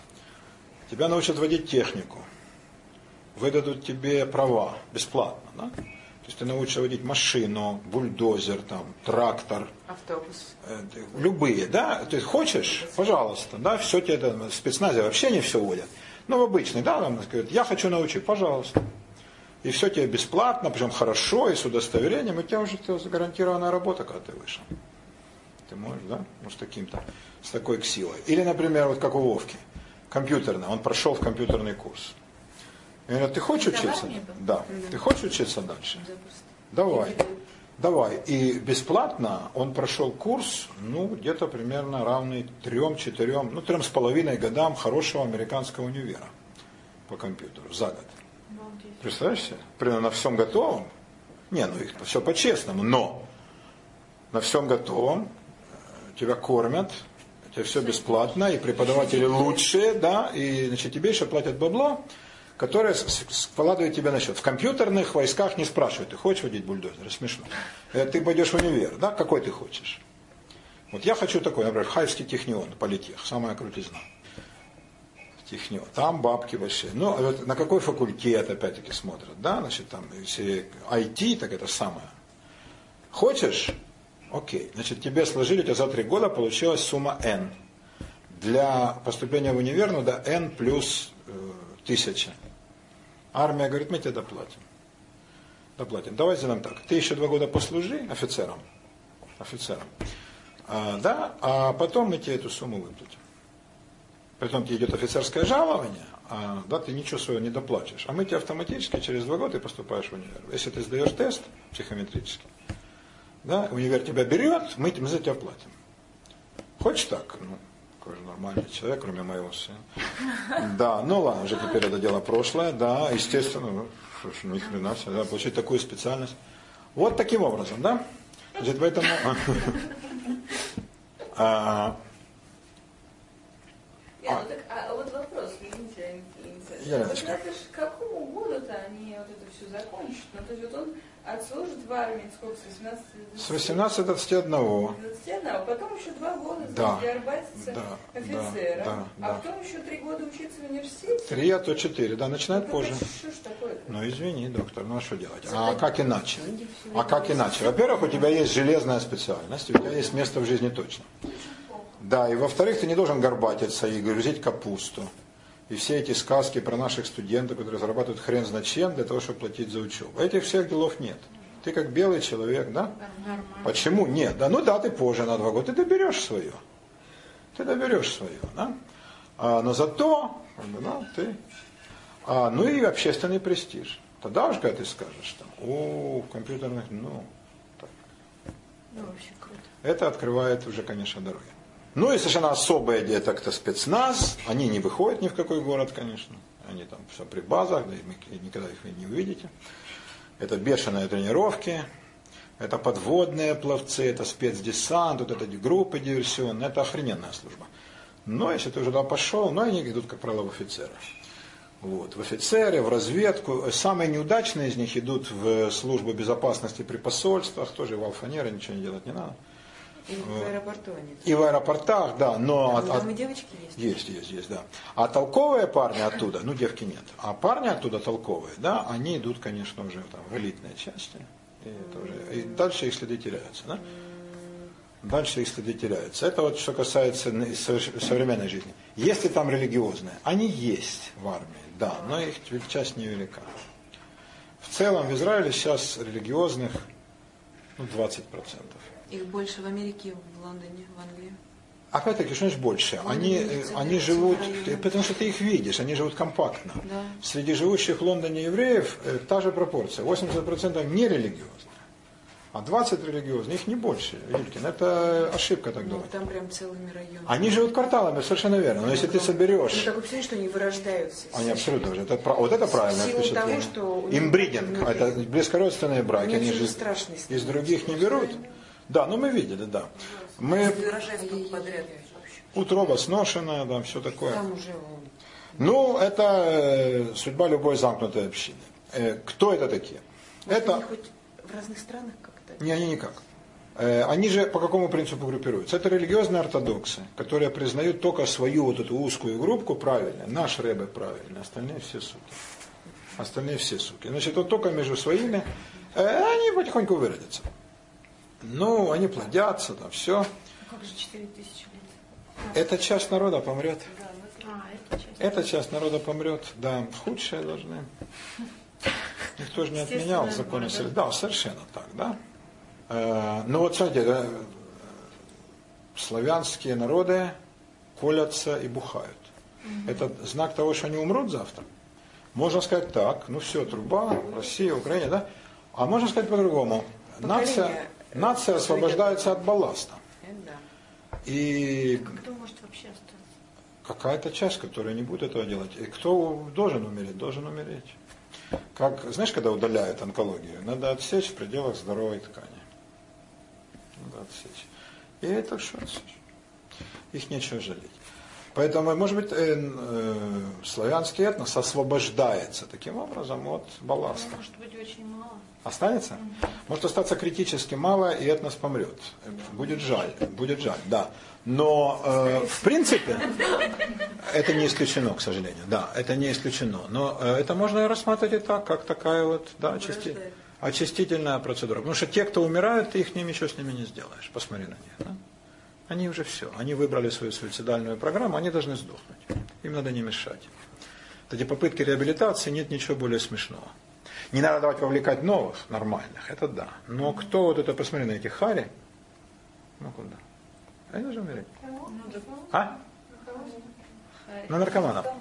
тебя научат водить технику, выдадут тебе права бесплатно, да? То есть ты научишься водить машину, бульдозер, там, трактор, автобус, э, любые, да? То есть хочешь, пожалуйста, да? Все тебе в спецназе вообще не все водят. Но в обычный, да, там говорят, я хочу научить, пожалуйста. И все тебе бесплатно, причем хорошо, и с удостоверением, и у тебя уже гарантированная работа, когда ты вышел. Ты можешь, да? Ну, с таким-то, с такой силой. Или, например, вот как у Вовки, компьютерный, он прошел в компьютерный курс. И говорят, ты хочешь учиться? Да. Ты хочешь учиться дальше? Давай. Давай. И бесплатно он прошел курс, ну, где-то примерно равный трем-четырем, ну, трем с половиной годам хорошего американского универа по компьютеру за год. Представляешь себе? Примерно на всем готовом. Не, ну их все по-честному, но на всем готовом тебя кормят, тебе все бесплатно, и преподаватели лучшие, да, и значит, тебе еще платят бабло, которое складывает тебя на счет. В компьютерных войсках не спрашивают, ты хочешь водить бульдозер? Смешно. Ты пойдешь в универ, да, какой ты хочешь? Вот я хочу такой, например, Хайский технион, политех, самая крутизна. Технион. Там бабки большие. Ну, а вот на какой факультет, опять-таки, смотрят, да, значит, там, если ай ти, так это самое. Хочешь? Окей. Значит, тебе сложили, у тебя за три года получилась сумма N. Для поступления в универ надо N плюс э, тысяча. Армия говорит, мы тебе доплатим. Доплатим. Давай сделаем так. Ты еще два года послужи офицером. Офицером. А, да, а потом мы тебе эту сумму выплатим. Притом тебе идет офицерское жалование, а, да, ты ничего своего не доплачешь. А мы тебе автоматически через два года ты поступаешь в универ. Если ты сдаешь тест психометрический, да, универ тебя берет, мы, мы за тебя платим. Хочешь так? Ну, какой же нормальный человек, кроме моего сына. Да, ну ладно, уже теперь это дело прошлое, да, естественно, ну, что, ни хрена себе, да, получить такую специальность. Вот таким образом, да? Значит, поэтому... А, Я, ну, так, а вот вопрос, извините, Я вот это ж к какому году-то они вот это все закончат? Ну, то есть вот он отслужит в армии сколько, с восемнадцати до с восемнадцати до двадцати одного. двадцати одного, потом еще два года Да, диарбатиться да, офицером, да, да, а да. потом еще три года учиться в университете? Три, а то четыре, да, начинают Ну, позже. это Что ж такое-то? Ну, извини, доктор, ну а что делать? А как иначе? А как иначе? Во-первых, у тебя есть железная специальность, у тебя есть место в жизни точно. Да, и во-вторых, ты не должен горбатиться и грузить капусту. И все эти сказки про наших студентов, которые зарабатывают хрен знает чем для того, чтобы платить за учебу. Этих всех делов нет. Ты как белый человек, да? Нормально. Почему? Нет. Да, ну да, ты позже на два года. Ты доберешь свое. Ты доберешь свое, да? А, но зато, да, ты... А, ну и общественный престиж. Тогда уж, когда ты скажешь, там, о, компьютерных, ну, так. Ну, вообще круто. Это открывает уже, конечно, дороги. Ну и совершенно особая идея, так это спецназ. Они не выходят ни в какой город, конечно. Они там все при базах, да и вы никогда их не увидите. Это бешеные тренировки, это подводные пловцы, это спецдесант, вот это группы диверсионные, это охрененная служба. Но если ты уже туда пошел, ну они идут, как правило, в офицеры. Вот, в офицеры, в разведку. Самые неудачные из них идут в службу безопасности при посольствах, тоже в Алфанеры, ничего не делать не надо. И в аэропорту они. И в аэропортах, да, но... А от, там от... и девочки есть? Есть, есть, есть, да. А толковые парни оттуда, ну девки нет, а парни оттуда толковые, да, они идут, конечно, уже там, в элитные части. И, это уже, и дальше их следы теряются, да? Дальше их следы теряются. Это вот что касается современной жизни. Если там религиозные, они есть в армии, да, но их часть невелика. В целом в Израиле сейчас религиозных ну, двадцать процентов. Их больше в Америке, в Лондоне, в Англии. Опять-таки, что значит больше? Ну, Они, люди они целые живут, районы. потому что ты их видишь, они живут компактно. Да. Среди живущих в Лондоне евреев э, та же пропорция. восемьдесят процентов нерелигиозных, а двадцать процентов религиозных. Их не больше, Юлькин. Это ошибка так Ну, думать. там прям целыми районами. Они живут кварталами, совершенно верно. Но если ты соберешь... Ну, такое впечатление, что они вырождаются. Они абсолютно уже. Это, вот это правильное В силу впечатление. того, что у них Имбридинг. внутри- Это близкородственные браки. Они Они же же страшные из других не берут. Да, ну мы видели, да. Мы Рожать тут подряд. утроба сношена, да, все такое. Там уже он. Ну, это э, судьба любой замкнутой общины. Э, кто это такие? Может, Это... они хоть в разных странах как-то? Не, они никак. Э, они же по какому принципу группируются? Это религиозные ортодоксы, которые признают только свою вот эту узкую группку правильно. Наш Ребе правильно, остальные все суки. Остальные все суки. Значит, вот только между своими э, они потихоньку выродятся. Ну, они плодятся, там все. Как же четыре тысячи лет? Эта часть народа помрет. А, это часть. Эта часть народа помрет, да, худшие должны. Никто же не отменял законы среды. Да, совершенно так, да. Э, ну вот смотрите, да, славянские народы колятся и бухают. Это знак того, что они умрут завтра. Можно сказать так, ну все, труба, Россия, Украина, да. А можно сказать по-другому. Нация, нация освобождается от балласта. Это да. И Кто может вообще остаться? какая-то часть, которая не будет этого делать. И кто должен умереть, должен умереть. Как, знаешь, когда удаляют онкологию, надо отсечь в пределах здоровой ткани. Надо отсечь. И это что отсечь? Их нечего жалеть. Поэтому, может быть, э, э, славянский этнос освобождается таким образом от балласта. Может быть очень мало. Останется? Может остаться критически мало, и этнос помрет. Будет жаль, будет жаль, да. Но э, в принципе это не исключено, к сожалению. Да, это не исключено. Но э, это можно рассматривать и так, как такая вот, да, очисти... очистительная процедура. Потому что те, кто умирают, ты их ничего с ними не сделаешь. Посмотри на них. Да? Они уже все. Они выбрали свою суицидальную программу, они должны сдохнуть. Им надо не мешать. Эти попытки реабилитации, нет ничего более смешного. Не надо давать вовлекать новых, нормальных, это да. Но кто вот это, посмотри на этих хари, ну куда? Они должны умереть. А? На наркоманов.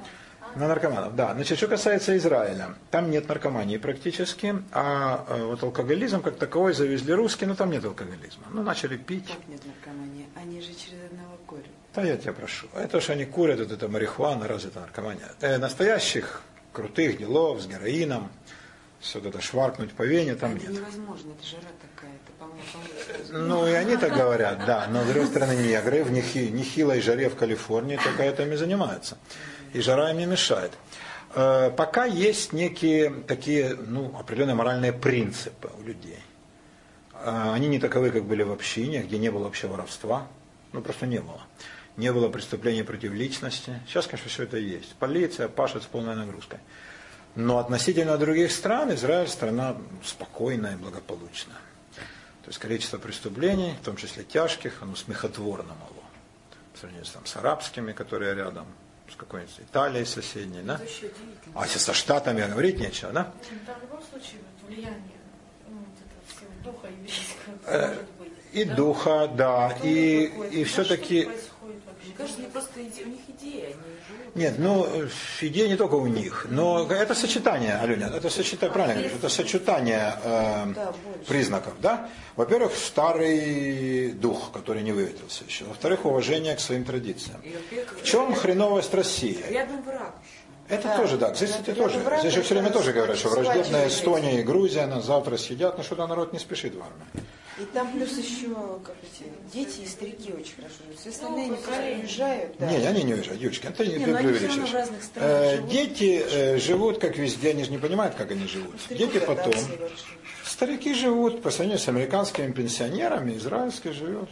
На наркоманов, да. Значит, что касается Израиля, там нет наркомании практически, а вот алкоголизм как таковой завезли русские, но там нет алкоголизма. Ну, начали пить. Как нет наркомании? Они же через одного курят. Да, я тебя прошу. Это что они курят, вот это марихуана, разве это наркомания? Э, настоящих крутых делов с героином, все это шваркнуть по вене, там это нет. невозможно, это жара такая, это, по-моему, Ну, и они так говорят, да, но с другой стороны негры в нехи, нехилой жаре в Калифорнии только этим и занимаются. И жара им не мешает. Э, пока есть некие такие, ну, определенные моральные принципы у людей. Э, они не таковы, как были в общине, где не было вообще воровства. Ну, просто не было. Не было преступлений против личности. Сейчас, конечно, все это есть. Полиция пашет с полной нагрузкой. Но относительно других стран, Израиль страна спокойная и благополучная. То есть количество преступлений, в том числе тяжких, оно смехотворно мало. По сравнению там, с арабскими, которые рядом, с какой-нибудь Италией соседней, да? А если со Штатами говорить нечего, да? Там в любом случае вот, влияние ну, вот этого всего духа еврейского может быть. И да? Духа, да, Что и, какое-то? и все-таки... Мне кажется, не просто иде... у них идея, они живут. Нет, ну, идея не только у них, но это сочетание, Аленя, это сочетание, правильно говоришь, это сочетание э, да, признаков, да? Во-первых, старый дух, который не выветрился еще. Во-вторых, уважение к своим традициям. В чем хреновость России? Рядом враг. Это да. тоже, да. Здесь, это тоже. Здесь же все время тоже говорят, что враждебная Эстония и Грузия нас завтра съедят, но что-то народ не спешит в армию. И там плюс еще как эти, дети и старики очень хорошо живут. Все остальные ну, не уезжают. Да. Нет, они не уезжают, девочки. Это не, не преувеличиваешь. Э, дети э, живут, как везде, они же не понимают, как они живут. Дети потом. Старики живут, по сравнению с американскими пенсионерами, израильские живет,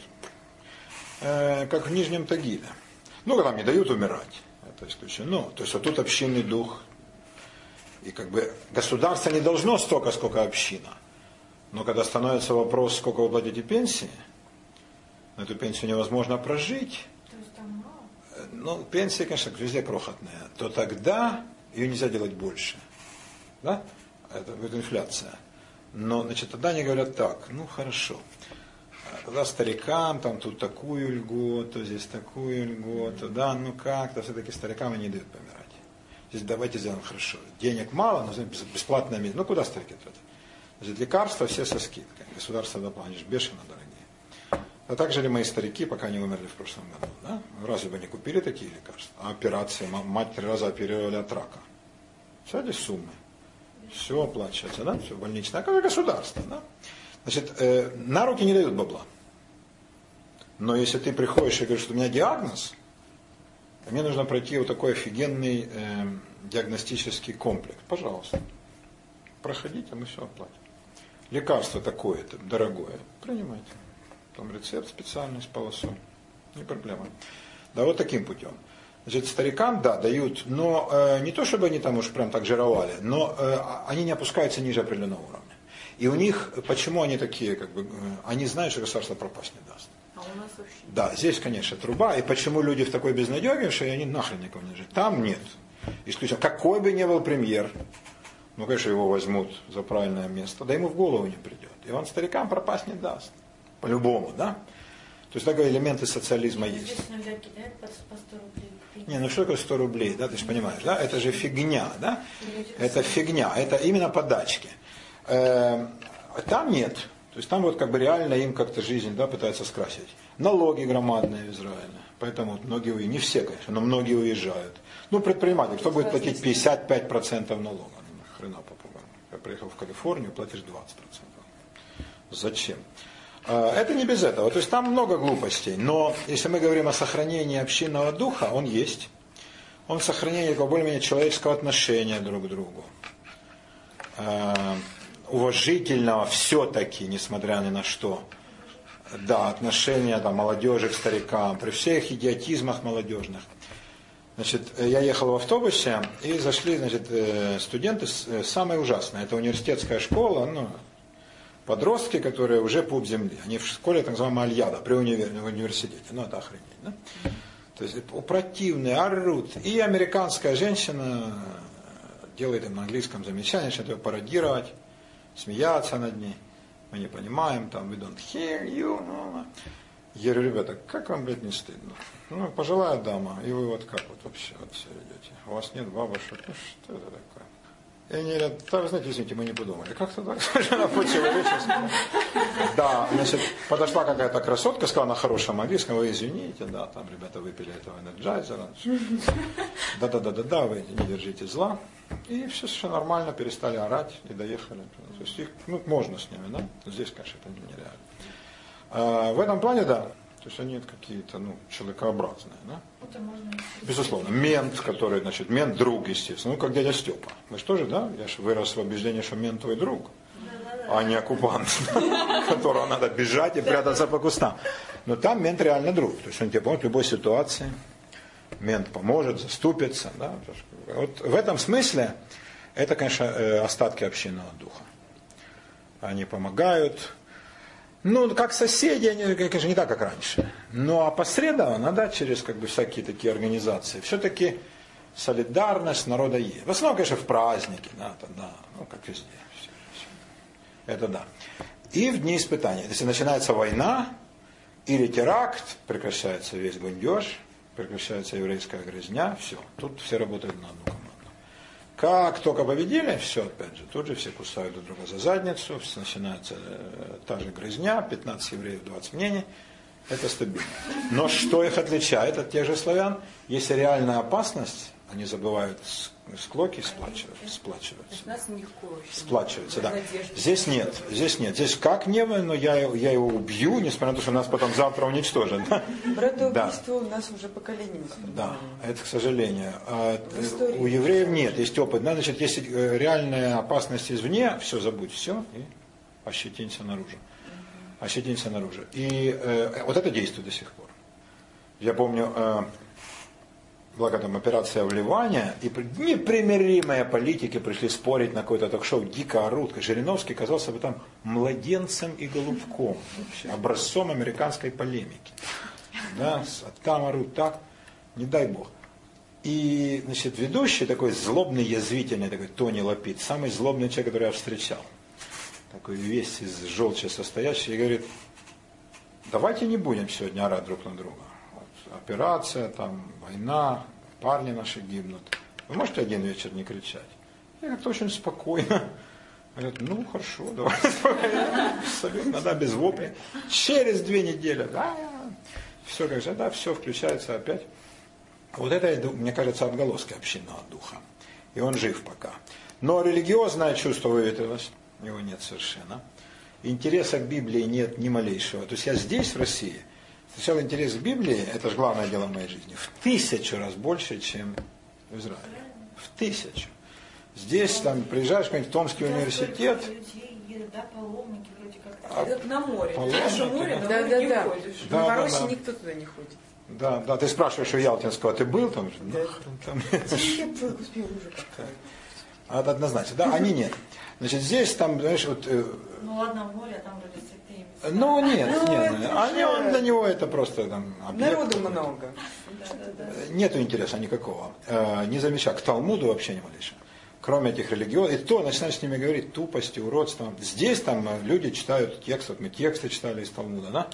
э, как в Нижнем Тагиле. Ну, когда не дают умирать. Это исключено. То есть вот тут общинный дух. И как бы государство не должно столько, сколько община. Но когда становится вопрос, сколько вы платите пенсии, на эту пенсию невозможно прожить. То есть там мало? Ну, пенсия, конечно, везде крохотная. То тогда ее нельзя делать больше. Да? Это будет инфляция. Но, значит, тогда они говорят так, ну, хорошо. Тогда старикам там тут такую льготу, здесь такую льготу, да, ну как-то все-таки старикам они не дают помирать. Здесь давайте сделаем хорошо. Денег мало, но бесплатная медицина. Ну куда старики тратят? Значит, лекарства все со скидкой. Государство доплатит, бешено дорогие. А так жили мои старики, пока не умерли в прошлом году. Да? Разве бы не купили такие лекарства? А операции, мать три раза оперировали от рака. Все эти суммы. Все оплачивается, да? Все больничное. А как государство, да? Значит, э, на руки не дают бабла. Но если ты приходишь и говоришь, что у меня диагноз, то мне нужно пройти вот такой офигенный э, диагностический комплекс. Пожалуйста. Проходите, мы все оплатим. Лекарство такое-то, дорогое. Принимайте. Там рецепт специальный с полосой. Не проблема. Да, вот таким путем. Значит, старикам, да, дают, но э, не то, чтобы они там уж прям так жировали, но э, они не опускаются ниже определенного уровня. И у них, почему они такие, как бы, они знают, что государство пропасть не даст. А у нас вообще нет. Да, здесь, конечно, труба. И почему люди в такой безнадеге, что они нахрен никого не жить. Там нет. Исключительно. Какой бы ни был премьер, ну, конечно, его возьмут за правильное место, да ему в голову не придет. И он старикам пропасть не даст. По-любому, да? То есть, такие элементы социализма есть. Здесь иногда кидают по сто рублей. Не, ну что такое сто рублей, да, ты же понимаешь, да? Это же фигня, да? Это фигня, это именно подачки. Там нет. То есть там вот как бы реально им как-то жизнь, да, пытаются скрасить. Налоги громадные в Израиле. Поэтому вот многие, не все, конечно, но многие уезжают. Ну, предприниматель, кто будет платить пятьдесят пять процентов налога? Ну, хрена попугай. Я приехал в Калифорнию, платишь двадцать процентов. Зачем? Это не без этого. То есть там много глупостей. Но если мы говорим о сохранении общинного духа, он есть. Он в сохранении такого более-менее человеческого отношения друг к другу. Уважительного все-таки, несмотря ни на что. Да, отношения там, молодежи к старикам, при всех идиотизмах молодежных. Значит, я ехал в автобусе, и зашли, значит, студенты, самое ужасное, это университетская школа, ну, подростки, которые уже пуп земли. Они в школе, так называемая Альяда, при универ... университете. Ну, это охренеть, да? То есть противные, орут. И американская женщина делает им на английском замечание, начинает ее пародировать, смеяться над ней. Мы не понимаем, там, we don't hear you. No. Я говорю, ребята, как вам, блядь, не стыдно? Ну, пожилая дама, и вы вот как вот вообще вот все идете? У вас нет бабушек? Ну, что это такое? И они говорят, да, вы знаете, извините, мы не подумали. Как-то так, да, значит, подошла какая-то красотка, сказала на хорошем английском, вы извините, да, там ребята выпили этого энерджайзера. Да-да-да-да-да, вы не держите зла. И все совершенно нормально, перестали орать и доехали. То есть их, ну, можно с ними, да? Здесь, конечно, это нереально. А в этом плане, да, то есть они какие-то, ну, человекообразные, да? Это можно... Безусловно. Мент, который, значит, мент друг, естественно. Ну, как дядя Степа. Мы же тоже, да? Я же вырос в убеждении, что мент твой друг, а не оккупант, которого надо бежать и прятаться по кустам. Но там мент реально друг. То есть он тебе поможет в любой ситуации. Мент поможет, заступится. Да? Вот в этом смысле это, конечно, остатки общинного духа. Они помогают. Ну, как соседи, они, конечно, не так, как раньше. Но опосредованно, да, через как бы всякие такие организации, все-таки солидарность народа есть. В основном, конечно, в праздники, да, да, ну, как везде. Все, все. Это да. И в дни испытаний. Если начинается война или теракт, прекращается весь гундеж, прекращается еврейская грязня, все. Тут все работают на одну команду. Как только победили, все, опять же, тут же все кусают друг друга за задницу, начинается э, та же грызня, пятнадцать евреев, двадцать мнений, это стабильно. Но что их отличает от тех же славян? Если реальная опасность, они забывают склоки, сплачиваются. сплачиваются. Сплачиваются, да. Здесь нет, здесь нет. Здесь как не вы, но я, я его убью, несмотря на то, что нас потом завтра уничтожат. Братоубийство у нас уже поколениями. Да, это к сожалению. А у евреев нет, есть опыт. Значит, если реальная опасность извне, все забудь, все, и ощетинься наружу. Ощетинься наружу. И э, вот это действует до сих пор. Я помню, э, была там операция в Ливане, и непримиримые политики пришли спорить на какое-то ток-шоу, дико орут. Жириновский казался бы там младенцем и голубком, вообще, образцом американской полемики. Да, там орут так, не дай бог. И, значит, ведущий, такой злобный, язвительный, такой Тони Лапид, самый злобный человек, который я встречал, такой весь из желчи состоящий, и говорит, давайте не будем сегодня орать друг на друга. Операция, там, война, парни наши гибнут. Вы можете один вечер не кричать? Я как-то очень спокойно. Говорят, ну хорошо, давай. Абсолютно, да, без вопля. Через две недели, да, все как же, да, все включается опять. Вот это, мне кажется, отголоски общинного духа. И он жив пока. Но религиозное чувство выветрилось, его нет совершенно. Интереса к Библии нет ни малейшего. То есть я здесь, в России, встречал интерес к Библии, это же главное дело моей жизни, в тысячу раз больше, чем в Израиле. В тысячу. Здесь там приезжаешь в какой-нибудь Томский университет. Да, паломники вроде как. А, это на море. Паломники, Ты море, да. на Да, море да, не да. ходишь. В Да, Новороссии да, да. никто туда не ходит. Да, да, ты спрашиваешь у Ялтинского, ты был там? Да. Нахрен там. Я успел уже как-то. А, однозначно, да, они нет. Значит, здесь там, знаешь, вот... э, Ну ладно, в море, а там вроде святые места. ну нет, Ну, нет, это они, же- он, для него это просто там объект. Народу много. Да, да, да. Нету интереса никакого. Э, не замечаю. К Талмуду вообще не малейшего. Кроме этих религиозных. И то начинаешь с ними говорить тупости, уродством. Здесь там люди читают текст, вот мы тексты читали из Талмуда, да?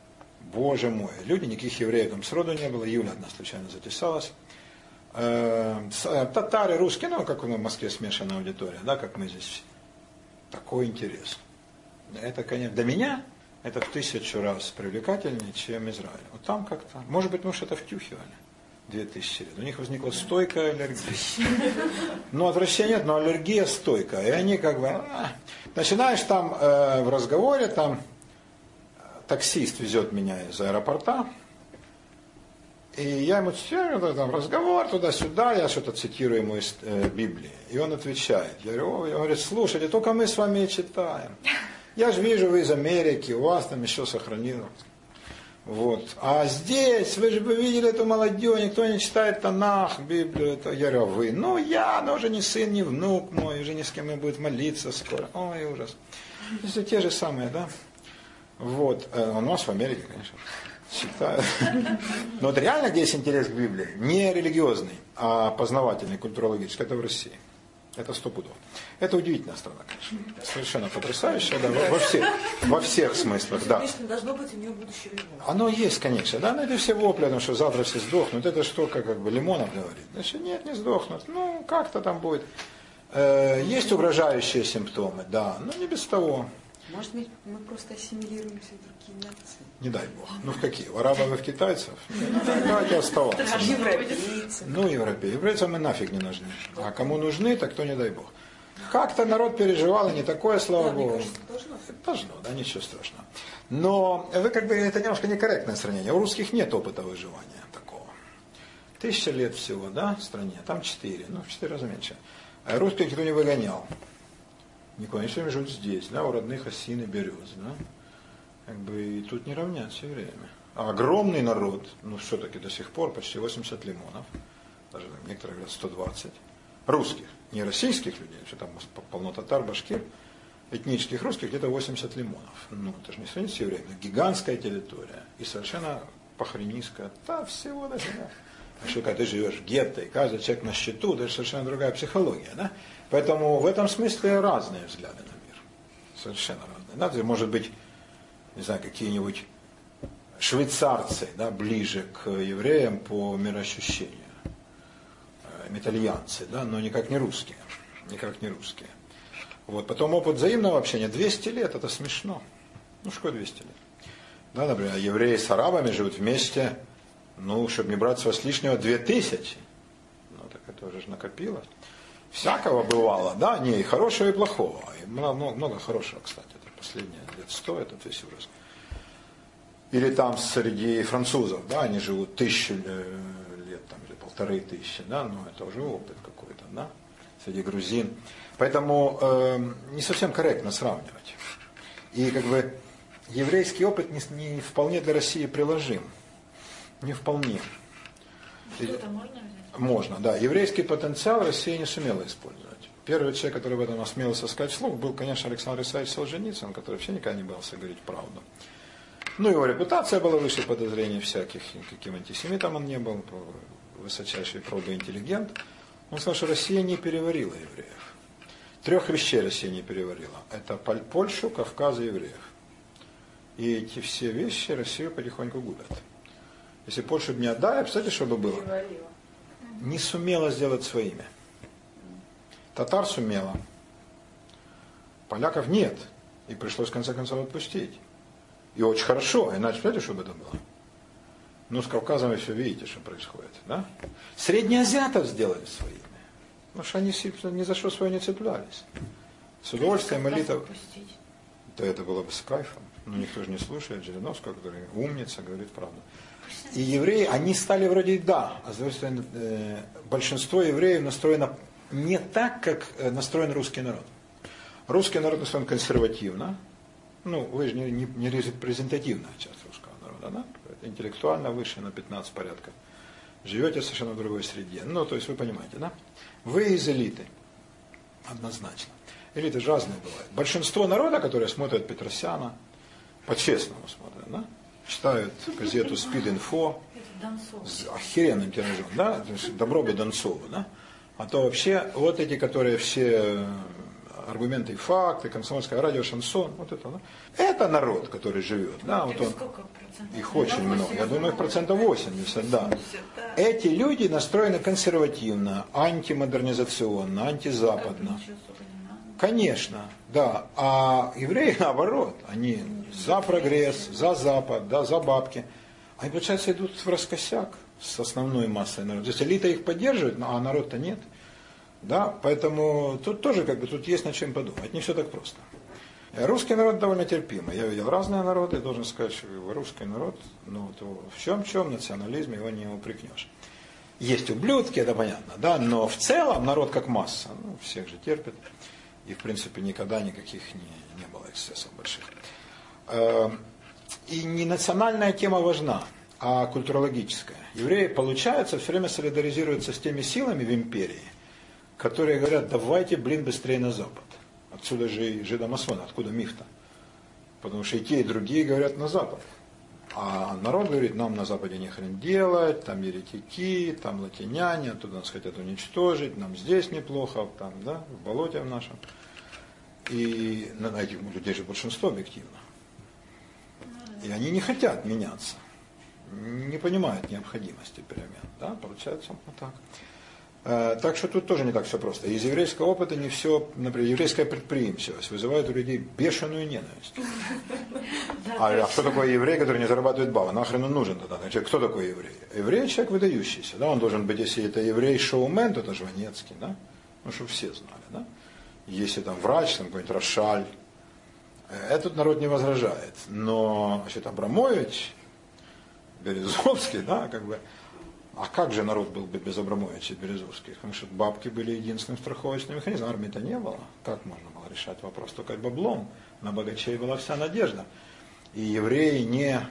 Боже мой. Люди, никаких евреев там сроду не было. Юля одна случайно затесалась. Э, татары, русские, ну, как у нас в Москве смешанная аудитория, да, как мы здесь. Такой интерес. Это, конечно, для меня это в тысячу раз привлекательнее, чем Израиль. Вот там как-то, может быть, мы что-то втюхивали две тысячи лет. У них возникла стойкая аллергия. Ну, отвращения нет, но аллергия стойкая. И они как бы... А, начинаешь там э, в разговоре, там таксист везет меня из аэропорта, и я ему цитирую, там разговор туда-сюда, я что-то цитирую ему из э, Библии. И он отвечает. Я говорю, он говорит, слушайте, только мы с вами и читаем. Я же вижу, вы из Америки, у вас там еще сохранилось. Вот. А здесь, вы же бы видели эту молодежь, никто не читает Танах, Библию. Это... Я говорю, а вы? Ну, я, но уже не сын, не внук мой, уже ни с кем не будет молиться скоро. Ой, ужас. Это те же самые, да? Вот. А у нас в Америке, конечно, читают. Но вот реально, где есть интерес к Библии, не религиозный, а познавательный, культурологический, это в России. Это сто пудов. Это удивительная страна, конечно. Совершенно потрясающая, да, во, во всех, во всех смыслах, да. Конечно, должно быть у нее будущее лимон. Оно есть, конечно, да, но это все вопли, потому что завтра все сдохнут. Это что, как, как бы Лимонов говорит. Значит, нет, не сдохнут. Ну, как-то там будет. Э, есть угрожающие симптомы, да, но не без того. Может быть, мы просто ассимилируемся в другие нации. Не дай бог. Ну, в какие? В арабов и в китайцев? Ну, давайте оставаться. Европейцы. Ну, европейцы. Европейцам мы нафиг не нужны. А кому нужны, так то не дай бог. Как-то народ переживал, и не такое, слава Да, мне богу. кажется, должно. Должно, да, ничего страшного. Но вы как бы, это немножко некорректное сравнение. У русских нет опыта выживания такого. Тысяча лет всего, да, в стране, там четыре, ну, в четыре раза меньше. А русских никто не выгонял. Никуда, они все время живут здесь, да, у родных осин и берез, да. Как бы и тут не равнять все время. А огромный народ, ну, все-таки до сих пор почти восемьдесят лимонов, даже некоторые говорят сто двадцать, русских, не российских людей, что там полно татар, башкир, этнических русских где-то восемьдесят лимонов. Ну, это же не сравнить все время. Гигантская территория и совершенно похренистская. Да, всего даже, да. А что, когда ты живешь в гетто, и каждый человек на счету, это же совершенно другая психология, да? Поэтому в этом смысле разные взгляды на мир. Совершенно разные. Да? Может быть, не знаю, какие-нибудь швейцарцы, да, ближе к евреям по мироощущению. Итальянцы, да, но никак не русские. Никак не русские. Вот. Потом опыт взаимного общения. двести лет, это смешно. Ну, что двести лет? Да, например, евреи с арабами живут вместе, ну, чтобы не брать с лишнего, две тысячи. Ну, так это уже накопилось. Всякого бывало, да, не, и хорошего, и плохого. И много, много хорошего, кстати, это последние лет сто, этот весь ужас. Или там среди французов, да, они живут тысячу лет, там, или полторы тысячи, да, но это уже опыт какой-то, да, среди грузин. Поэтому э, не совсем корректно сравнивать. И как бы еврейский опыт не, не вполне для России приложим. Не вполне. Что-то можно взять? Можно, да. Еврейский потенциал Россия не сумела использовать. Первый человек, который в этом осмелился сказать вслух, был, конечно, Александр Исаевич Солженицын, который вообще никогда не боялся говорить правду. Ну, его репутация была выше подозрений всяких, каким антисемитом он не был, высочайший пробоинтеллигент. Он сказал, что Россия не переварила евреев. Трех вещей Россия не переварила. Это Польшу, Кавказ и евреев. И эти все вещи Россию потихоньку губят. Если Польшу бы не отдали, представьте, что бы было? Переварила. Не сумела сделать своими. Татар сумела. Поляков нет. И пришлось в конце концов отпустить. И очень хорошо. Иначе, знаете, что бы это было? Ну, с Кавказом вы все видите, что происходит. Да? Среднеазиатов сделали своими. Потому что они ни за что свое не цеплялись. С удовольствием элита... Да это было бы с кайфом. Но никто же не слушает Жириновского, который умница, говорит правду. И евреи, они стали вроде да, а с другой стороны, э, большинство евреев настроено не так, как настроен русский народ. Русский народ настроен консервативно. Ну, вы же не, не, не репрезентативная часть русского народа, да? Это интеллектуально выше на пятнадцать порядков. Живете совершенно в другой среде. Ну, то есть вы понимаете, да? Вы из элиты. Однозначно. Элиты же разные бывают. Большинство народа, которые смотрят Петросяна, по-честному смотрят, да? Читают газету «Спид-инфо» с охеренным тиражом, да? Добро бы Донцову, да? А то вообще вот эти, которые все аргументы и факты, комсомольское радио, шансон, вот это, да? Это народ, который живет, да? Вот он, их очень много, я думаю, их процентов восемьдесят, да. Эти люди настроены консервативно, антимодернизационно, антизападно. Конечно, да. А евреи наоборот, они за прогресс, за Запад, да, за бабки. Они, получается, идут в раскосяк с основной массой народа. То есть элита их поддерживает, а народ-то нет. Да, поэтому тут тоже как бы тут есть над чем подумать. Не все так просто. Русский народ довольно терпимый. Я видел разные народы, должен сказать, что русский народ, ну, в чем-чем национализме его не упрекнешь. Есть ублюдки, это понятно, да, но в целом народ как масса, ну, всех же терпит. И, в принципе, никогда никаких не, не было эксцессов больших. И не национальная тема важна, а культурологическая. Евреи, получается, все время солидаризируются с теми силами в империи, которые говорят, давайте, блин, быстрее на Запад. Отсюда же и жидомасоны, откуда миф-то? Потому что и те, и другие говорят на Запад. А народ говорит, нам на Западе не хрен делать, там еретики, там латиняне, оттуда нас хотят уничтожить, нам здесь неплохо, там, да, в болоте в нашем. И на этих людей же большинство объективно. И они не хотят меняться, не понимают необходимости перемен. Да? Получается вот так. Так что тут тоже не так все просто. Из еврейского опыта не все, например, еврейская предприимчивость вызывает у людей бешеную ненависть. А, а что такое еврей, который не зарабатывает баллы? Нахрен он нужен тогда? Значит, кто такой еврей? Еврей человек выдающийся. Да? Он должен быть, если это еврей-шоумен, то это Жванецкий. Да? Ну, чтобы все знали. Да? Если там врач, там какой-нибудь Рошаль. Этот народ не возражает. Но значит, Абрамович, Березовский, да, как бы. А как же народ был бы без Абрамовича и Березовских? Потому что бабки были единственным страховочным механизмом. Армии-то не было. Как можно было решать вопрос? Только баблом. На богачей была вся надежда. И евреи не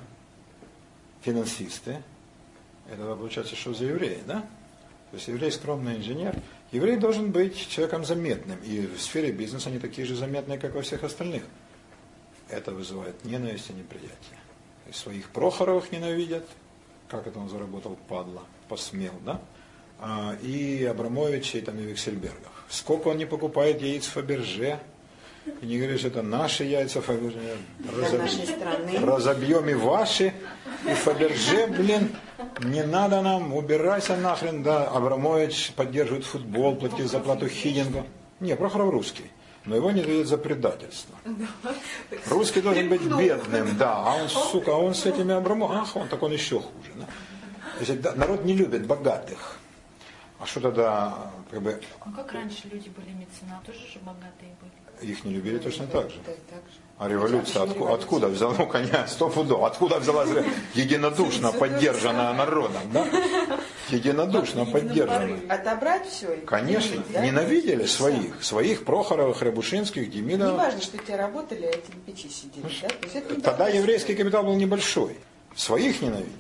финансисты. Это получается, что за евреи, да? То есть еврей скромный инженер. Еврей должен быть человеком заметным. И в сфере бизнеса они такие же заметные, как во всех остальных. Это вызывает ненависть и неприятие. И своих Прохоровых ненавидят. Как это он заработал, падла, посмел, да? А, и Абрамовичей, там, и Виксельбергов. Сколько он не покупает яиц Фаберже, и не говорит, что это наши яйца Фаберже. Разобьем, разобьем и ваши, и Фаберже, блин, не надо нам, убирайся нахрен, да. Абрамович поддерживает футбол, платит зарплату Хидингу. Не, Прохоров русский. Но его не дают за предательство. Русский должен быть бедным, да, а он, сука, а он с этими Абрамовыми, ах, он, так он еще хуже. Да? Есть, да, народ не любит богатых. А что тогда, как бы... А как раньше люди были меценаты, тоже же богатые были? Их не любили точно так же. А революция отку, откуда взяла, ну, конечно, сто пудов, откуда взялась единодушно поддержанная народом, да? Единодушно поддержанная. Отобрать все. Конечно, ненавидели своих, своих Прохоровых, Рябушинских, Демидовых. Не важно, что те работали, а эти на печи сидели, да? То есть это тогда еврейский капитал был небольшой. Своих ненавидели.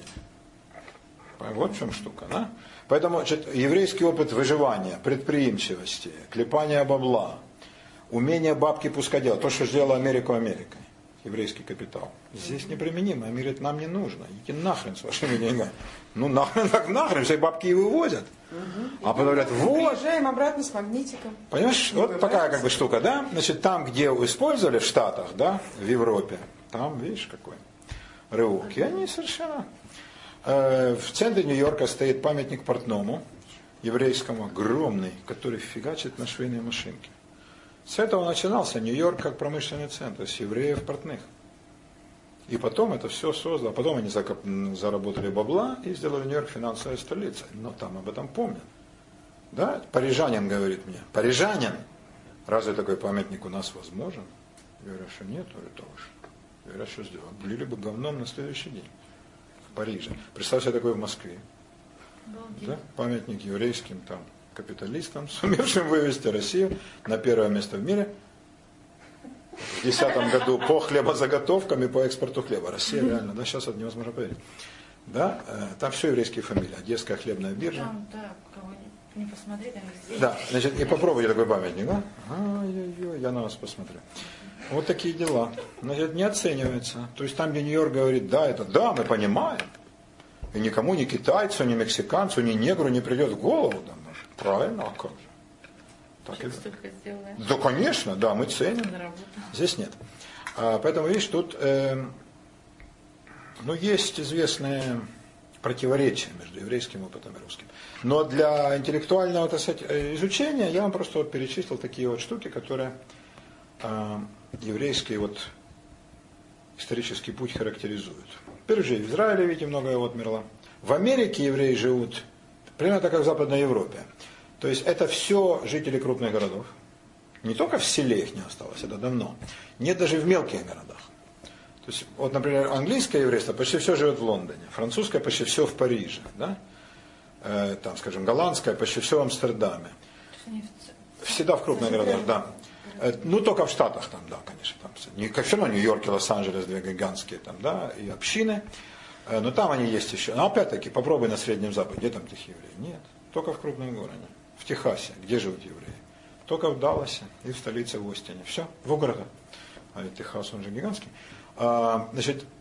Вот в чем штука, да? Поэтому значит, еврейский опыт выживания, предприимчивости, клепания бабла, умение бабки пускать делать, то, что сделала Америку Америкой, еврейский капитал. Здесь неприменимо, а мир нам не нужно. Идите нахрен с вашими деньгами. Ну нахрен, так нахрен, все бабки и вывозят. Угу. А потом говорят, вот. Приезжаем обратно с магнитиком. Понимаешь, вот вывозят. Такая как бы штука, да? Значит, там, где использовали в Штатах, да, в Европе, там, видишь, какой рывок. И они совершенно... В центре Нью-Йорка стоит памятник портному, еврейскому, огромный, который фигачит на швейной машинке. С этого начинался Нью-Йорк как промышленный центр, с евреев портных. И потом это все создало. Потом они заработали бабла и сделали Нью-Йорк финансовой столицей. Но там об этом помнят. Да? Парижанин говорит мне, парижанин, разве такой памятник у нас возможен? Я говорю, что нет, говорю, тоже. Говорят, что сделали. Облили бы говном на следующий день. В Париже. Представь себе такое в Москве. Да? Памятник еврейским там капиталистам, сумевшим вывести Россию на первое место в мире в десятом году по хлебозаготовкам и по экспорту хлеба. Россия реально, да, сейчас это невозможно поверить. Да, там все еврейские фамилии. Одесская хлебная биржа. Там, да, кого не, не посмотреть, там везде. Да, значит, и попробуйте такой памятник, да? Ай-яй-яй, я на вас посмотрю. Вот такие дела. Значит, не оценивается. То есть там, где Нью-Йорк говорит, да, это да, мы понимаем. И никому, ни китайцу, ни мексиканцу, ни негру не придет в голову. Да, правильно, а как же? Так и... столько сделаешь. Да, конечно, да, мы ценим. Здесь нет. А, поэтому, видишь, тут э, ну, есть известные противоречия между еврейским опытом и русским. Но для интеллектуального, так сказать, изучения я вам просто вот перечислил такие вот штуки, которые э, еврейский вот исторический путь характеризуют. Теперь же в Израиле, видите, многое отмерло. В Америке евреи живут примерно так, как в Западной Европе. То есть это все жители крупных городов. Не только в селе их не осталось, это давно. Нет даже в мелких городах. То есть, вот, например, английское еврейство почти все живет в Лондоне, французское почти все в Париже, да? э, там, скажем, голландское почти все в Амстердаме. Всегда в крупных городах, да. Э, ну, только в Штатах там, да, конечно. Там, не, все равно Нью-Йорк и Лос-Анджелес, две гигантские там, да, и общины. Э, но там они есть еще. Но опять-таки, попробуй на Среднем Западе, где там таких евреев? Нет, только в крупном городе. В Техасе, где живут евреи? Только в Далласе и в столице в Остине. Все, в городах. А ведь Техас, он же гигантский. А, значит,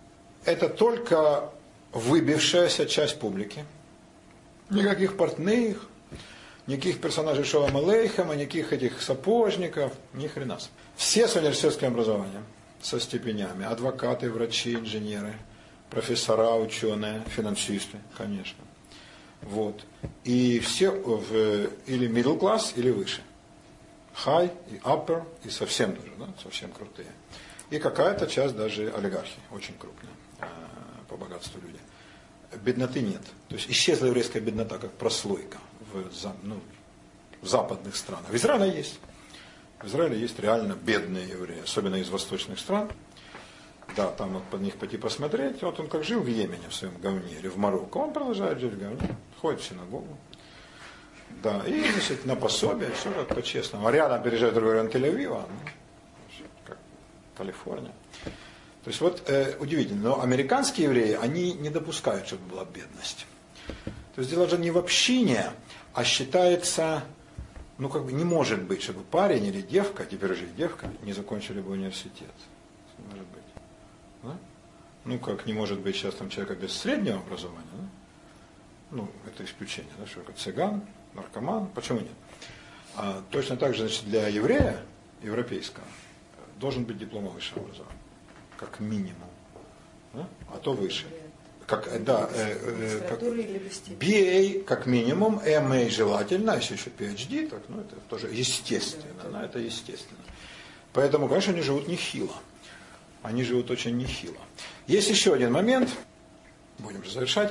это только выбившаяся часть публики. Никаких портных, никаких персонажей Шолом Алейхема, никаких этих сапожников, ни хрена. Все с университетским образованием, со степенями. Адвокаты, врачи, инженеры, профессора, ученые, финансисты, конечно. Вот. И все в, или middle class, или выше. High и upper, и совсем даже, да, совсем крутые. И какая-то часть даже олигархи, очень крупная по богатству люди. Бедноты нет. То есть исчезла еврейская беднота как прослойка в, ну, в западных странах. В Израиле есть. В Израиле есть реально бедные евреи, особенно из восточных стран. Да, там вот под них пойти посмотреть. Вот он как жил в Йемене в своем говне или в Марокко, он продолжает жить в говне, ходит в синагогу. Да, и, значит, на пособие, все как по-честному. А рядом переезжает другой район Тель-Авива, ну, как Калифорния. То есть вот э, удивительно, но американские евреи, они не допускают, чтобы была бедность. То есть дело же не в общине, а считается, ну как бы не может быть, чтобы парень или девка, теперь уже девка, не закончили бы университет. Может быть. Да? Ну как не может быть сейчас там человека без среднего образования, да? Ну это исключение, да, что цыган, наркоман, почему нет? А точно так же, значит, для еврея, европейского, должен быть диплом о высшем образовании. Как минимум. Да? А то выше. Как, да, э, э, как, би эй как минимум, эм эй желательно, если еще пи эйч ди, так, ну это тоже естественно. Да, это естественно. Поэтому, конечно, они живут нехило. Они живут очень нехило. Есть еще один момент, будем же завершать.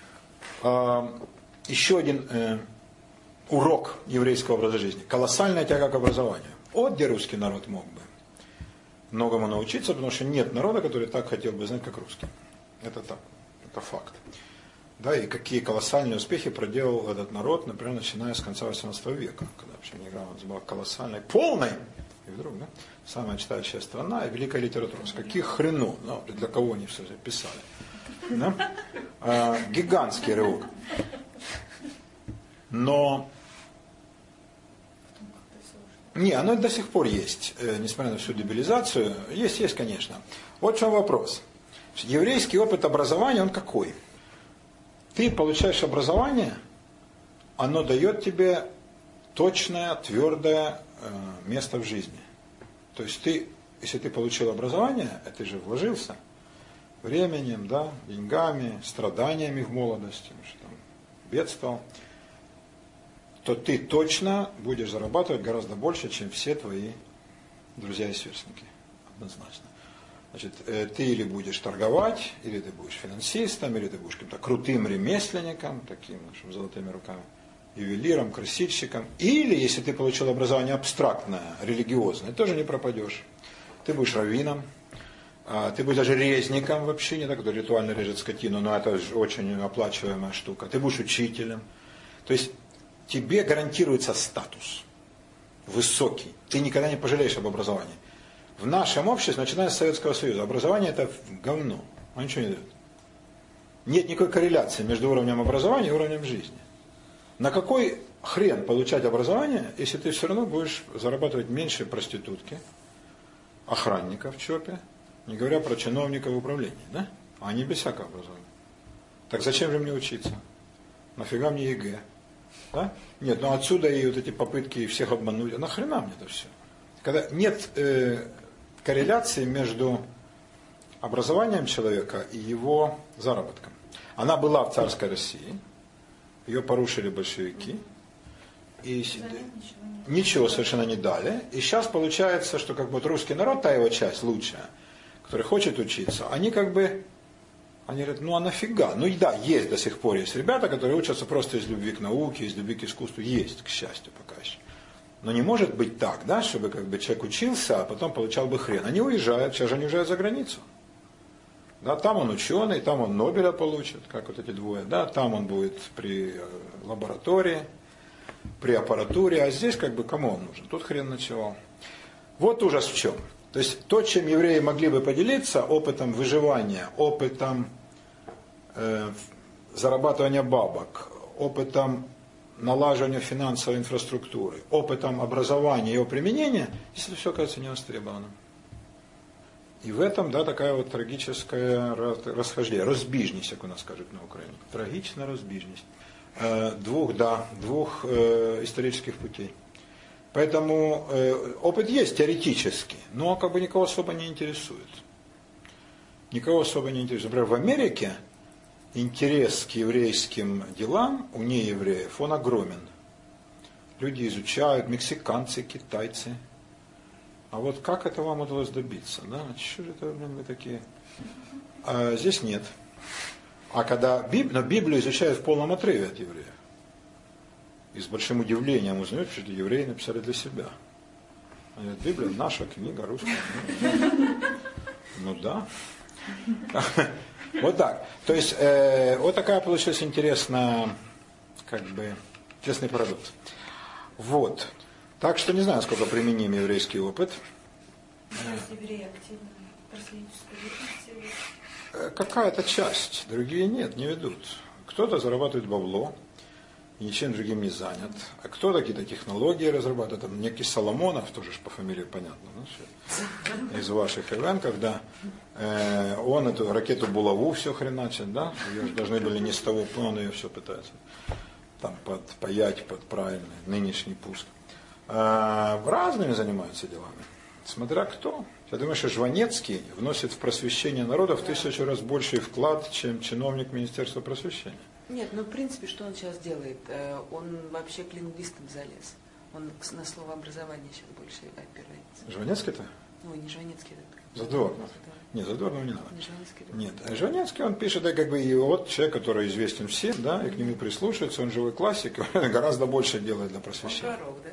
А, еще один э, урок еврейского образа жизни. Колоссальная тяга к образованию. Вот где русский народ мог бы многому научиться, потому что нет народа, который так хотел бы знать, как русский. Это так, это факт. Да, и какие колоссальные успехи проделал этот народ, например, начиная с конца восемнадцатого века, когда вообще неграмотность была колоссальной, полной, и вдруг, да, самая читающая страна и великая литература. С каких хренов, ну, для кого они все это писали. Да? А, гигантский рывок. Но не, оно до сих пор есть, э, несмотря на всю дебилизацию. Есть, есть, конечно. Вот в чем вопрос. Еврейский опыт образования, он какой? Ты получаешь образование, оно дает тебе точное, твердое э, место в жизни. То есть ты, если ты получил образование, а ты же вложился временем, да, деньгами, страданиями в молодости, что там, бедствовал, то ты точно будешь зарабатывать гораздо больше, чем все твои друзья и сверстники. Однозначно. Значит, ты или будешь торговать, или ты будешь финансистом, или ты будешь каким-то крутым ремесленником, таким, чтобы золотыми руками, ювелиром, красильщиком. Или, если ты получил образование абстрактное, религиозное, тоже не пропадешь. Ты будешь раввином, ты будешь даже резником в общине, да, который ритуально режет скотину, но это же очень оплачиваемая штука. Ты будешь учителем. То есть тебе гарантируется статус высокий. Ты никогда не пожалеешь об образовании. В нашем обществе, начиная с Советского Союза, образование это говно. Он ничего не дает. Нет никакой корреляции между уровнем образования и уровнем жизни. На какой хрен получать образование, если ты все равно будешь зарабатывать меньше проститутки, охранников в ЧОПе, не говоря про чиновников в управлении, да? А они без всякого образования. Так зачем же мне учиться? Нафига мне ЕГЭ? Да? Нет, ну отсюда и вот эти попытки всех обмануть. А нахрена мне это все? Когда нет э, корреляции между образованием человека и его заработком. Она была в царской России, ее порушили большевики, и ничего, ничего совершенно не дали. И сейчас получается, что как бы вот русский народ, та его часть лучшая, который хочет учиться, они как бы, они говорят, ну а нафига? Ну и да, есть до сих пор есть ребята, которые учатся просто из любви к науке, из любви к искусству. Есть, к счастью, пока еще. Но не может быть так, да, чтобы как бы человек учился, а потом получал бы хрен. Они уезжают, сейчас же они уезжают за границу. Да, там он ученый, там он Нобеля получит, как вот эти двое, да, там он будет при лаборатории, при аппаратуре, а здесь как бы кому он нужен? Тут хрен ночевал. Вот ужас в чем. То есть то, чем евреи могли бы поделиться, опытом выживания, опытом э, зарабатывания бабок, опытом налаживания финансовой инфраструктуры, опытом образования и его применения, здесь это все оказывается невостребованным. И в этом, да, такая вот трагическая расхождение, розбіжність, як у нас скажут на Украине. Трагичная розбіжність. Двух, да, двух э, исторических путей. Поэтому э, опыт есть теоретический, но как бы никого особо не интересует. Никого особо не интересует. Например, в Америке интерес к еврейским делам у неевреев, он огромен. Люди изучают, мексиканцы, китайцы. А вот как это вам удалось добиться? Да? Что же это, блин, вы такие? А здесь нет. А когда Биб... Но Библию изучают в полном отрыве от евреев. И с большим удивлением узнают, что евреи написали для себя. Они говорят, Библия наша книга, русская. Ну да. Вот так. То есть, э, вот такая получилась интересная, как бы, интересный парадокс. Вот. Так что не знаю, сколько применим еврейский опыт. Евреи активно просветительскую деятельность. Какая-то часть, другие нет, не ведут. Кто-то зарабатывает бабло, и ничем другим не занят. А кто-то какие-то технологии разрабатывает. Там некий Соломонов, тоже ж по фамилии понятно, да, из ваших ивенков, да. Э, он эту ракету булаву все хреначит, да. Ее же должны были не с того, он ее все пытается там подпаять под правильный нынешний пуск. Э, разными занимаются делами. Смотря кто. Я думаю, что Жванецкий вносит в просвещение народа в тысячу раз больший вклад, чем чиновник Министерства просвещения. Нет, ну в принципе, что он сейчас делает? Он вообще к лингвистам залез. Он на слово образование сейчас больше опирается. Жванецкий-то? Ну, не Жванецкий. Задорнов. Нет, Задорнова не надо. Не Жванецкий. Нет, Жванецкий, он пишет, да, как бы, и вот человек, который известен всем, да, и к нему прислушивается, он живой классик, он гораздо больше делает для просвещения. Он пророк, да?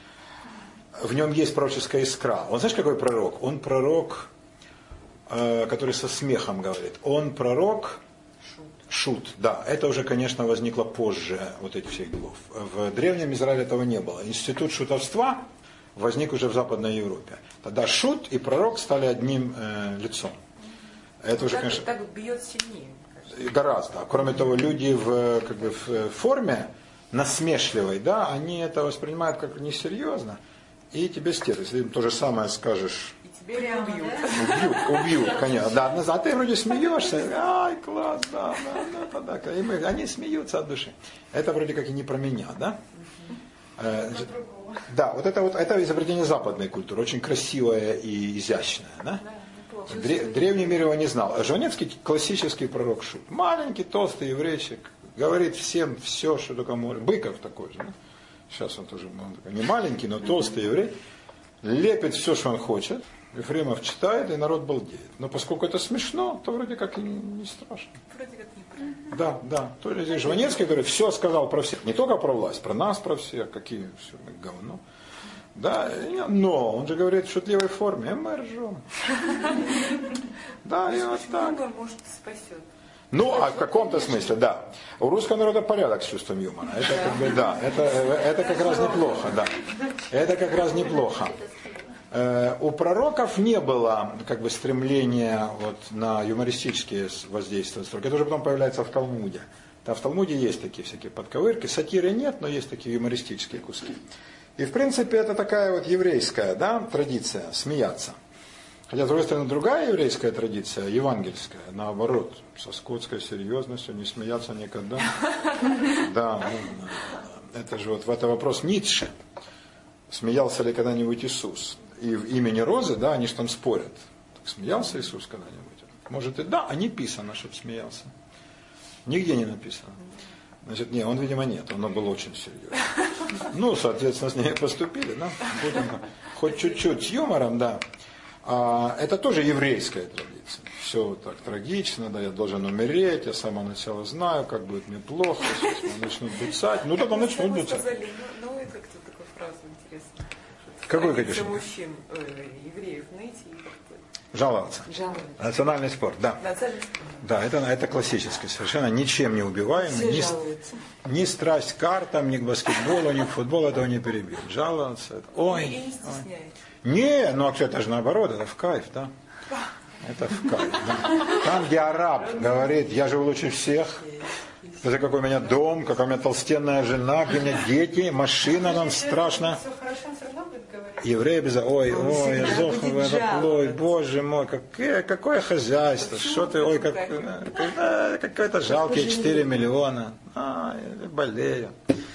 В нем есть пророческая искра. Он знаешь, какой пророк? Он пророк, э, который со смехом говорит. Он пророк... Шут, да, это уже, конечно, возникло позже вот этих всех делов. В Древнем Израиле этого не было. Институт шутовства возник уже в Западной Европе. Тогда шут и пророк стали одним э, лицом. Это ну, уже, так, конечно, так бьет сильнее. гораздо. Кроме того, люди в, как бы, в форме насмешливой, да, они это воспринимают как несерьезно, и тебе стерпят. Если им то же самое скажешь... Тебя прямо, убьют. Убьют, убьют, конечно. Да, а ты вроде смеешься, ай, класс, да, да, да, да. И мы, они смеются от души. Это вроде как и не про меня, да? Э, да, вот это вот это изобретение западной культуры, очень красивое и изящное, да? Дре, древний мир его не знал. Жванецкий классический пророк Шут. Маленький, толстый еврейчик, говорит всем все, что только может. Быков такой же, да? Сейчас он тоже он такой, не маленький, но толстый еврей. Лепит все, что он хочет. Ефремов читает, и народ балдеет. Но поскольку это смешно, то вроде как и не, не страшно. Вроде как неправильно. Да, да. То есть здесь Жванецкий говорит, все сказал про всех. Не только про власть, про нас, про всех. Какие все говно. Да, но он же говорит в шутливой форме, мы ржем. Да, и вот так. Может, спасет. Ну, а в каком-то смысле, да. У русского народа порядок с чувством юмора. Это как бы, да, это, это как раз неплохо, да. Это как раз неплохо. У пророков не было как бы стремления вот, на юмористические воздействия. Это уже потом появляется в Талмуде. Да, в Талмуде есть такие всякие подковырки. Сатиры нет, но есть такие юмористические куски. И в принципе это такая вот еврейская, да, традиция, смеяться. Хотя, с другой стороны, другая еврейская традиция, евангельская, наоборот, со скотской серьезностью, не смеяться никогда. Да, это же вот это вопрос Ницше. Смеялся ли когда-нибудь Иисус? И в имени Розы, да, они же там спорят. Так смеялся Иисус когда-нибудь? Может и да, а не писано, чтобы смеялся. Нигде не написано. Значит, нет, он, видимо, нет, он был очень серьезный. Ну, соответственно, с ней поступили, да? Будем, хоть чуть-чуть с юмором, да. А, это тоже еврейская традиция. Все вот так трагично, да, я должен умереть, я с самого начала знаю, как будет мне плохо, сейчас начнут дуцать. Ну, тогда начнут дуцать. Сказали, ну, ну, это кто такую фразу интересную. Какой, конечно? Мужчин, э, евреев найти и как-то... Жаловаться. Жаловаться. Национальный спорт, да. Национальный спорт. Да, это, это классический, совершенно ничем не убиваемый. Ни, ни страсть к картам, ни к баскетболу, ни к футболу этого не перебьет. Жаловаться. Ой. И не стесняйтесь. Не, ну а что, это же наоборот, это в кайф, да? Это в кайф, да. Там, где араб говорит, я живу лучше всех, это какой у меня дом, какая у меня толстенная жена, где у меня дети, машина нам страшно. Все хорошо, он все равно будет говорить. евреи без... Ой, Он ой, я всегда зохну в будет этот плой, жаловаться. боже мой, какое, какое хозяйство, Почему что ты, ой, как, такая? какое- какое-то жалкие четыре миллиона, а, я болею.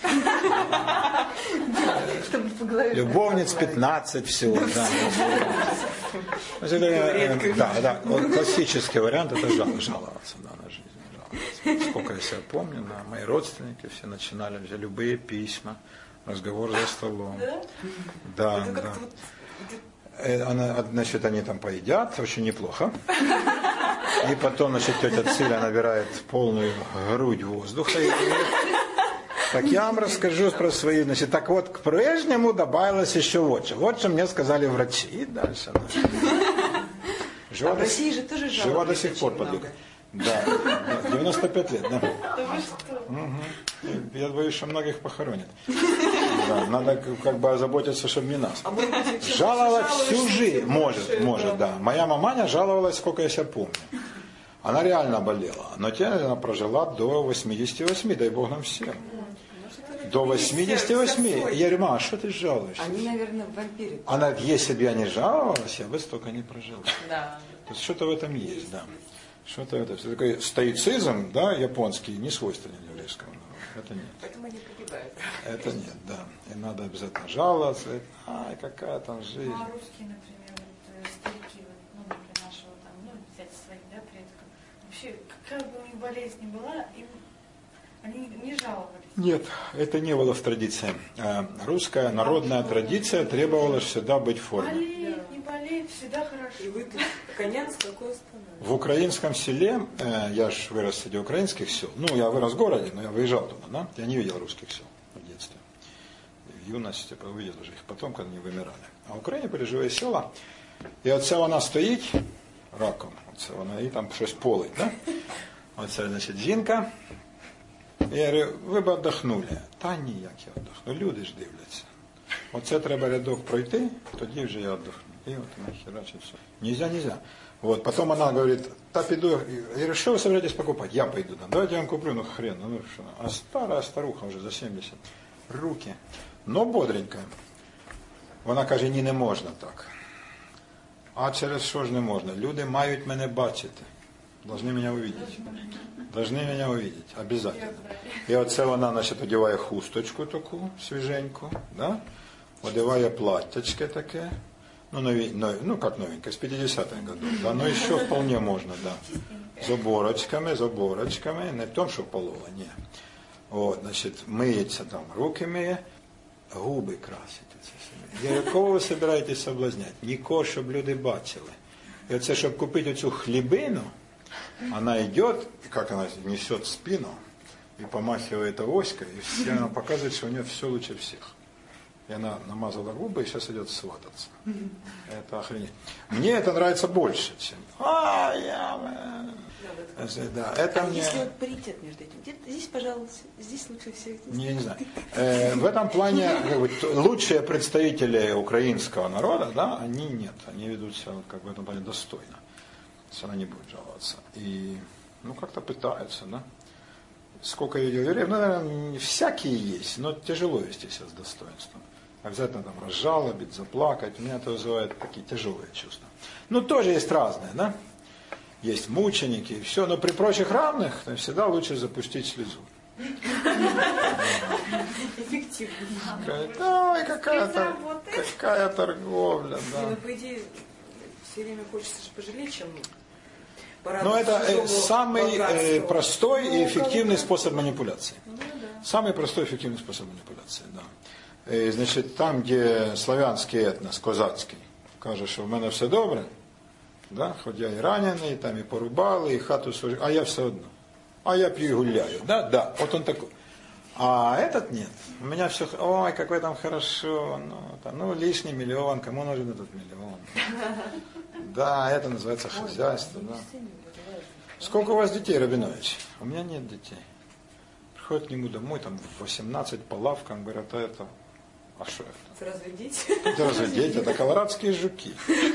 Чтобы по голове Любовниц погладить. пятнадцать всего, да. Значит, э, Да, да, вот классический вариант это жал- жаловаться да, на жизнь. Жаловаться. Сколько я себя помню, да, мои родственники все начинали все любые письма, разговор за столом. Да, Это да. как-то вот- Э, Она, значит, они там поедят, очень неплохо. И потом, значит, тетя Циля набирает полную грудь воздуха и говорит, так я вам расскажу про свои, значит, так вот, к прежнему добавилось еще вот что. Вот что мне сказали врачи. И дальше. Да. Жива А в до- России же тоже жива до жаловались сих пор очень под много. югом. Да, да, девяносто пять лет, да. Да вы что? Мгм. Я боюсь, что многих похоронят. Да, надо как бы озаботиться, чтобы не нас. А может быть, чем Жаловалась больше всю жалуешься, жизнь. тем Может, больше, может, да. Моя маманя жаловалась, сколько я себя помню. Она реально болела. Но теперь она прожила до восьмидесяти восьми, дай Бог нам всем. До восьмидесяти восьми. Я говорю, мама, а что ты жалуешься? Они, наверное, вампиры. Она говорит, если бы я не жаловалась, я бы столько не прожила. Да. То есть что-то в этом есть, да. Что-то это. Все такой стоицизм, да, японский, не свойственен еврейскому народу. Это нет. Поэтому они погибают. Это нет, да. И надо обязательно жаловаться. Ай, какая там жизнь. Ну, а русские, например, вот, э, старики, вот, ну, например, нашего там, ну, взять своих, да, предков, вообще, какая бы у них болезнь ни была, им они не жаловались. Нет, это не было в традиции. Э, Русская народная традиция требовала всегда быть в форме. Болеет, не болеет, всегда И хорошо. выпить коня с какой становится. В украинском селе, э, я же вырос среди украинских сел, ну, я вырос в городе, но я выезжал туда, да, я не видел русских сел в детстве. В юности увидел уже их потом, когда они вымирали. А в Украине были живые села, і оце вона стоїть раком, оце вона, і там щось полить, да? Оце, значить, жінка. Я говорю, ви б віддохнули. Та ніяк я віддохну, люди ж дивляться. Оце треба рядок пройти, тоді вже я віддохну. И вот она херачит все. Нельзя, нельзя. Вот, потом она говорит, та пойду. Я говорю, что вы собираетесь покупать? Я пойду. Да. Давайте я вам куплю, ну хрен. Ну, что? А старая старуха уже за семьдесят. Руки. Но бодренькая. Вона каже, ні, не можна так. А через що ж не можна? Люди мають мене бачити. Должны меня увидеть. Должны меня увидеть. Обязательно. І оце вона, значить, одягає хусточку таку, свіженьку, да? Одягає платтячке таке. Ну, нови, ну, ну, как новенькое, с пятидесятых годов. Да, но еще вполне можно, да. С оборочками, с оборочками. Не в том, что полола, не. Вот, значит, мыется там, руки мыє, губи красить. Я говорю, кого ви собираєтесь соблазнять? Нікого, щоб люди бачили. І оце, щоб купити оцю хлібину, она идет, как она несет спину, и помахивает авоськой, и все, она показывает, что у нее все лучше всех. И она намазала губы и сейчас идет свататься. Это охренеть. Мне это нравится больше, чем... А, я... Да, это А мне... если вот паритет между этим? Где-то здесь, пожалуйста, здесь лучше всех. Здесь. Не, не знаю. Э, в этом плане как бы, лучшие представители украинского народа, да, они нет, они ведут себя вот, как в этом плане достойно. Если она не будет жаловаться. И, ну, как-то пытаются, да. Сколько я видел евреев, ну, наверное, всякие есть, но тяжело вести себя с достоинством. Обязательно там разжалобить, заплакать. У меня это вызывает такие тяжелые чувства. Ну, тоже есть разные, да. Есть мученики и все, но при прочих равных всегда лучше запустить слезу. Эффективно. Ой, какая, какая торговля, Не, ну, да. по идее, все время хочется же пожалеть, чем Но порадовать это э, чужого самый э, богатства. простой Ну, и у эффективный кого-то- способ манипуляции. Ну, да. Самый простой и эффективный способ манипуляции, да. Э, Значит, там, где славянський етнос, козацький, каже, що в мене все добре, да, хоч я і ранений, там і порубали, і хату свою, а я все одно. А я пью и гуляю, да, да, вот он такой. А этот нет. У меня все, ой, какой там хорошо, ну, там, ну лишний миллион, кому нужен этот миллион? Да, это называется хозяйство, да. Сколько у вас детей, Рабинович? У меня нет детей. Приходят к нему домой, там восемнадцать по лавкам, говорят, а это, а что это? Разве дети? Это разве дети? Это колорадские жуки.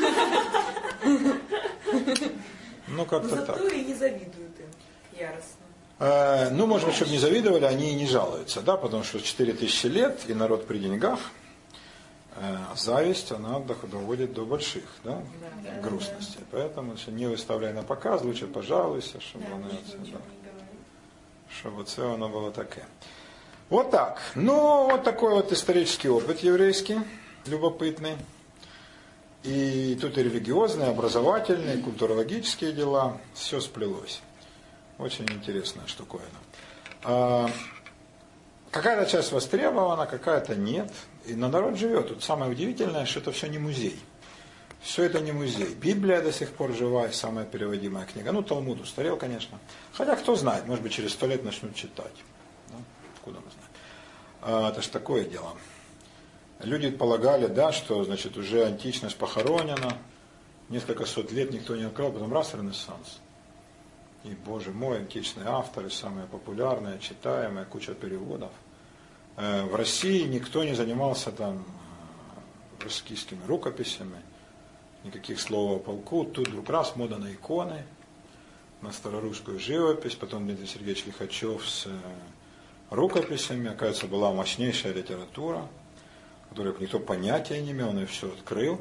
Ну, Но как-то так. зато и не завидуют им яростно. Э, Ну, может быть, чтобы не завидовали, они и не жалуются, да, потому что четыре тысячи лет, и народ при деньгах. зависть, она доводит до больших, да, Да. грустностей. Поэтому не выставляй на показ, лучше пожалуйся, щоб Да, воно лучше це, ничего да, не говорить. щоб це воно було таке. Вот так. Ну, вот такой вот исторический опыт еврейский, любопытный. И тут и религиозные, образовательные, культурологические дела, все сплелось. Очень интересная штуковина. А, какая-то часть востребована, какая-то нет. И на народ живет. Тут самое удивительное, что это все не музей. Все это не музей. Библия до сих пор жива, и самая переводимая книга. Ну, Талмуд устарел, конечно. Хотя, кто знает, может быть, через сто лет начнут читать. Да? Откуда мы знаем? А, это ж такое дело. Люди полагали, да, что, значит, уже античность похоронена, несколько сот лет никто не открыл, потом раз Ренессанс. И, боже мой, античные авторы, самые популярные, читаемые, куча переводов. В России никто не занимался там русскими рукописями, никаких слов о полку. Тут вдруг раз мода на иконы, на старорусскую живопись, потом Дмитрий Сергеевич Лихачев с рукописями. Оказывается, была мощнейшая литература, которую никто понятия не имел, он ее все открыл.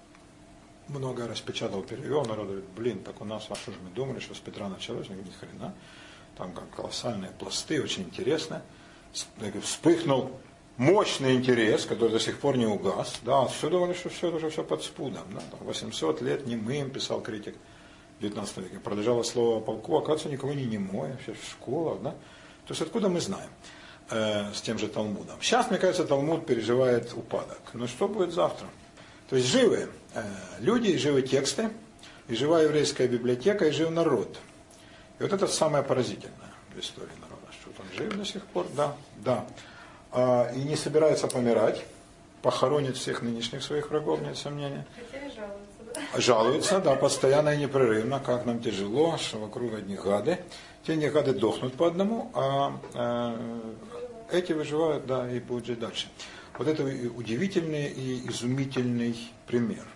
Много распечатал, перевел, народ говорит, блин, так у нас, а что же мы думали, что с Петра началось? Ни хрена. Там как колоссальные пласты, очень интересно. Вспыхнул мощный интерес, который до сих пор не угас. Да, все думали, что все это уже все под спудом. Да? Там восемьсот лет немым, писал критик в девятнадцатом веке. Продолжало слово о полку, оказывается, никого не немой, вообще в школах. Да? То есть откуда мы знаем э, с тем же Талмудом? Сейчас, мне кажется, Талмуд переживает упадок. Но что будет завтра? То есть живы э, люди, и живы тексты, и жива еврейская библиотека, и жив народ. И вот это самое поразительное в истории народа. Что он жив до сих пор, да, да. А, и не собирается помирать, похоронит всех нынешних своих врагов, нет сомнения. Хотя и жалуются, да? Жалуются, да, постоянно и непрерывно, как нам тяжело, что вокруг одни гады. Те не гады дохнут по одному, а, а эти выживают, да, и будут жить дальше. Вот это удивительный и изумительный пример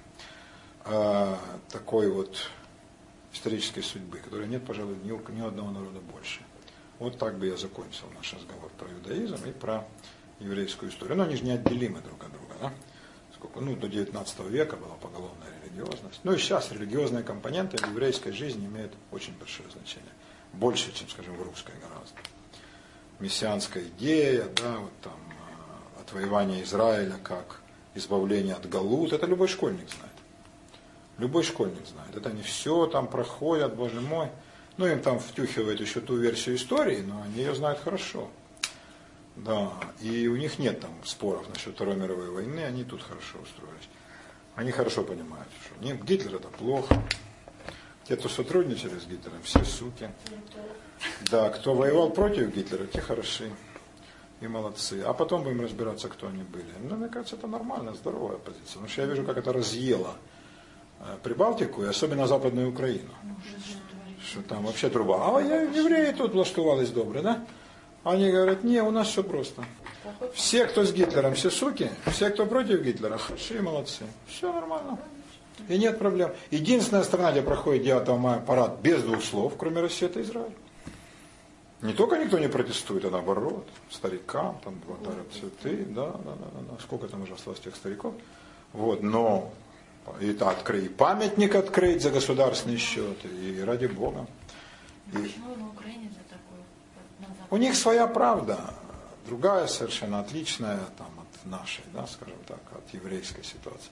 а, такой вот исторической судьбы, которой нет, пожалуй, ни у, ни у одного народа больше. Вот так бы я закончил наш разговор про иудаизм и про еврейскую историю. Но они же неотделимы друг от друга. Да? Сколько? Ну, до девятнадцатого века была поголовная религиозность. Ну и сейчас религиозные компоненты в еврейской жизни имеют очень большое значение. Больше, чем, скажем, в русской гораздо. Мессианская идея, да, вот там отвоевание Израиля как избавление от галут, это любой школьник знает. Любой школьник знает. Это они все там проходят, боже мой. Ну, им там втюхивают еще ту версию истории, но они ее знают хорошо. Да, и у них нет там споров насчет Второй мировой войны, они тут хорошо устроились. Они хорошо понимают, что нет, Гитлер это плохо. Те, кто сотрудничали с Гитлером, все суки. Да, кто воевал против Гитлера, те хороши и молодцы. А потом будем разбираться, кто они были. Ну, мне кажется, это нормальная, здоровая позиция. Потому что я вижу, как это разъело Прибалтику, и особенно Западную Украину. Что там вообще труба. А я, евреи тут влаштувались добре, да? Они говорят, не, у нас все просто. Все, кто с Гитлером, все суки, все, кто против Гитлера, хорошие, молодцы. Все нормально. И нет проблем. Единственная страна, где проходит девятого мая парад без двух слов, кроме России, это Израиль. Не только никто не протестует, а наоборот. Старикам там дарят цветы, да, да, да, да. Сколько там уже осталось тех стариков. Вот, но и открыть, памятник открыть за государственный счет, и ради Бога. И почему на Украине за такое? у них своя правда, другая совершенно отличная там, от нашей, да, скажем так, от еврейской ситуации.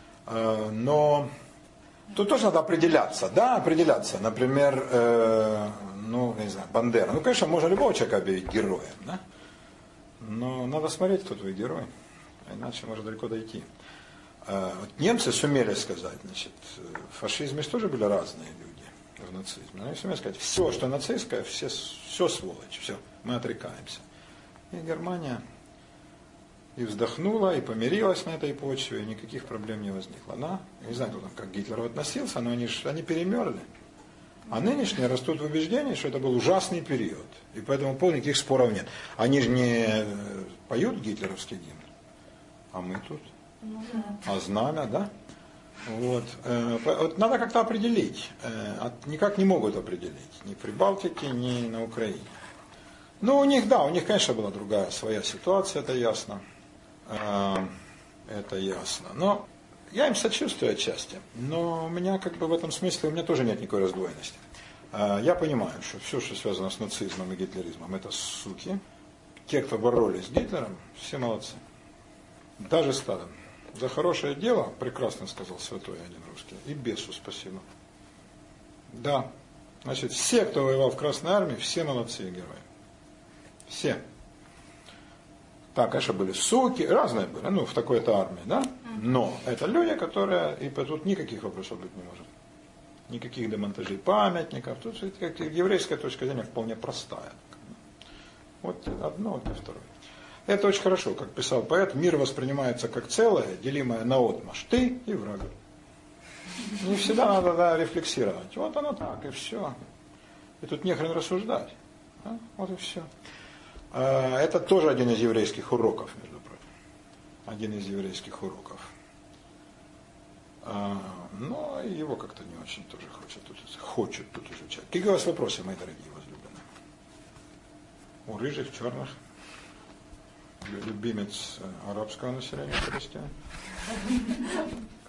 Но тут тоже надо определяться, да, определяться. Например, э, ну, не знаю, Бандера. Ну, конечно, можно любого человека объявить героем, да? Но надо смотреть, кто твой герой, иначе можно далеко дойти. Вот немцы сумели сказать, значит, в фашизме тоже были разные люди, в нацизме. Они сумели сказать, все, что нацистское, все, все сволочь, все, мы отрекаемся. И Германия и вздохнула, и помирилась на этой почве, и никаких проблем не возникло. Она, я не знаю, кто там, как Гитлер относился, но они, они перемерли. А нынешние растут в убеждении, что это был ужасный период. И поэтому по никаких споров нет. Они же не поют гитлеровский гимн, а мы тут. А знамя, да? Вот. Вот надо как-то определить. Никак не могут определить. Ни в Прибалтике, ни на Украине. Ну, у них, да, у них, конечно, была другая своя ситуация, это ясно. Это ясно. Но я им сочувствую отчасти. Но у меня как бы в этом смысле, у меня тоже нет никакой раздвоенности. Я понимаю, что все, что связано с нацизмом и гитлеризмом, это суки. Те, кто боролись с Гитлером, все молодцы. Даже Сталин. За хорошее дело, прекрасно сказал святой один русский, и бесу спасибо. Да. Значит, все, кто воевал в Красной Армии, все молодцы и герои. Все. Так, конечно, были суки, разные были, ну, в такой-то армии, да? Но это люди, которые, и тут никаких вопросов быть не может. Никаких демонтажей памятников. Тут как еврейская точка зрения вполне простая. Вот одно, вот и второе. Это очень хорошо, как писал поэт, мир воспринимается как целое, делимое наотмашь, ты и враг. Не всегда надо да, рефлексировать. Вот оно так, и все. И тут нехрен рассуждать. А? Вот и все. А, это тоже один из еврейских уроков, между прочим. Один из еврейских уроков. А, но его как-то не очень тоже хочет тут, хочет тут изучать. Какие у вас вопросы, мои дорогие возлюбленные? У рыжих, черных? Любимец арабского населения Палестины?